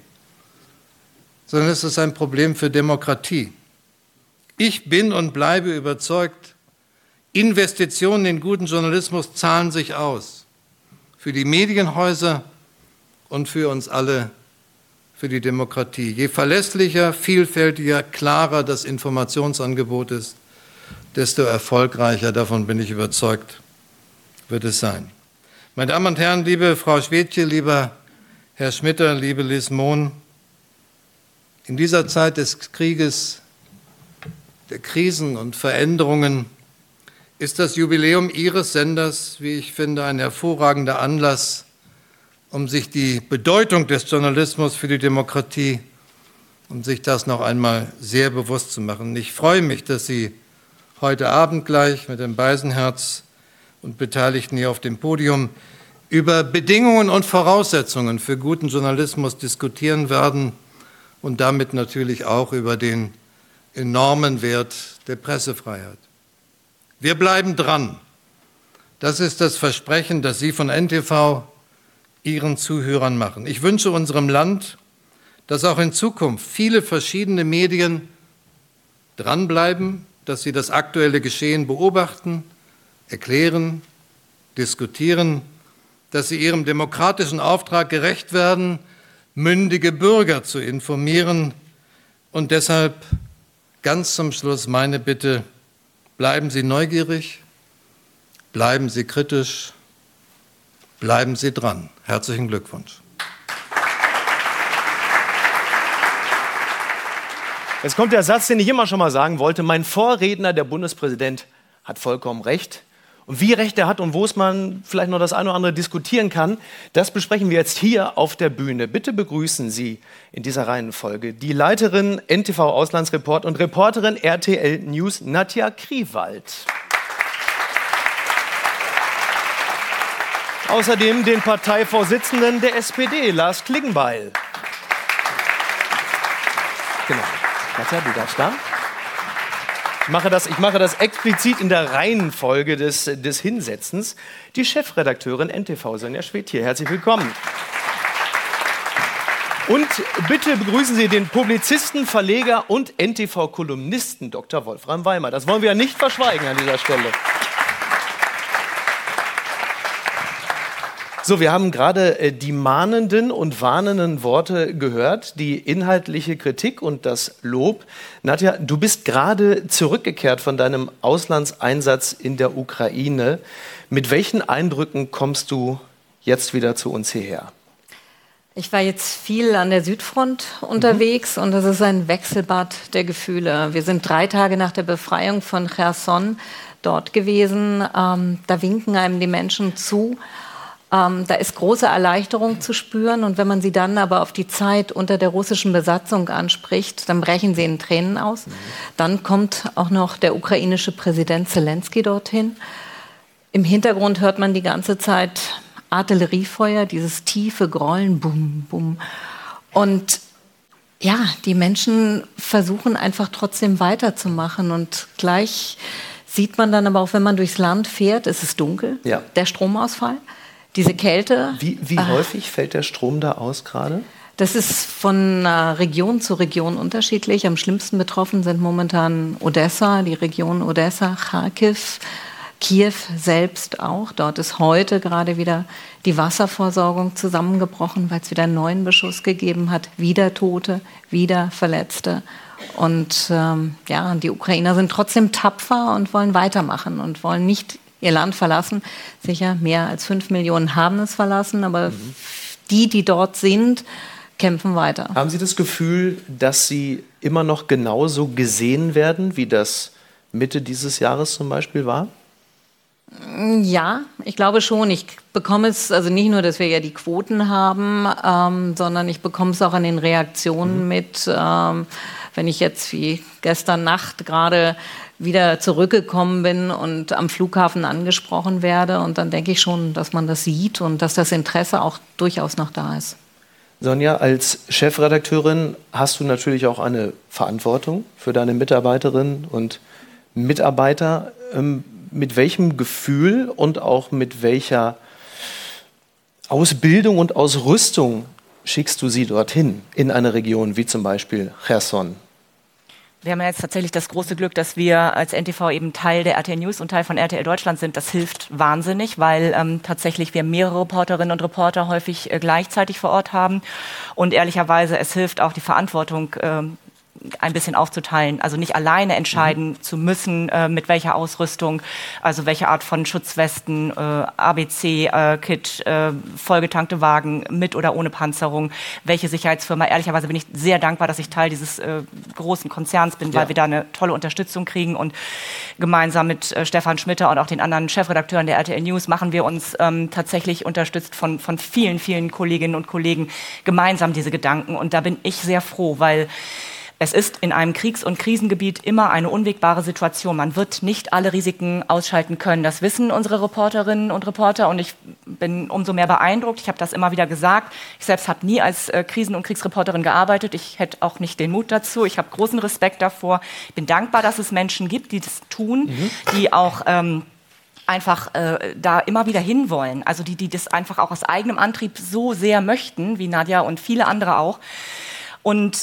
sondern es ist ein Problem für Demokratie. Ich bin und bleibe überzeugt, Investitionen in guten Journalismus zahlen sich aus. Für die Medienhäuser und für uns alle, für die Demokratie. Je verlässlicher, vielfältiger, klarer das Informationsangebot ist, desto erfolgreicher, davon bin ich überzeugt, wird es sein. Meine Damen und Herren, liebe Frau Schwedtje, lieber Herr Schmitter, liebe Liz Mohn, in dieser Zeit des Krieges, der Krisen und Veränderungen ist das Jubiläum Ihres Senders, wie ich finde, ein hervorragender Anlass, um sich die Bedeutung des Journalismus für die Demokratie, um sich das noch einmal sehr bewusst zu machen. Ich freue mich, dass Sie heute Abend gleich mit dem Beisenherz und Beteiligten hier auf dem Podium über Bedingungen und Voraussetzungen für guten Journalismus diskutieren werden und damit natürlich auch über den enormen Wert der Pressefreiheit. Wir bleiben dran. Das ist das Versprechen, das Sie von NTV Ihren Zuhörern machen. Ich wünsche unserem Land, dass auch in Zukunft viele verschiedene Medien dranbleiben, dass sie das aktuelle Geschehen beobachten, erklären, diskutieren, dass sie ihrem demokratischen Auftrag gerecht werden, mündige Bürger zu informieren. Und deshalb ganz zum Schluss meine Bitte: Bleiben Sie neugierig, bleiben Sie kritisch, bleiben Sie dran. Herzlichen Glückwunsch. Jetzt kommt der Satz, den ich immer schon mal sagen wollte. Mein Vorredner, der Bundespräsident, hat vollkommen recht. Und wie Recht er hat und wo es man vielleicht noch das eine oder andere diskutieren kann, das besprechen wir jetzt hier auf der Bühne. Bitte begrüßen Sie in dieser Reihenfolge die Leiterin NTV Auslandsreport und Reporterin RTL News Nadja Kriwald. Außerdem den Parteivorsitzenden der SPD, Lars Klingbeil. Genau. Nadja, du darfst da. Ich mache das explizit in der Reihenfolge des Hinsetzens. Die Chefredakteurin NTV, Sonja Schwedt hier. Herzlich willkommen. Und bitte begrüßen Sie den Publizisten, Verleger und NTV-Kolumnisten Dr. Wolfram Weimer. Das wollen wir ja nicht verschweigen an dieser Stelle. So, wir haben gerade die mahnenden und warnenden Worte gehört, die inhaltliche Kritik und das Lob. Nadja, du bist gerade zurückgekehrt von deinem Auslandseinsatz in der Ukraine. Mit welchen Eindrücken kommst du jetzt wieder zu uns hierher? Ich war jetzt viel an der Südfront unterwegs und das ist ein Wechselbad der Gefühle. Wir sind 3 Tage nach der Befreiung von Cherson dort gewesen. Da winken einem die Menschen zu. Da ist große Erleichterung zu spüren und wenn man sie dann aber auf die Zeit unter der russischen Besatzung anspricht, dann brechen sie in Tränen aus. Dann kommt auch noch der ukrainische Präsident Zelensky dorthin. Im Hintergrund hört man die ganze Zeit Artilleriefeuer, dieses tiefe Grollen, bum, bum. Und ja, die Menschen versuchen einfach trotzdem weiterzumachen und gleich sieht man dann aber auch, wenn man durchs Land fährt, es ist dunkel, ja. Der Stromausfall. Diese Kälte. Wie häufig fällt der Strom da aus gerade? Das ist von Region zu Region unterschiedlich. Am schlimmsten betroffen sind momentan Odessa, die Region Odessa, Kharkiv, Kiew selbst auch. Dort ist heute gerade wieder die Wasserversorgung zusammengebrochen, weil es wieder einen neuen Beschuss gegeben hat. Wieder Tote, wieder Verletzte. Und die Ukrainer sind trotzdem tapfer und wollen weitermachen und wollen nicht ihr Land verlassen. Sicher, mehr als 5 Millionen haben es verlassen, aber die dort sind, kämpfen weiter. Haben Sie das Gefühl, dass Sie immer noch genauso gesehen werden, wie das Mitte dieses Jahres zum Beispiel war? Ja, ich glaube schon. Ich bekomme es, also nicht nur, dass wir ja die Quoten haben, sondern ich bekomme es auch an den Reaktionen mit, wenn ich jetzt wie gestern Nacht gerade wieder zurückgekommen bin und am Flughafen angesprochen werde. Und dann denke ich schon, dass man das sieht und dass das Interesse auch durchaus noch da ist. Sonja, als Chefredakteurin hast du natürlich auch eine Verantwortung für deine Mitarbeiterinnen und Mitarbeiter. Mit welchem Gefühl und auch mit welcher Ausbildung und Ausrüstung schickst du sie dorthin, in eine Region wie zum Beispiel Cherson? Wir haben ja jetzt tatsächlich das große Glück, dass wir als NTV eben Teil der RTL News und Teil von RTL Deutschland sind. Das hilft wahnsinnig, weil tatsächlich wir mehrere Reporterinnen und Reporter häufig gleichzeitig vor Ort haben. Und ehrlicherweise, es hilft auch die Verantwortung ein bisschen aufzuteilen, also nicht alleine entscheiden zu müssen, mit welcher Ausrüstung, also welche Art von Schutzwesten, ABC-Kit, vollgetankte Wagen mit oder ohne Panzerung, welche Sicherheitsfirma. Ehrlicherweise bin ich sehr dankbar, dass ich Teil dieses großen Konzerns bin, weil wir da eine tolle Unterstützung kriegen und gemeinsam mit Stefan Schmitter und auch den anderen Chefredakteuren der RTL News machen wir uns tatsächlich unterstützt von vielen, vielen Kolleginnen und Kollegen gemeinsam diese Gedanken und da bin ich sehr froh, weil es ist in einem Kriegs- und Krisengebiet immer eine unwägbare Situation. Man wird nicht alle Risiken ausschalten können. Das wissen unsere Reporterinnen und Reporter und ich bin umso mehr beeindruckt. Ich habe das immer wieder gesagt. Ich selbst habe nie als Krisen- und Kriegsreporterin gearbeitet. Ich hätte auch nicht den Mut dazu. Ich habe großen Respekt davor. Ich bin dankbar, dass es Menschen gibt, die das tun, die auch einfach da immer wieder hinwollen. Also die das einfach auch aus eigenem Antrieb so sehr möchten, wie Nadja und viele andere auch. Und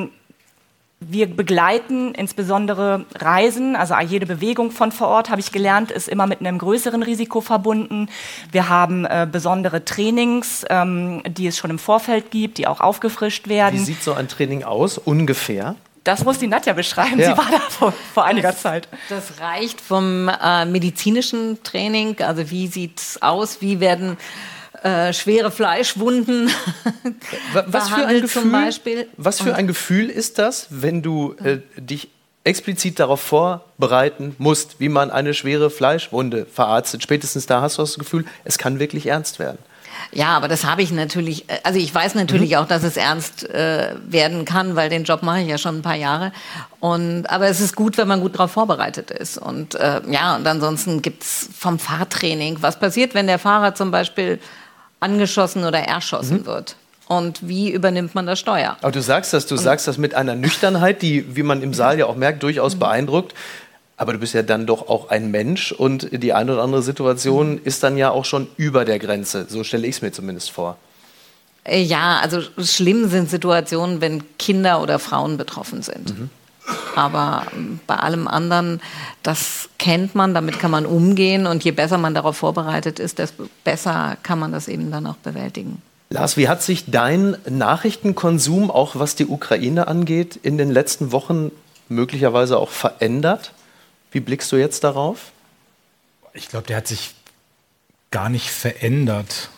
wir begleiten insbesondere Reisen, also jede Bewegung von vor Ort, habe ich gelernt, ist immer mit einem größeren Risiko verbunden. Wir haben besondere Trainings, die es schon im Vorfeld gibt, die auch aufgefrischt werden. Wie sieht so ein Training aus, ungefähr? Das muss die Nadja beschreiben, sie war da vor einiger Zeit. Das reicht vom medizinischen Training, also wie sieht's aus, wie werden schwere Fleischwunden was für ein Gefühl, zum Beispiel. Was für ein Gefühl ist das, wenn du dich explizit darauf vorbereiten musst, wie man eine schwere Fleischwunde verarztet. Spätestens da hast du das Gefühl, es kann wirklich ernst werden. Ja, aber das habe ich natürlich, also ich weiß natürlich auch, dass es ernst werden kann, weil den Job mache ich ja schon ein paar Jahre. Aber es ist gut, wenn man gut darauf vorbereitet ist. Und und ansonsten gibt es vom Fahrtraining, was passiert, wenn der Fahrer zum Beispiel angeschossen oder erschossen wird? Und wie übernimmt man das Steuer? Aber du sagst das mit einer Nüchternheit, die, wie man im Saal ja auch merkt, durchaus beeindruckt. Aber du bist ja dann doch auch ein Mensch und die eine oder andere Situation ist dann ja auch schon über der Grenze. So stelle ich es mir zumindest vor. Ja, also schlimm sind Situationen, wenn Kinder oder Frauen betroffen sind. Aber bei allem anderen, das kennt man, damit kann man umgehen. Und je besser man darauf vorbereitet ist, desto besser kann man das eben dann auch bewältigen. Lars, wie hat sich dein Nachrichtenkonsum, auch was die Ukraine angeht, in den letzten Wochen möglicherweise auch verändert? Wie blickst du jetzt darauf? Ich glaube, der hat sich gar nicht verändert.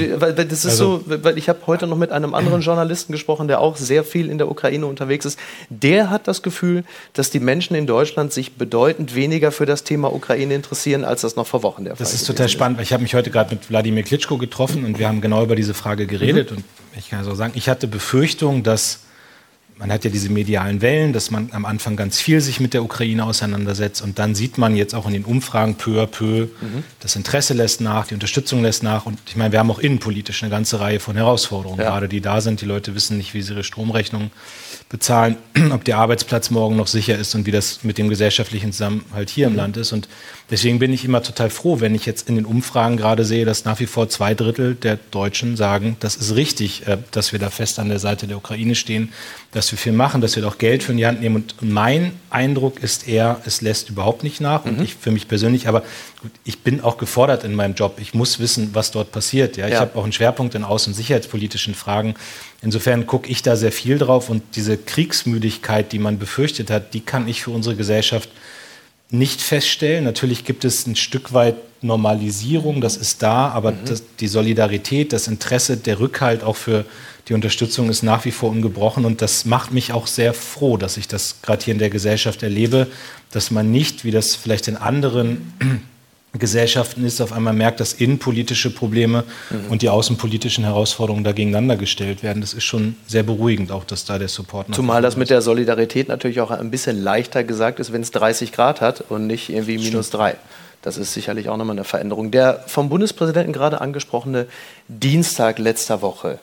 Weil ich habe heute noch mit einem anderen Journalisten gesprochen, der auch sehr viel in der Ukraine unterwegs ist. Der hat das Gefühl, dass die Menschen in Deutschland sich bedeutend weniger für das Thema Ukraine interessieren, als das noch vor Wochen der Fall ist. Das ist total spannend, weil ich habe mich heute gerade mit Wladimir Klitschko getroffen und wir haben genau über diese Frage geredet. Und ich kann so sagen, ich hatte Befürchtung, dass man hat ja diese medialen Wellen, dass man am Anfang ganz viel sich mit der Ukraine auseinandersetzt und dann sieht man jetzt auch in den Umfragen peu à peu, das Interesse lässt nach, die Unterstützung lässt nach und ich meine, wir haben auch innenpolitisch eine ganze Reihe von Herausforderungen, gerade die da sind. Die Leute wissen nicht, wie sie ihre Stromrechnung bezahlen, ob der Arbeitsplatz morgen noch sicher ist und wie das mit dem gesellschaftlichen Zusammenhalt hier im Land ist. Und deswegen bin ich immer total froh, wenn ich jetzt in den Umfragen gerade sehe, dass nach wie vor 2/3 der Deutschen sagen, das ist richtig, dass wir da fest an der Seite der Ukraine stehen, dass wir viel machen, dass wir doch Geld für in die Hand nehmen. Und mein Eindruck ist eher, es lässt überhaupt nicht nach. Und ich für mich persönlich, aber gut, ich bin auch gefordert in meinem Job. Ich muss wissen, was dort passiert. Ja? Ich habe auch einen Schwerpunkt in außen- und sicherheitspolitischen Fragen. Insofern gucke ich da sehr viel drauf. Und diese Kriegsmüdigkeit, die man befürchtet hat, die kann ich für unsere Gesellschaft nicht feststellen. Natürlich gibt es ein Stück weit Normalisierung, das ist da, aber die Solidarität, das Interesse, der Rückhalt auch für die Unterstützung ist nach wie vor ungebrochen und das macht mich auch sehr froh, dass ich das gerade hier in der Gesellschaft erlebe, dass man nicht, wie das vielleicht in anderen Gesellschaften ist, auf einmal merkt, dass innenpolitische Probleme und die außenpolitischen Herausforderungen da gegeneinander gestellt werden. Das ist schon sehr beruhigend, auch dass da der Support... Zumal das mit der Solidarität natürlich auch ein bisschen leichter gesagt ist, wenn es 30 Grad hat und nicht irgendwie -3. Das ist sicherlich auch nochmal eine Veränderung. Der vom Bundespräsidenten gerade angesprochene Dienstag letzter Woche,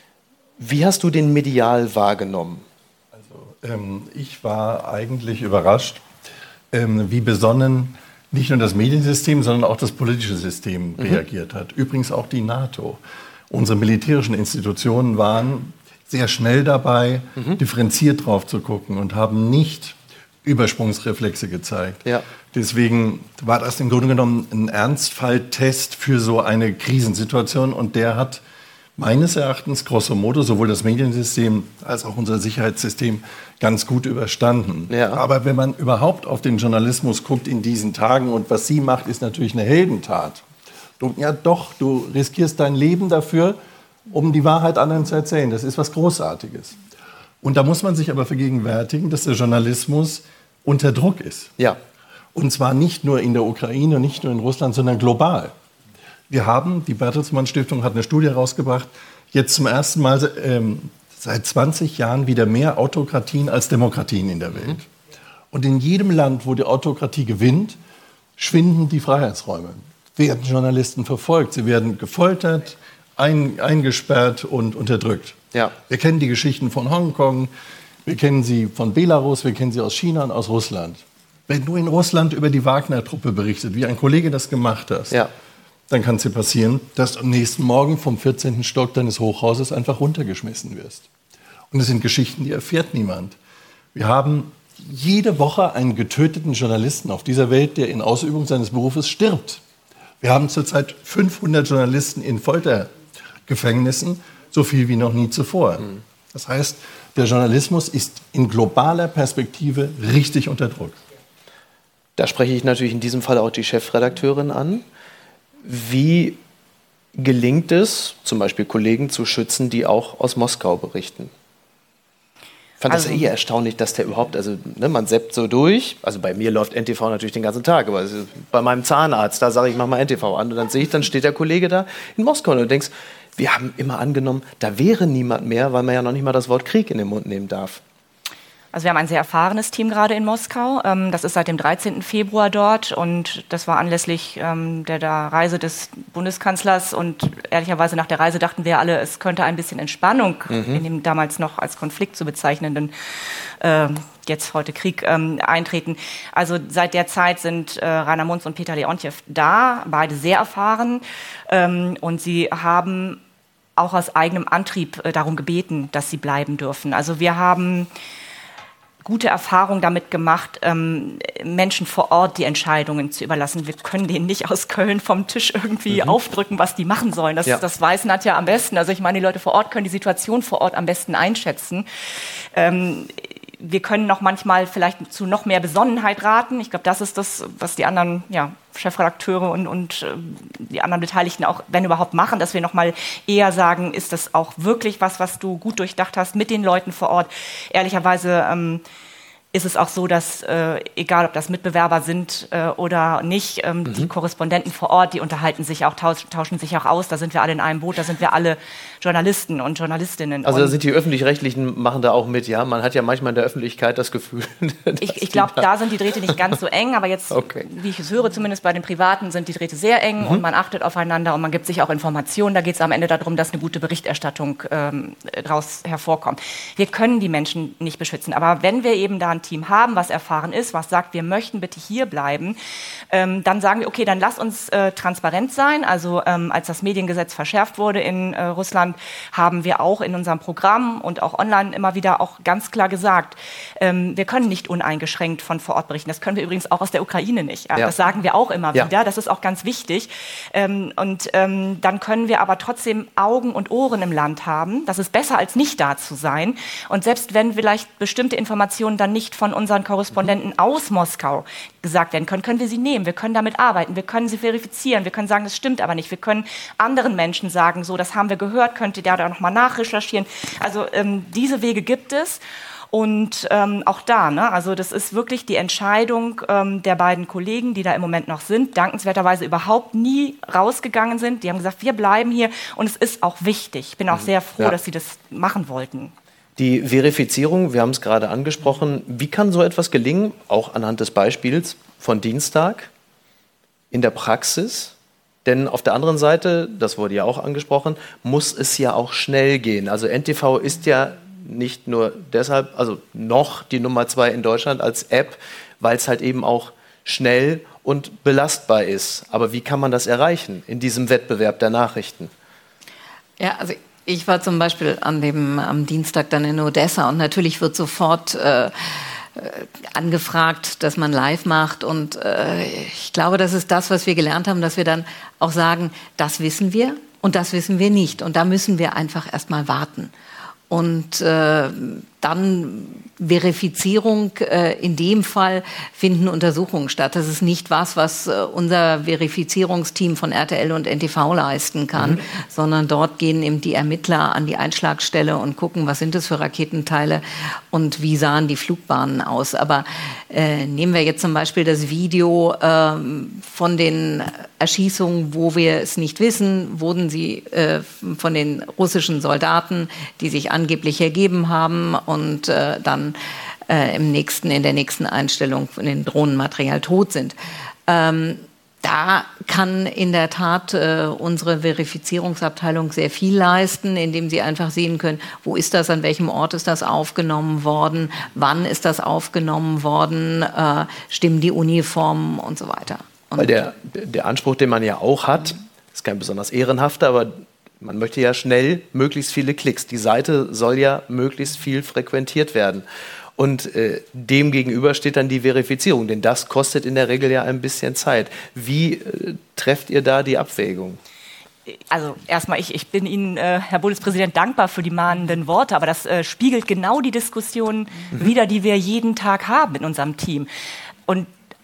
wie hast du den medial wahrgenommen? Also ich war eigentlich überrascht, wie besonnen nicht nur das Mediensystem, sondern auch das politische System reagiert hat. Übrigens auch die NATO. Unsere militärischen Institutionen waren sehr schnell dabei, differenziert drauf zu gucken und haben nicht Übersprungsreflexe gezeigt. Ja. Deswegen war das im Grunde genommen ein Ernstfalltest für so eine Krisensituation und der hat meines Erachtens grosso modo sowohl das Mediensystem als auch unser Sicherheitssystem ganz gut überstanden. Ja. Aber wenn man überhaupt auf den Journalismus guckt in diesen Tagen und was sie macht, ist natürlich eine Heldentat. Du riskierst dein Leben dafür, um die Wahrheit anderen zu erzählen. Das ist was Großartiges. Und da muss man sich aber vergegenwärtigen, dass der Journalismus unter Druck ist. Ja. Und zwar nicht nur in der Ukraine, nicht nur in Russland, sondern global. Wir haben, die Bertelsmann Stiftung hat eine Studie herausgebracht, jetzt zum ersten Mal seit 20 Jahren wieder mehr Autokratien als Demokratien in der Welt. Und in jedem Land, wo die Autokratie gewinnt, schwinden die Freiheitsräume. Werden Journalisten verfolgt, sie werden gefoltert, eingesperrt und unterdrückt. Ja. Wir kennen die Geschichten von Hongkong, wir kennen sie von Belarus, wir kennen sie aus China und aus Russland. Wenn du in Russland über die Wagner-Truppe berichtet, wie ein Kollege das gemacht hast, dann kann es dir passieren, dass du am nächsten Morgen vom 14. Stock deines Hochhauses einfach runtergeschmissen wirst. Und das sind Geschichten, die erfährt niemand. Wir haben jede Woche einen getöteten Journalisten auf dieser Welt, der in Ausübung seines Berufes stirbt. Wir haben zurzeit 500 Journalisten in Foltergefängnissen, so viel wie noch nie zuvor. Das heißt, der Journalismus ist in globaler Perspektive richtig unter Druck. Da spreche ich natürlich in diesem Fall auch die Chefredakteurin an. Wie gelingt es, zum Beispiel Kollegen zu schützen, die auch aus Moskau berichten? Ich fand das eher erstaunlich, dass der überhaupt, man zappt so durch, also bei mir läuft NTV natürlich den ganzen Tag, aber bei meinem Zahnarzt, da sage ich, mach mal NTV an und dann steht der Kollege da in Moskau und du denkst, wir haben immer angenommen, da wäre niemand mehr, weil man ja noch nicht mal das Wort Krieg in den Mund nehmen darf. Also wir haben ein sehr erfahrenes Team gerade in Moskau. Das ist seit dem 13. Februar dort und das war anlässlich der Reise des Bundeskanzlers und ehrlicherweise nach der Reise dachten wir alle, es könnte ein bisschen Entspannung in dem damals noch als Konflikt zu bezeichnenden jetzt heute Krieg eintreten. Also seit der Zeit sind Rainer Munz und Peter Leontjew da, beide sehr erfahren und sie haben auch aus eigenem Antrieb darum gebeten, dass sie bleiben dürfen. Also wir haben gute Erfahrung damit gemacht, Menschen vor Ort die Entscheidungen zu überlassen. Wir können denen nicht aus Köln vom Tisch irgendwie aufdrücken, was die machen sollen. Das weiß Nadja am besten. Also ich meine, die Leute vor Ort können die Situation vor Ort am besten einschätzen. Wir können noch manchmal vielleicht zu noch mehr Besonnenheit raten. Ich glaube, das ist das, was die anderen Chefredakteure und die anderen Beteiligten auch, wenn überhaupt, machen, dass wir noch mal eher sagen, ist das auch wirklich was du gut durchdacht hast mit den Leuten vor Ort. Ehrlicherweise ist es auch so, dass, egal ob das Mitbewerber sind oder nicht, die Korrespondenten vor Ort, die unterhalten sich auch, tauschen sich auch aus, da sind wir alle in einem Boot, da sind wir alle Journalisten und Journalistinnen. Also da sind die Öffentlich-Rechtlichen, machen da auch mit, ja? Man hat ja manchmal in der Öffentlichkeit das Gefühl... Ich glaube, da sind die Drähte nicht ganz so eng, aber jetzt, wie ich es höre, zumindest bei den Privaten, sind die Drähte sehr eng und man achtet aufeinander und man gibt sich auch Informationen. Da geht es am Ende darum, dass eine gute Berichterstattung daraus hervorkommt. Wir können die Menschen nicht beschützen, aber wenn wir eben da ein Team haben, was erfahren ist, was sagt, wir möchten bitte hier bleiben, dann sagen wir, okay, dann lass uns transparent sein. Also als das Mediengesetz verschärft wurde in Russland, haben wir auch in unserem Programm und auch online immer wieder auch ganz klar gesagt, wir können nicht uneingeschränkt von vor Ort berichten. Das können wir übrigens auch aus der Ukraine nicht. Das sagen wir auch immer wieder. Das ist auch ganz wichtig. Dann können wir aber trotzdem Augen und Ohren im Land haben. Das ist besser, als nicht da zu sein. Und selbst wenn vielleicht bestimmte Informationen dann nicht von unseren Korrespondenten aus Moskau gesagt werden können, können wir sie nehmen. Wir können damit arbeiten. Wir können sie verifizieren. Wir können sagen, das stimmt aber nicht. Wir können anderen Menschen sagen, so, das haben wir gehört, könnt ihr da noch mal nachrecherchieren. Also diese Wege gibt es. Und auch da, also das ist wirklich die Entscheidung der beiden Kollegen, die da im Moment noch sind, dankenswerterweise überhaupt nie rausgegangen sind. Die haben gesagt, wir bleiben hier und es ist auch wichtig. Ich bin auch sehr froh, dass sie das machen wollten. Die Verifizierung, wir haben es gerade angesprochen, wie kann so etwas gelingen, auch anhand des Beispiels von Dienstag in der Praxis? Denn auf der anderen Seite, das wurde ja auch angesprochen, muss es ja auch schnell gehen. Also NTV ist ja nicht nur deshalb, also noch die Nummer 2 in Deutschland als App, weil es halt eben auch schnell und belastbar ist. Aber wie kann man das erreichen in diesem Wettbewerb der Nachrichten? Ja, also ich war zum Beispiel am Dienstag dann in Odessa und natürlich wird sofort angefragt, dass man live macht und ich glaube, das ist das, was wir gelernt haben, dass wir dann auch sagen, das wissen wir und das wissen wir nicht und da müssen wir einfach erstmal warten. Und dann Verifizierung, in dem Fall finden Untersuchungen statt. Das ist nicht was unser Verifizierungsteam von RTL und NTV leisten kann, sondern dort gehen eben die Ermittler an die Einschlagstelle und gucken, was sind das für Raketenteile und wie sahen die Flugbahnen aus. Aber nehmen wir jetzt zum Beispiel das Video von den Erschießungen, wo wir es nicht wissen, wurden sie von den russischen Soldaten, die sich angeblich ergeben haben und dann in der nächsten Einstellung von den Drohnenmaterial tot sind. Da kann in der Tat unsere Verifizierungsabteilung sehr viel leisten, indem sie einfach sehen können, wo ist das, an welchem Ort ist das aufgenommen worden, wann ist das aufgenommen worden, stimmen die Uniformen und so weiter. Und weil der Anspruch, den man ja auch hat, ist kein besonders ehrenhafter, aber man möchte ja schnell möglichst viele Klicks. Die Seite soll ja möglichst viel frequentiert werden. Und dem gegenüber steht dann die Verifizierung, denn das kostet in der Regel ja ein bisschen Zeit. Wie trefft ihr da die Abwägung? Also erstmal, ich bin Ihnen, Herr Bundespräsident, dankbar für die mahnenden Worte, aber das spiegelt genau die Diskussion wider, die wir jeden Tag haben in unserem Team. Und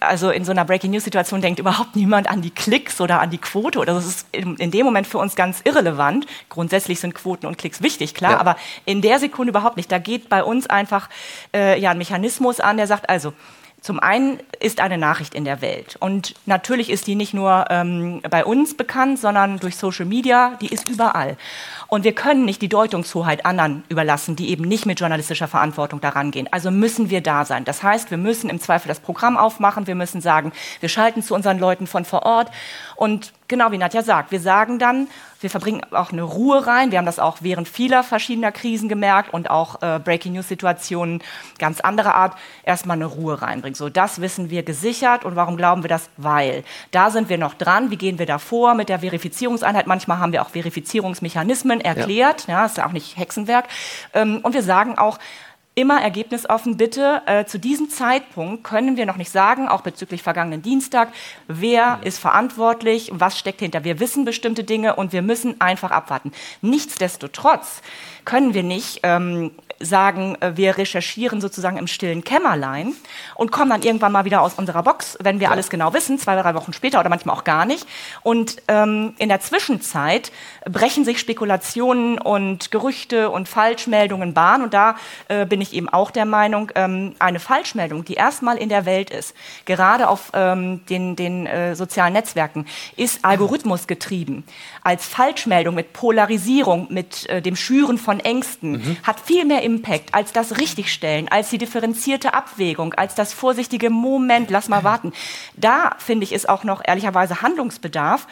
also in so einer Breaking-News-Situation denkt überhaupt niemand an die Klicks oder an die Quote. Oder das ist in dem Moment für uns ganz irrelevant. Grundsätzlich sind Quoten und Klicks wichtig, klar, aber in der Sekunde überhaupt nicht. Da geht bei uns einfach ein Mechanismus an, der sagt, also zum einen ist eine Nachricht in der Welt und natürlich ist die nicht nur bei uns bekannt, sondern durch Social Media, die ist überall. Und wir können nicht die Deutungshoheit anderen überlassen, die eben nicht mit journalistischer Verantwortung daran gehen. Also müssen wir da sein. Das heißt, wir müssen im Zweifel das Programm aufmachen, wir müssen sagen, wir schalten zu unseren Leuten von vor Ort und genau wie Nadja sagt, wir sagen dann, wir verbringen auch eine Ruhe rein. Wir haben das auch während vieler verschiedener Krisen gemerkt und auch Breaking-News-Situationen ganz anderer Art, erstmal eine Ruhe reinbringen. So, das wissen wir gesichert. Und warum glauben wir das? Weil da sind wir noch dran. Wie gehen wir da vor mit der Verifizierungseinheit? Manchmal haben wir auch Verifizierungsmechanismen erklärt. Ja, ist ja auch nicht Hexenwerk. Und wir sagen auch, immer ergebnisoffen, bitte. Zu diesem Zeitpunkt können wir noch nicht sagen, auch bezüglich vergangenen Dienstag, wer ist verantwortlich, was steckt hinter. Wir wissen bestimmte Dinge und wir müssen einfach abwarten. Nichtsdestotrotz können wir nicht sagen, wir recherchieren sozusagen im stillen Kämmerlein und kommen dann irgendwann mal wieder aus unserer Box, wenn wir alles genau wissen, 2, 3 Wochen später oder manchmal auch gar nicht. Und in der Zwischenzeit brechen sich Spekulationen und Gerüchte und Falschmeldungen Bahn. Und da bin ich eben auch der Meinung, eine Falschmeldung, die erstmal in der Welt ist, gerade auf den sozialen Netzwerken, ist algorithmusgetrieben. Als Falschmeldung mit Polarisierung, mit dem Schüren von Ängsten, hat viel mehr Impact als das Richtigstellen, als die differenzierte Abwägung, als das vorsichtige Moment, lass mal warten. Da, finde ich, ist auch noch ehrlicherweise Handlungsbedarf.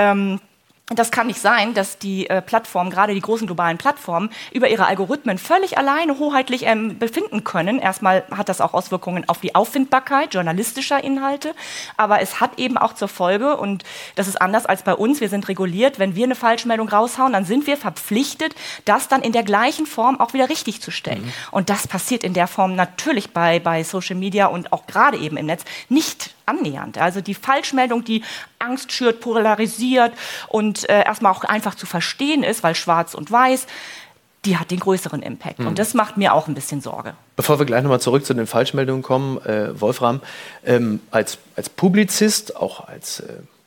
Das kann nicht sein, dass die Plattformen, gerade die großen globalen Plattformen, über ihre Algorithmen völlig alleine hoheitlich befinden können. Erstmal hat das auch Auswirkungen auf die Auffindbarkeit journalistischer Inhalte, aber es hat eben auch zur Folge, und das ist anders als bei uns, wir sind reguliert, wenn wir eine Falschmeldung raushauen, dann sind wir verpflichtet, das dann in der gleichen Form auch wieder richtig zu stellen. Und das passiert in der Form natürlich bei Social Media und auch gerade eben im Netz nicht annähernd. Also die Falschmeldung, die Angst schürt, polarisiert und erstmal auch einfach zu verstehen ist, weil schwarz und weiß, die hat den größeren Impact. Und das macht mir auch ein bisschen Sorge. Bevor wir gleich nochmal zurück zu den Falschmeldungen kommen, Wolfram, als Publizist, auch als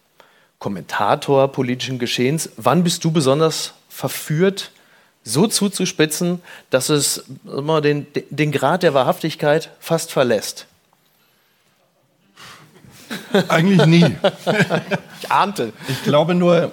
Kommentator politischen Geschehens, wann bist du besonders verführt, so zuzuspitzen, dass es immer den Grad der Wahrhaftigkeit fast verlässt? Eigentlich nie. Ich ahnte. Ich glaube nur,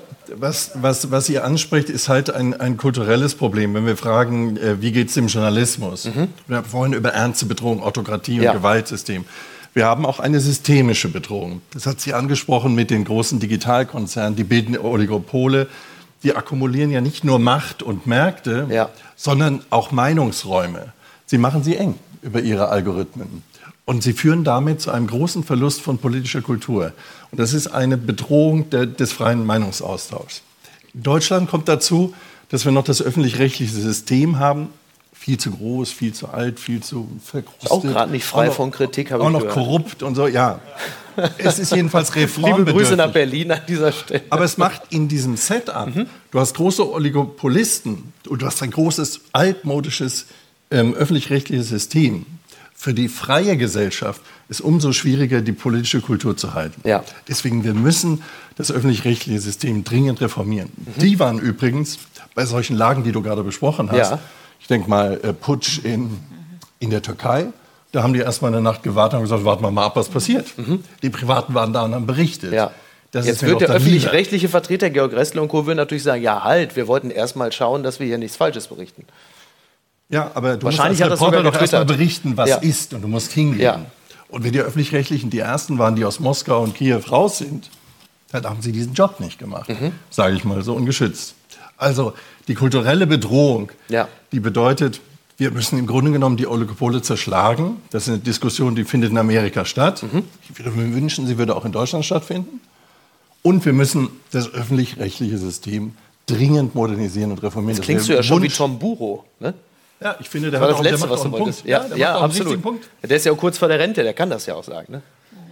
was ihr anspricht, ist halt ein kulturelles Problem. Wenn wir fragen, wie geht es dem Journalismus? Wir haben vorhin über ernste Bedrohung, Autokratie und Gewaltsystem. Wir haben auch eine systemische Bedrohung. Das hat sie angesprochen mit den großen Digitalkonzernen. Die bilden Oligopole. Die akkumulieren ja nicht nur Macht und Märkte, sondern auch Meinungsräume. Sie machen sie eng über ihre Algorithmen. Und sie führen damit zu einem großen Verlust von politischer Kultur. Und das ist eine Bedrohung des freien Meinungsaustauschs. In Deutschland kommt dazu, dass wir noch das öffentlich-rechtliche System haben. Viel zu groß, viel zu alt, viel zu verkrustet. Auch gerade nicht frei von Kritik, habe ich gehört. Auch noch korrupt und so, ja. Es ist jedenfalls reformbedürftig. Liebe Grüße nach Berlin an dieser Stelle. Aber es macht in diesem Setup, du hast große Oligopolisten und du hast ein großes, altmodisches, öffentlich-rechtliches System. Für die freie Gesellschaft ist umso schwieriger, die politische Kultur zu halten. Deswegen, wir müssen das öffentlich-rechtliche System dringend reformieren. Die waren übrigens bei solchen Lagen, die du gerade besprochen hast, ich denke mal Putsch in der Türkei, da haben die erst mal eine Nacht gewartet und gesagt, warten wir mal ab, was passiert. Die Privaten waren da und haben berichtet. Jetzt wird der öffentlich-rechtliche Vertreter Georg Restle und Co. natürlich sagen, ja halt, wir wollten erst mal schauen, dass wir hier nichts Falsches berichten. Ja, aber du musst als Reporter doch erst mal berichten, was ist, und du musst hingehen. Und wenn die Öffentlich-Rechtlichen die Ersten waren, die aus Moskau und Kiew raus sind, dann haben sie diesen Job nicht gemacht, sage ich mal so ungeschützt. Also die kulturelle Bedrohung, die bedeutet, wir müssen im Grunde genommen die Oligopole zerschlagen. Das ist eine Diskussion, die findet in Amerika statt. Ich würde mir wünschen, sie würde auch in Deutschland stattfinden. Und wir müssen das öffentlich-rechtliche System dringend modernisieren und reformieren. Das klingst du ja schon wie Tom Buro, ne? Ja, ich finde, der war hat das Letzte, was du wolltest. Ja, absolut. Der ist ja auch kurz vor der Rente, der kann das ja auch sagen. Ne?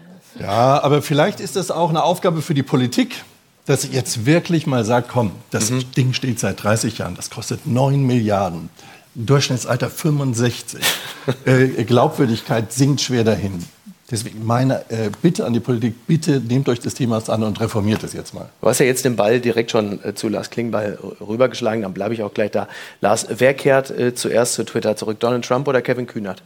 Ja, aber vielleicht ist das auch eine Aufgabe für die Politik, dass sie jetzt wirklich mal sagt, komm, das Ding steht seit 30 Jahren, das kostet 9 Milliarden, Durchschnittsalter 65, Glaubwürdigkeit sinkt schwer dahin. Deswegen meine Bitte an die Politik, bitte nehmt euch des Themas an und reformiert es jetzt mal. Du hast ja jetzt den Ball direkt schon zu Lars Klingbeil rübergeschlagen, dann bleibe ich auch gleich da. Lars, wer kehrt zuerst zu Twitter zurück, Donald Trump oder Kevin Kühnert?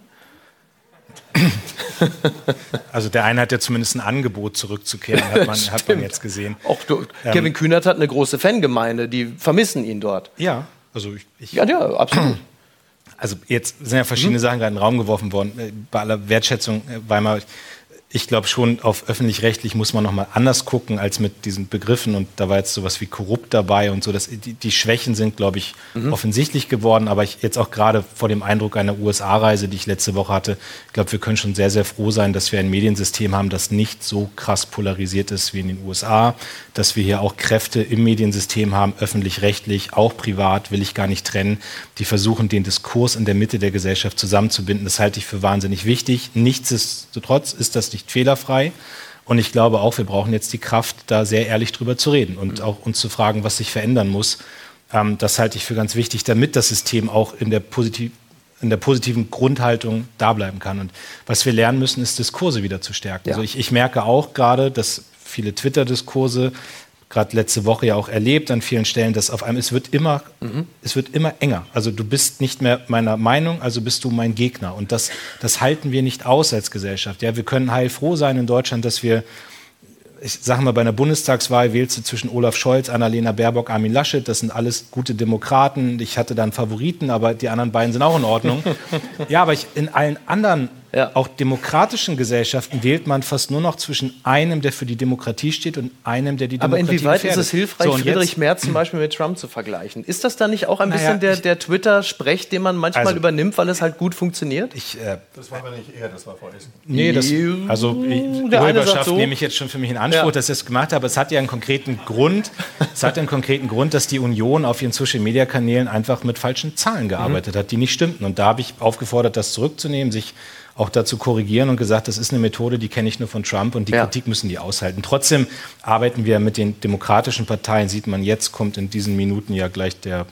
Also der eine hat ja zumindest ein Angebot zurückzukehren, hat man jetzt gesehen. Auch Kevin Kühnert hat eine große Fangemeinde, die vermissen ihn dort. Ja, also ja, absolut. Also jetzt sind ja verschiedene Sachen gerade in den Raum geworfen worden. Bei aller Wertschätzung, Weimar, ich glaube schon, auf öffentlich-rechtlich muss man noch mal anders gucken als mit diesen Begriffen. Und da war jetzt sowas wie korrupt dabei und so. Die Schwächen sind, glaube ich, offensichtlich geworden. Aber ich jetzt auch gerade vor dem Eindruck einer USA-Reise, die ich letzte Woche hatte, ich glaube, wir können schon sehr, sehr froh sein, dass wir ein Mediensystem haben, das nicht so krass polarisiert ist wie in den USA. Dass wir hier auch Kräfte im Mediensystem haben, öffentlich-rechtlich, auch privat, will ich gar nicht trennen, die versuchen, den Diskurs in der Mitte der Gesellschaft zusammenzubinden. Das halte ich für wahnsinnig wichtig. Nichtsdestotrotz ist das nicht fehlerfrei. Und ich glaube auch, wir brauchen jetzt die Kraft, da sehr ehrlich drüber zu reden und auch uns zu fragen, was sich verändern muss. Das halte ich für ganz wichtig, damit das System auch in der positiven Grundhaltung da bleiben kann. Und was wir lernen müssen, ist, Diskurse wieder zu stärken. Ja. Also ich merke auch gerade, dass viele Twitter-Diskurse, gerade letzte Woche ja auch erlebt an vielen Stellen, dass auf einmal es wird immer enger. Also du bist nicht mehr meiner Meinung, also bist du mein Gegner. Und das halten wir nicht aus als Gesellschaft. Ja, wir können heilfroh sein in Deutschland, dass wir, ich sage mal, bei einer Bundestagswahl wählst du zwischen Olaf Scholz, Annalena Baerbock, Armin Laschet. Das sind alles gute Demokraten. Ich hatte da einen Favoriten, aber die anderen beiden sind auch in Ordnung. Ja, aber in allen anderen, auch demokratischen Gesellschaften, wählt man fast nur noch zwischen einem, der für die Demokratie steht, und einem, der die Demokratie gefährdet. Aber inwieweit ist es hilfreich, Friedrich Merz zum Beispiel mit Trump zu vergleichen? Ist das dann nicht auch ein bisschen der Twitter-Sprech, den man manchmal übernimmt, weil es halt gut funktioniert? Das war aber nicht er, das war vor Essen. Nee, die Urheberschaft nehme ich jetzt schon für mich in Anspruch, dass ich es gemacht habe. Es hat ja einen konkreten Grund. Dass die Union auf ihren Social-Media-Kanälen einfach mit falschen Zahlen gearbeitet hat, die nicht stimmten. Und da habe ich aufgefordert, das zurückzunehmen, sich auch dazu korrigieren und gesagt, das ist eine Methode, die kenne ich nur von Trump und die Kritik müssen die aushalten. Trotzdem arbeiten wir mit den demokratischen Parteien, sieht man jetzt, kommt in diesen Minuten ja gleich der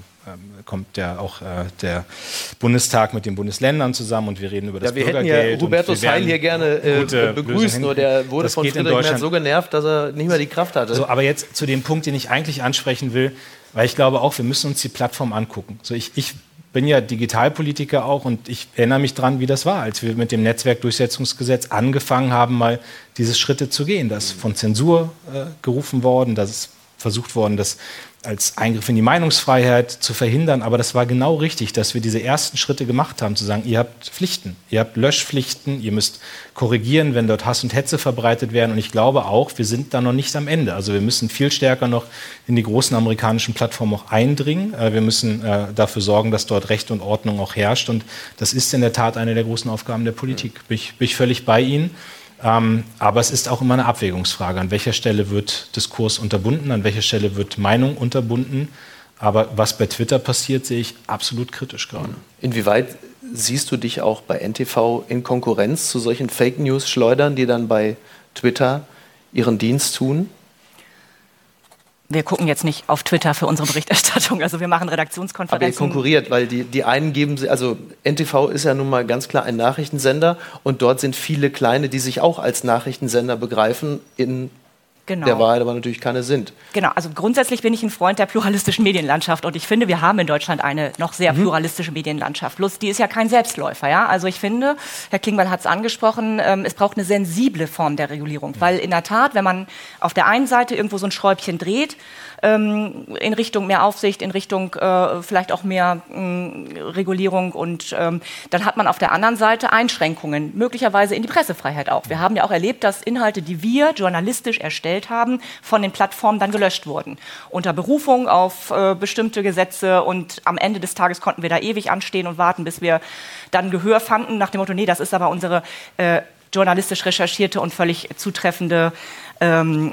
Bundestag mit den Bundesländern zusammen und wir reden über das Bürgergeld. Wir hätten ja Hubertus Heil hier gerne begrüßt, nur der wurde von Friedrich Merz so genervt, dass er nicht mehr die Kraft hatte. So, aber jetzt zu dem Punkt, den ich eigentlich ansprechen will, weil ich glaube auch, wir müssen uns die Plattform angucken. So, ich bin ja Digitalpolitiker auch und ich erinnere mich dran, wie das war, als wir mit dem Netzwerkdurchsetzungsgesetz angefangen haben, mal diese Schritte zu gehen. Da ist von Zensur gerufen worden, da ist versucht worden, das als Eingriff in die Meinungsfreiheit zu verhindern. Aber das war genau richtig, dass wir diese ersten Schritte gemacht haben, zu sagen, ihr habt Pflichten, ihr habt Löschpflichten, ihr müsst korrigieren, wenn dort Hass und Hetze verbreitet werden. Und ich glaube auch, wir sind da noch nicht am Ende. Also wir müssen viel stärker noch in die großen amerikanischen Plattformen auch eindringen. Wir müssen dafür sorgen, dass dort Recht und Ordnung auch herrscht. Und das ist in der Tat eine der großen Aufgaben der Politik. Bin ich völlig bei Ihnen. Aber es ist auch immer eine Abwägungsfrage. An welcher Stelle wird Diskurs unterbunden, an welcher Stelle wird Meinung unterbunden. Aber was bei Twitter passiert, sehe ich absolut kritisch gerade. Inwieweit siehst du dich auch bei NTV in Konkurrenz zu solchen Fake-News-Schleudern, die dann bei Twitter ihren Dienst tun? Wir gucken jetzt nicht auf Twitter für unsere Berichterstattung. Also wir machen Redaktionskonferenzen. Aber ihr konkurriert, weil die einen geben, also NTV ist ja nun mal ganz klar ein Nachrichtensender und dort sind viele Kleine, die sich auch als Nachrichtensender begreifen, in der Wahrheit aber natürlich keine sind. Genau, also grundsätzlich bin ich ein Freund der pluralistischen Medienlandschaft und ich finde, wir haben in Deutschland eine noch sehr pluralistische Medienlandschaft. Bloß die ist ja kein Selbstläufer. Ja? Also ich finde, Herr Klingbeil hat es angesprochen, es braucht eine sensible Form der Regulierung. Weil in der Tat, wenn man auf der einen Seite irgendwo so ein Schräubchen dreht, in Richtung mehr Aufsicht, in Richtung vielleicht auch mehr Regulierung und dann hat man auf der anderen Seite Einschränkungen, möglicherweise in die Pressefreiheit auch. Wir haben ja auch erlebt, dass Inhalte, die wir journalistisch erstellt haben, von den Plattformen dann gelöscht wurden. Unter Berufung auf bestimmte Gesetze und am Ende des Tages konnten wir da ewig anstehen und warten, bis wir dann Gehör fanden nach dem Motto, nee, das ist aber unsere journalistisch recherchierte und völlig zutreffende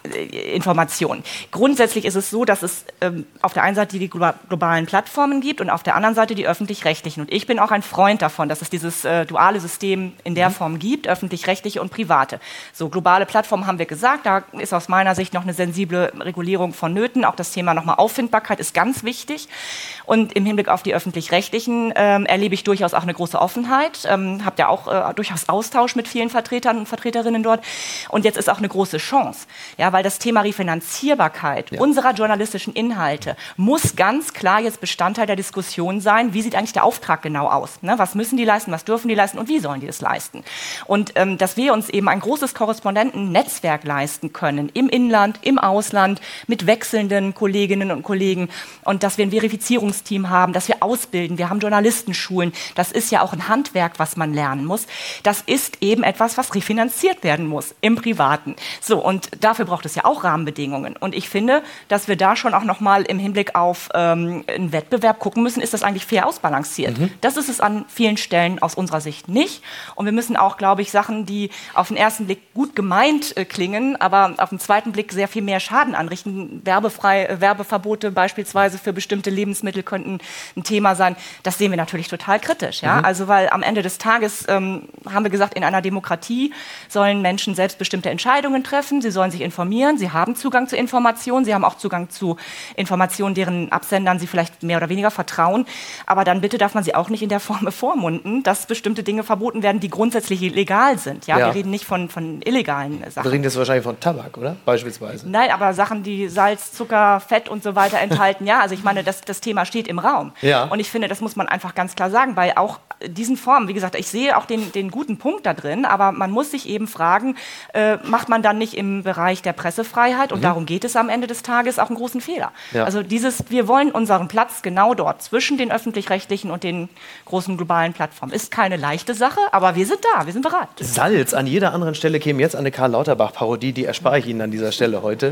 Informationen. Grundsätzlich ist es so, dass es auf der einen Seite die globalen Plattformen gibt und auf der anderen Seite die öffentlich-rechtlichen. Und ich bin auch ein Freund davon, dass es dieses duale System in der Form gibt, öffentlich-rechtliche und private. So, globale Plattformen haben wir gesagt, da ist aus meiner Sicht noch eine sensible Regulierung vonnöten. Auch das Thema nochmal Auffindbarkeit ist ganz wichtig. Und im Hinblick auf die öffentlich-rechtlichen erlebe ich durchaus auch eine große Offenheit. Habt ja auch durchaus Austausch mit vielen Vertretern und Vertreterinnen dort. Und jetzt ist auch eine große Chance, ja, weil das Thema Refinanzierbarkeit unserer journalistischen Inhalte muss ganz klar jetzt Bestandteil der Diskussion sein. Wie sieht eigentlich der Auftrag genau aus? Ne? Was müssen die leisten, was dürfen die leisten und wie sollen die das leisten? Und dass wir uns eben ein großes Korrespondentennetzwerk leisten können, im Inland, im Ausland, mit wechselnden Kolleginnen und Kollegen und dass wir ein Verifizierungsteam haben, dass wir ausbilden, wir haben Journalistenschulen, das ist ja auch ein Handwerk, was man lernen muss. Das ist eben etwas, was refinanziert werden muss im Privaten. So, und dafür braucht es ja auch Rahmenbedingungen. Und ich finde, dass wir da schon auch nochmal im Hinblick auf einen Wettbewerb gucken müssen, ist das eigentlich fair ausbalanciert? Das ist es an vielen Stellen aus unserer Sicht nicht. Und wir müssen auch, glaube ich, Sachen, die auf den ersten Blick gut gemeint klingen, aber auf den zweiten Blick sehr viel mehr Schaden anrichten. Werbeverbote beispielsweise für bestimmte Lebensmittel könnten ein Thema sein. Das sehen wir natürlich total kritisch. Ja? Also weil am Ende des Tages, haben wir gesagt, in einer Demokratie sollen Menschen selbstbestimmte Entscheidungen treffen, sie sollen sich informieren, sie haben Zugang zu Informationen, sie haben auch Zugang zu Informationen, deren Absendern sie vielleicht mehr oder weniger vertrauen. Aber dann bitte darf man sie auch nicht in der Form bevormunden, dass bestimmte Dinge verboten werden, die grundsätzlich legal sind. Ja? Wir reden nicht von illegalen Sachen. Wir reden jetzt wahrscheinlich von Tabak, oder? Beispielsweise. Nein, aber Sachen, die Salz, Zucker, Fett und so weiter enthalten, ja, also ich meine, das Thema steht im Raum. Ja. Und ich finde, das muss man einfach ganz klar sagen, weil auch diesen Formen, wie gesagt, ich sehe auch den guten Punkt da drin, aber man muss sich eben fragen, macht man dann nicht im Bereich der Pressefreiheit, und darum geht es am Ende des Tages, auch einen großen Fehler. Ja. Also wir wollen unseren Platz genau dort, zwischen den öffentlich-rechtlichen und den großen globalen Plattformen. Ist keine leichte Sache, aber wir sind da, wir sind bereit. Salz, an jeder anderen Stelle käme jetzt eine Karl Lauterbach-Parodie, die erspare ich Ihnen an dieser Stelle heute.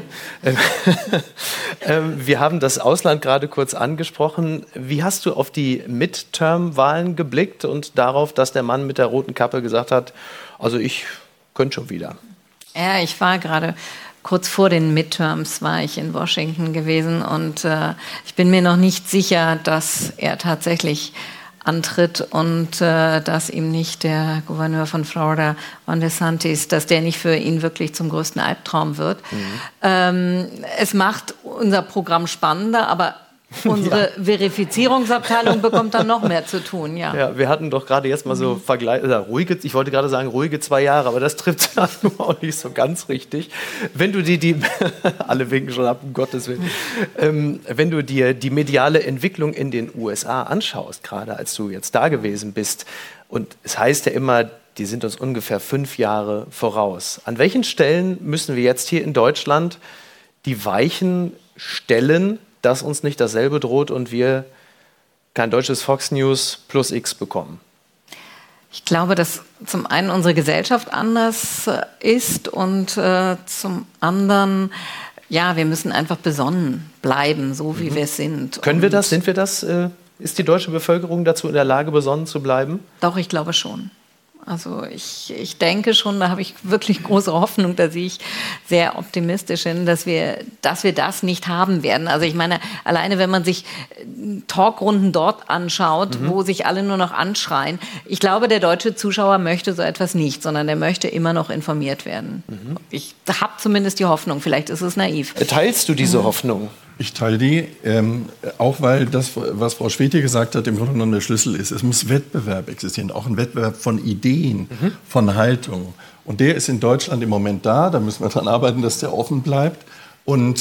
Wir haben das Ausland gerade kurz angesprochen. Wie hast du auf die Midterm-Wahlen geblickt und darauf, dass der Mann mit der roten Kappe gesagt hat, also ich könnte schon wieder? Ja, ich war gerade kurz vor den Midterms war ich in Washington gewesen und ich bin mir noch nicht sicher, dass er tatsächlich antritt und dass ihm nicht der Gouverneur von Florida, Ron DeSantis, dass der nicht für ihn wirklich zum größten Albtraum wird. Es macht unser Programm spannender, aber unsere Verifizierungsabteilung bekommt dann noch mehr zu tun, Ja, wir hatten doch gerade jetzt mal so ruhige, ich wollte gerade sagen ruhige 2 Jahre, aber das trifft dann auch nicht so ganz richtig. Wenn du die alle winken schon ab, um Gottes Willen. Wenn du dir die mediale Entwicklung in den USA anschaust, gerade als du jetzt da gewesen bist, und es heißt ja immer, die sind uns ungefähr 5 Jahre voraus. An welchen Stellen müssen wir jetzt hier in Deutschland die Weichen stellen, dass uns nicht dasselbe droht und wir kein deutsches Fox News plus X bekommen? Ich glaube, dass zum einen unsere Gesellschaft anders ist und zum anderen, ja, wir müssen einfach besonnen bleiben, so wie wir es sind. Können wir das? Sind wir das? Ist die deutsche Bevölkerung dazu in der Lage, besonnen zu bleiben? Doch, ich glaube schon. Also ich denke schon, da habe ich wirklich große Hoffnung, da sehe ich sehr optimistisch hin, dass wir das nicht haben werden. Also ich meine, alleine wenn man sich Talkrunden dort anschaut, wo sich alle nur noch anschreien, ich glaube, der deutsche Zuschauer möchte so etwas nicht, sondern der möchte immer noch informiert werden. Ich habe zumindest die Hoffnung, vielleicht ist es naiv. Teilst du diese Hoffnung? Ich teile die, auch weil das, was Frau Schwede gesagt hat, im Grunde genommen der Schlüssel ist. Es muss Wettbewerb existieren, auch ein Wettbewerb von Ideen, von Haltung. Und der ist in Deutschland im Moment da müssen wir daran arbeiten, dass der offen bleibt. Und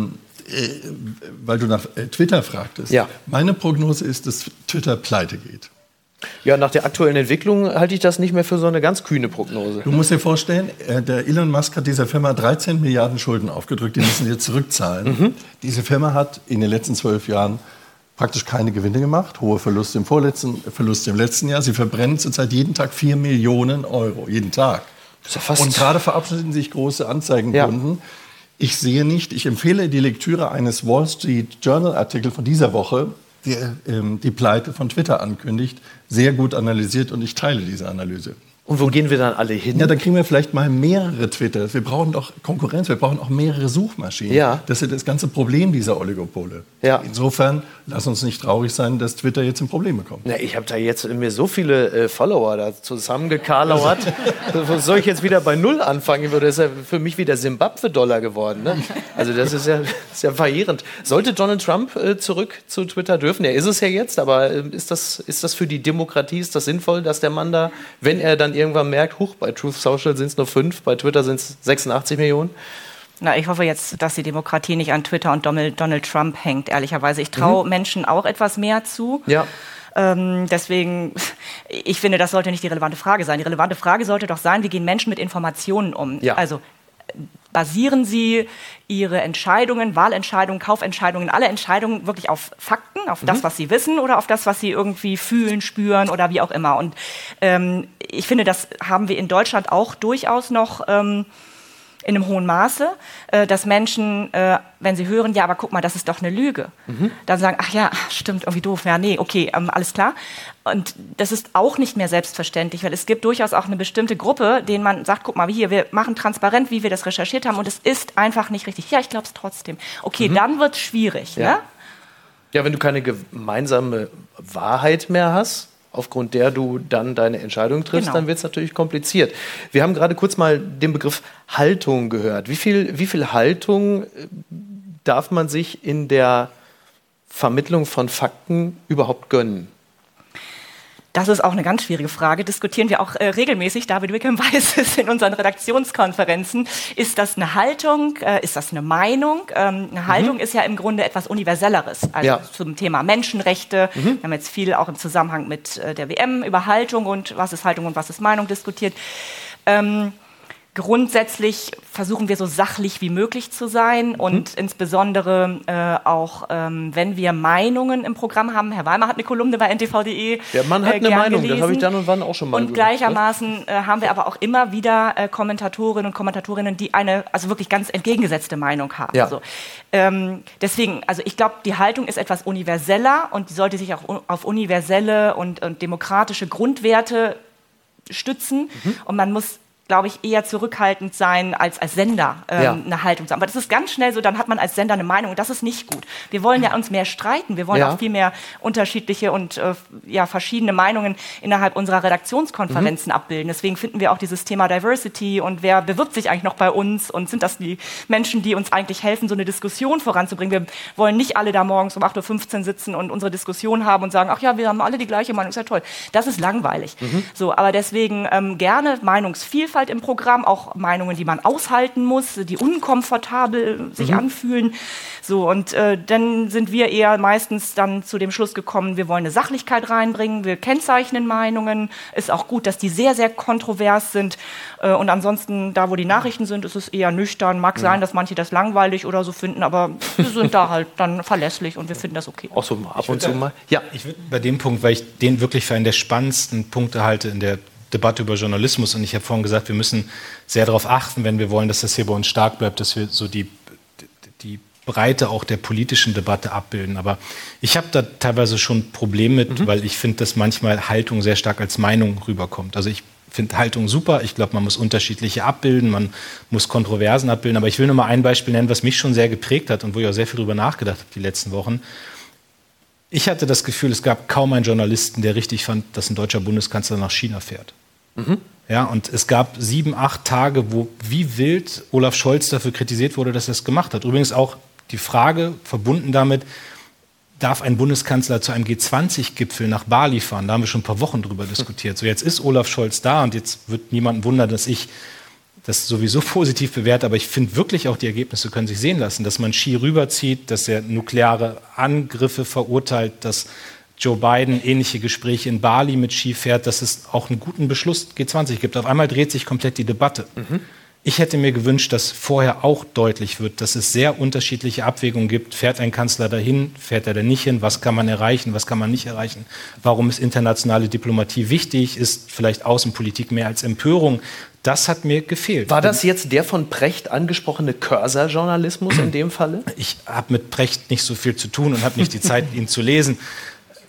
weil du nach Twitter fragtest, meine Prognose ist, dass Twitter pleite geht. Ja, nach der aktuellen Entwicklung halte ich das nicht mehr für so eine ganz kühne Prognose. Du musst dir vorstellen, der Elon Musk hat dieser Firma 13 Milliarden Schulden aufgedrückt, die müssen wir zurückzahlen. Diese Firma hat in den letzten 12 Jahren praktisch keine Gewinne gemacht, hohe Verluste im letzten Jahr. Sie verbrennen zurzeit jeden Tag 4 Millionen Euro, jeden Tag. Das ist ja fast. Und gerade verabschieden sich große Anzeigenkunden. Ja. Ich empfehle die Lektüre eines Wall Street Journal Artikels von dieser Woche, der die Pleite von Twitter ankündigt, sehr gut analysiert, und ich teile diese Analyse. Und wo gehen wir dann alle hin? Ja, dann kriegen wir vielleicht mal mehrere Twitters. Wir brauchen doch Konkurrenz, wir brauchen auch mehrere Suchmaschinen. Ja. Das ist das ganze Problem dieser Oligopole. Ja. Insofern, lass uns nicht traurig sein, dass Twitter jetzt in Probleme kommt. Na, ich habe da jetzt mir so viele Follower da zusammengekarlauert. Soll ich jetzt wieder bei Null anfangen? Das ist ja für mich wieder Simbabwe-Dollar geworden. Ne? Also das ist ja verheerend. Sollte Donald Trump zurück zu Twitter dürfen? Er ist es ja jetzt, aber ist das für die Demokratie, ist das sinnvoll, dass der Mann da, wenn er dann irgendwann merkt, huch, bei Truth Social sind es nur 5, bei Twitter sind es 86 Millionen? Na, ich hoffe jetzt, dass die Demokratie nicht an Twitter und Donald Trump hängt, ehrlicherweise. Ich traue Menschen auch etwas mehr zu. Ja. Deswegen, ich finde, das sollte nicht die relevante Frage sein. Die relevante Frage sollte doch sein, wie gehen Menschen mit Informationen um? Ja. Also basieren Sie Ihre Entscheidungen, Wahlentscheidungen, Kaufentscheidungen, alle Entscheidungen wirklich auf Fakten, auf das, was Sie wissen oder auf das, was Sie irgendwie fühlen, spüren oder wie auch immer? Und ich finde, das haben wir in Deutschland auch durchaus noch in einem hohen Maße, dass Menschen, wenn sie hören, ja, aber guck mal, das ist doch eine Lüge, dann sagen, ach ja, stimmt, irgendwie doof, ja, nee, okay, alles klar. Und das ist auch nicht mehr selbstverständlich, weil es gibt durchaus auch eine bestimmte Gruppe, denen man sagt, guck mal, hier, wir machen transparent, wie wir das recherchiert haben und es ist einfach nicht richtig. Ja, ich glaube es trotzdem. Okay, dann wird es schwierig. Ja. Ne? Ja, wenn du keine gemeinsame Wahrheit mehr hast, aufgrund der du dann deine Entscheidung triffst, dann wird es natürlich kompliziert. Wir haben gerade kurz mal den Begriff Haltung gehört. Wie viel Haltung darf man sich in der Vermittlung von Fakten überhaupt gönnen? Das ist auch eine ganz schwierige Frage. Diskutieren wir auch regelmäßig. David Wickham weiß es in unseren Redaktionskonferenzen. Ist das eine Haltung? Ist das eine Meinung? Eine Haltung ist ja im Grunde etwas Universelleres. Also zum Thema Menschenrechte. Wir haben jetzt viel auch im Zusammenhang mit der WM über Haltung und was ist Haltung und was ist Meinung diskutiert. Grundsätzlich versuchen wir so sachlich wie möglich zu sein und insbesondere auch, wenn wir Meinungen im Programm haben. Herr Weimer hat eine Kolumne bei ntv.de. Der Mann hat eine Meinung, das habe ich dann und wann auch schon mal gehört. Und gleichermaßen haben wir aber auch immer wieder Kommentatorinnen und Kommentatorinnen, die eine also wirklich ganz entgegengesetzte Meinung haben. Ja. Also, deswegen, also ich glaube, die Haltung ist etwas universeller und die sollte sich auch auf universelle und demokratische Grundwerte stützen. Und man muss, glaube ich, eher zurückhaltend sein, als Sender eine Haltung zu haben. Aber das ist ganz schnell so, dann hat man als Sender eine Meinung und das ist nicht gut. Wir wollen ja uns mehr streiten, wir wollen auch viel mehr unterschiedliche und verschiedene Meinungen innerhalb unserer Redaktionskonferenzen abbilden. Deswegen finden wir auch dieses Thema Diversity und wer bewirbt sich eigentlich noch bei uns und sind das die Menschen, die uns eigentlich helfen, so eine Diskussion voranzubringen. Wir wollen nicht alle da morgens um 8.15 Uhr sitzen und unsere Diskussion haben und sagen, ach ja, wir haben alle die gleiche Meinung, ist ja toll. Das ist langweilig. So, aber deswegen gerne Meinungsvielfalt im Programm, auch Meinungen, die man aushalten muss, die unkomfortabel sich anfühlen. So, und dann sind wir eher meistens dann zu dem Schluss gekommen, wir wollen eine Sachlichkeit reinbringen, wir kennzeichnen Meinungen. Ist auch gut, dass die sehr, sehr kontrovers sind. Und ansonsten, da wo die Nachrichten sind, ist es eher nüchtern. Mag sein, dass manche das langweilig oder so finden, aber wir sind da halt dann verlässlich und wir finden das okay. Auch so ab und zu mal. Ja. Ich würde bei dem Punkt, weil ich den wirklich für einen der spannendsten Punkte halte in der Debatte über Journalismus. Und ich habe vorhin gesagt, wir müssen sehr darauf achten, wenn wir wollen, dass das hier bei uns stark bleibt, dass wir so die Breite auch der politischen Debatte abbilden. Aber ich habe da teilweise schon Probleme mit, weil ich finde, dass manchmal Haltung sehr stark als Meinung rüberkommt. Also ich finde Haltung super. Ich glaube, man muss unterschiedliche abbilden, man muss Kontroversen abbilden. Aber ich will nur mal ein Beispiel nennen, was mich schon sehr geprägt hat und wo ich auch sehr viel drüber nachgedacht habe die letzten Wochen. Ich hatte das Gefühl, es gab kaum einen Journalisten, der richtig fand, dass ein deutscher Bundeskanzler nach China fährt. Ja, und es gab 7, 8 Tage, wo wie wild Olaf Scholz dafür kritisiert wurde, dass er es gemacht hat. Übrigens auch die Frage verbunden damit, darf ein Bundeskanzler zu einem G20-Gipfel nach Bali fahren? Da haben wir schon ein paar Wochen drüber diskutiert. So, jetzt ist Olaf Scholz da und jetzt wird niemanden wundern, dass ich das sowieso positiv bewerte, aber ich finde wirklich auch, die Ergebnisse können sich sehen lassen, dass man Xi rüberzieht, dass er nukleare Angriffe verurteilt, dass Joe Biden ähnliche Gespräche in Bali mit Xi fährt, dass es auch einen guten Beschluss G20 gibt. Auf einmal dreht sich komplett die Debatte. Ich hätte mir gewünscht, dass vorher auch deutlich wird, dass es sehr unterschiedliche Abwägungen gibt. Fährt ein Kanzler dahin, fährt er da nicht hin? Was kann man erreichen, was kann man nicht erreichen? Warum ist internationale Diplomatie wichtig? Ist vielleicht Außenpolitik mehr als Empörung? Das hat mir gefehlt. War das jetzt der von Precht angesprochene Cursor-Journalismus in dem Falle? Ich habe mit Precht nicht so viel zu tun und habe nicht die Zeit, ihn zu lesen.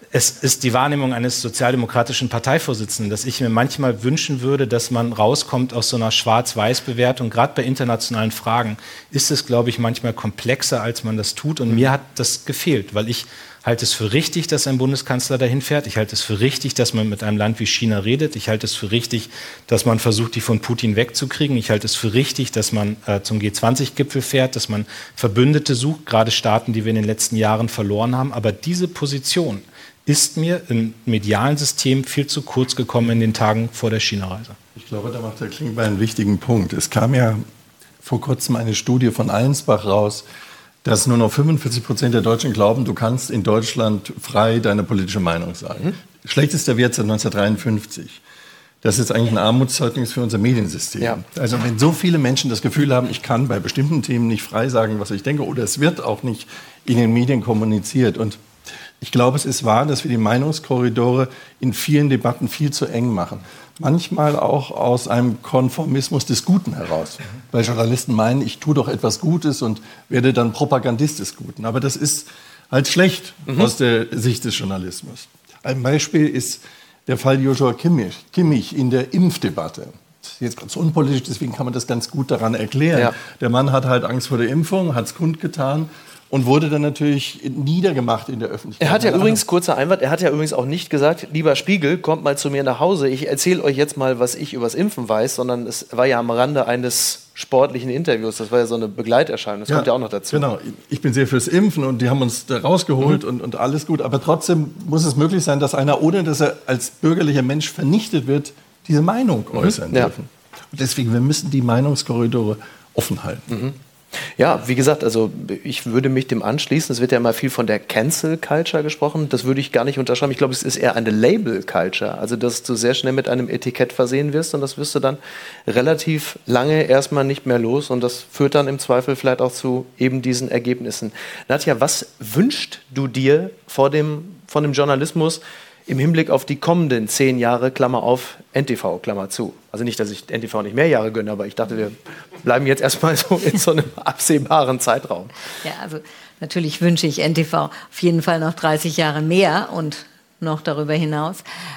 es ist die Wahrnehmung eines sozialdemokratischen Parteivorsitzenden, dass ich mir manchmal wünschen würde, dass man rauskommt aus so einer Schwarz-Weiß-Bewertung. Gerade bei internationalen Fragen ist es, glaube ich, manchmal komplexer, als man das tut. Und mir hat das gefehlt, weil ich halte es für richtig, dass ein Bundeskanzler dahin fährt. Ich halte es für richtig, dass man mit einem Land wie China redet. Ich halte es für richtig, dass man versucht, die von Putin wegzukriegen. Ich halte es für richtig, dass man zum G20-Gipfel fährt, dass man Verbündete sucht, gerade Staaten, die wir in den letzten Jahren verloren haben. Aber diese Position ist mir im medialen System viel zu kurz gekommen in den Tagen vor der China-Reise. Ich glaube, da macht Herr Klingbeil einen wichtigen Punkt. Es kam ja vor kurzem eine Studie von Allensbach raus, dass nur noch 45% der Deutschen glauben, du kannst in Deutschland frei deine politische Meinung sagen. Schlechtester Wert seit 1953. Das ist eigentlich ein Armutszeugnis für unser Mediensystem. Ja. Also wenn so viele Menschen das Gefühl haben, ich kann bei bestimmten Themen nicht frei sagen, was ich denke, oder es wird auch nicht in den Medien kommuniziert. Und ich glaube, es ist wahr, dass wir die Meinungskorridore in vielen Debatten viel zu eng machen. Manchmal auch aus einem Konformismus des Guten heraus. Weil Journalisten meinen, ich tue doch etwas Gutes und werde dann Propagandist des Guten. Aber das ist halt schlecht aus der Sicht des Journalismus. Ein Beispiel ist der Fall Joshua Kimmich in der Impfdebatte. Das ist jetzt ganz unpolitisch, deswegen kann man das ganz gut daran erklären. Ja. Der Mann hat halt Angst vor der Impfung, hat es kundgetan. Und wurde dann natürlich niedergemacht in der Öffentlichkeit. Er hat ja übrigens, kurzer Einwand, er hat ja übrigens auch nicht gesagt, lieber Spiegel, kommt mal zu mir nach Hause, ich erzähle euch jetzt mal, was ich übers Impfen weiß, sondern es war ja am Rande eines sportlichen Interviews, das war ja so eine Begleiterscheinung, das kommt ja auch noch dazu. Genau, ich bin sehr fürs Impfen und die haben uns da rausgeholt und alles gut, aber trotzdem muss es möglich sein, dass einer, ohne dass er als bürgerlicher Mensch vernichtet wird, diese Meinung äußern dürfen. Und deswegen, wir müssen die Meinungskorridore offen halten. Ja, wie gesagt, also ich würde mich dem anschließen. Es wird ja immer viel von der Cancel Culture gesprochen. Das würde ich gar nicht unterschreiben. Ich glaube, es ist eher eine Label Culture. Also, dass du sehr schnell mit einem Etikett versehen wirst und das wirst du dann relativ lange erstmal nicht mehr los. Und das führt dann im Zweifel vielleicht auch zu eben diesen Ergebnissen. Nadja, was wünschst du dir von dem Journalismus im Hinblick auf die kommenden 10 Jahre, Klammer auf, NTV, Klammer zu? Also nicht, dass ich NTV nicht mehr Jahre gönne, aber ich dachte, wir bleiben jetzt erstmal so in so einem absehbaren Zeitraum. Ja, also natürlich wünsche ich NTV auf jeden Fall noch 30 Jahre mehr und noch darüber hinaus.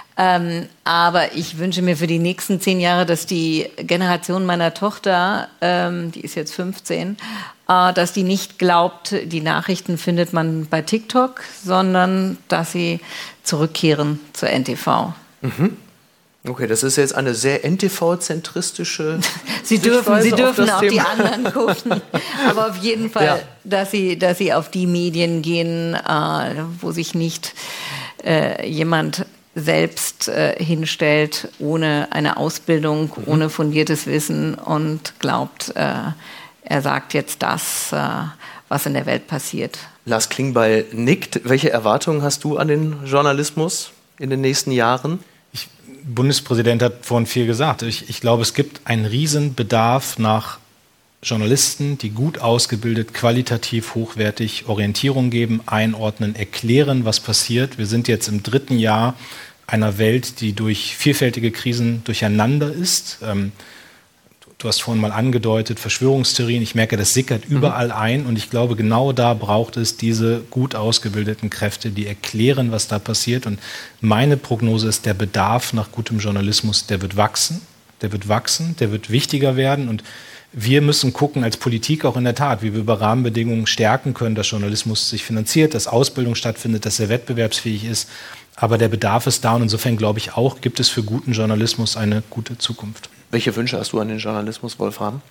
Aber ich wünsche mir für die nächsten 10 Jahre, dass die Generation meiner Tochter, die ist jetzt 15, dass die nicht glaubt, die Nachrichten findet man bei TikTok, sondern dass sie zurückkehren zur NTV. Okay, das ist jetzt eine sehr NTV-zentristische Sie dürfen auch die anderen gucken, aber auf jeden Fall, dass sie auf die Medien gehen, wo sich nicht jemand selbst hinstellt, ohne eine Ausbildung, ohne fundiertes Wissen und glaubt, er sagt jetzt das, was in der Welt passiert. Lars Klingbeil nickt. Welche Erwartungen hast du an den Journalismus in den nächsten Jahren? Bundespräsident hat vorhin viel gesagt. Ich glaube, es gibt einen Riesenbedarf nach Journalisten, die gut ausgebildet, qualitativ hochwertig Orientierung geben, einordnen, erklären, was passiert. Wir sind jetzt im 3. Jahr einer Welt, die durch vielfältige Krisen durcheinander ist. Du hast vorhin mal angedeutet, Verschwörungstheorien. Ich merke, das sickert überall ein. Und ich glaube, genau da braucht es diese gut ausgebildeten Kräfte, die erklären, was da passiert. Und meine Prognose ist, der Bedarf nach gutem Journalismus, der wird wachsen. Der wird wachsen, der wird wichtiger werden. Und wir müssen gucken als Politik auch in der Tat, wie wir über Rahmenbedingungen stärken können, dass Journalismus sich finanziert, dass Ausbildung stattfindet, dass er wettbewerbsfähig ist. Aber der Bedarf ist da und insofern glaube ich auch, gibt es für guten Journalismus eine gute Zukunft. Welche Wünsche hast du an den Journalismus, Wolfram?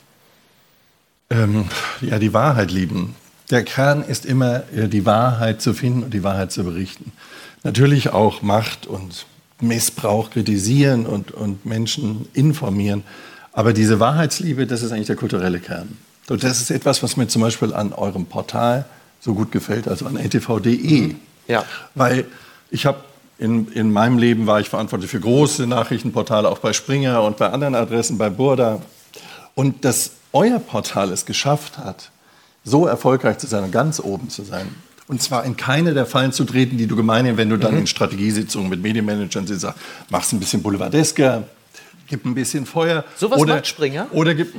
Ja, die Wahrheit lieben. Der Kern ist immer, die Wahrheit zu finden und die Wahrheit zu berichten. Natürlich auch Macht und Missbrauch kritisieren und Menschen informieren. Aber diese Wahrheitsliebe, das ist eigentlich der kulturelle Kern. Und das ist etwas, was mir zum Beispiel an eurem Portal so gut gefällt, also an ntv.de. Ja. Weil ich habe in meinem Leben war ich verantwortlich für große Nachrichtenportale, auch bei Springer und bei anderen Adressen, bei Burda. Und dass euer Portal es geschafft hat, so erfolgreich zu sein und ganz oben zu sein. Und zwar in keine der Fallen zu treten, die du gemeinhin, wenn du dann in Strategiesitzungen mit Medienmanagern sitzt, sagst, machst ein bisschen boulevardesker, gib ein bisschen Feuer. Sowas macht Springer?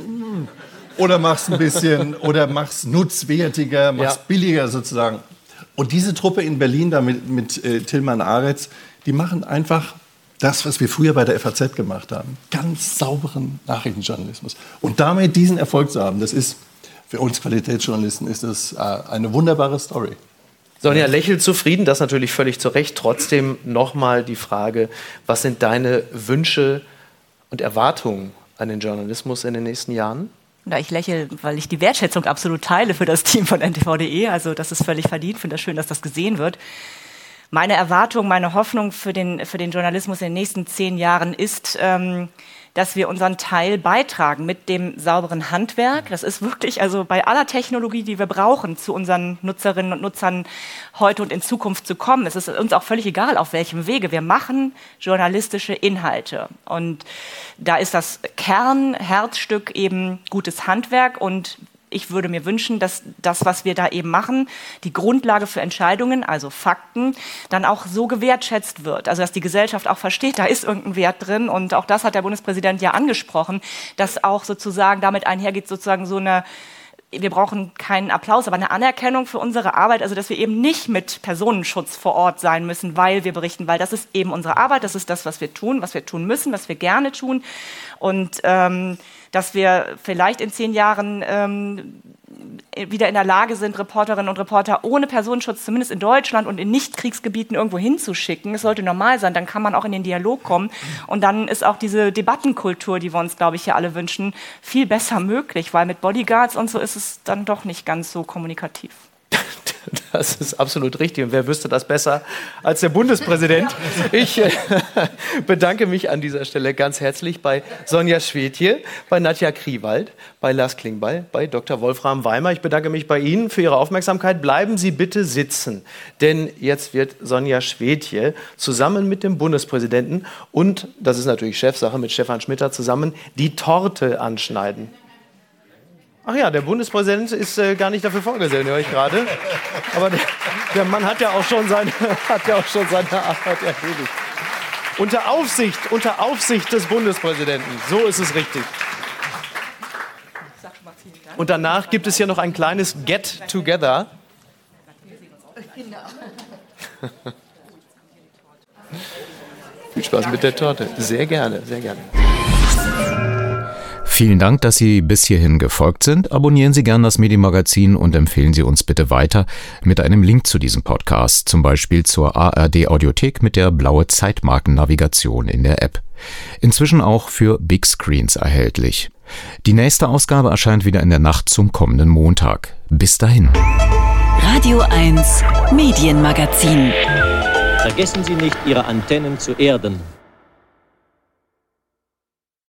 Oder machst ein bisschen, oder machst nutzwertiger, machst billiger sozusagen. Und diese Truppe in Berlin da mit Tilman Aretz, die machen einfach das, was wir früher bei der FAZ gemacht haben. Ganz sauberen Nachrichtenjournalismus. Und damit diesen Erfolg zu haben, das ist für uns Qualitätsjournalisten ist das eine wunderbare Story. Sonja lächelt zufrieden, das natürlich völlig zu Recht. Trotzdem nochmal die Frage, was sind deine Wünsche und Erwartungen an den Journalismus in den nächsten Jahren? Ja, ich lächle, weil ich die Wertschätzung absolut teile für das Team von ntv.de. Also das ist völlig verdient. Ich finde das schön, dass das gesehen wird. Meine Erwartung, meine Hoffnung für den Journalismus in den nächsten 10 Jahren ist, dass wir unseren Teil beitragen mit dem sauberen Handwerk. Das ist wirklich, also bei aller Technologie, die wir brauchen, zu unseren Nutzerinnen und Nutzern heute und in Zukunft zu kommen. Es ist uns auch völlig egal, auf welchem Wege. Wir machen journalistische Inhalte. Und da ist das Herzstück eben gutes Handwerk. Und ich würde mir wünschen, dass das, was wir da eben machen, die Grundlage für Entscheidungen, also Fakten, dann auch so gewertschätzt wird. Also dass die Gesellschaft auch versteht, da ist irgendein Wert drin. Und auch das hat der Bundespräsident ja angesprochen, dass auch sozusagen damit einhergeht sozusagen so eine, wir brauchen keinen Applaus, aber eine Anerkennung für unsere Arbeit, also dass wir eben nicht mit Personenschutz vor Ort sein müssen, weil wir berichten, weil das ist eben unsere Arbeit, das ist das, was wir tun müssen, was wir gerne tun. Und dass wir vielleicht in 10 Jahren wieder in der Lage sind, Reporterinnen und Reporter ohne Personenschutz, zumindest in Deutschland und in Nicht-Kriegsgebieten irgendwo hinzuschicken. Es sollte normal sein, dann kann man auch in den Dialog kommen. Und dann ist auch diese Debattenkultur, die wir uns, glaube ich, hier alle wünschen, viel besser möglich, weil mit Bodyguards und so ist es dann doch nicht ganz so kommunikativ. Das ist absolut richtig. Und wer wüsste das besser als der Bundespräsident? Ich bedanke mich an dieser Stelle ganz herzlich bei Sonja Schwedje, bei Nadja Kriewald, bei Lars Klingbeil, bei Dr. Wolfram Weimer. Ich bedanke mich bei Ihnen für Ihre Aufmerksamkeit. Bleiben Sie bitte sitzen, denn jetzt wird Sonja Schwedje zusammen mit dem Bundespräsidenten und, das ist natürlich Chefsache, mit Stefan Schmitter zusammen die Torte anschneiden. Ach ja, der Bundespräsident ist gar nicht dafür vorgesehen, höre ich gerade. Aber der Mann hat ja auch schon seine Arbeit erledigt. Unter Aufsicht des Präsidenten. So ist es richtig. Und danach gibt es hier noch ein kleines Get-Together. Viel Spaß mit der Torte. Sehr gerne, sehr gerne. Vielen Dank, dass Sie bis hierhin gefolgt sind. Abonnieren Sie gern das Medienmagazin und empfehlen Sie uns bitte weiter mit einem Link zu diesem Podcast, zum Beispiel zur ARD Audiothek mit der blaue Zeitmarkennavigation in der App. Inzwischen auch für Big Screens erhältlich. Die nächste Ausgabe erscheint wieder in der Nacht zum kommenden Montag. Bis dahin. Radio 1 Medienmagazin. Vergessen Sie nicht, Ihre Antennen zu erden.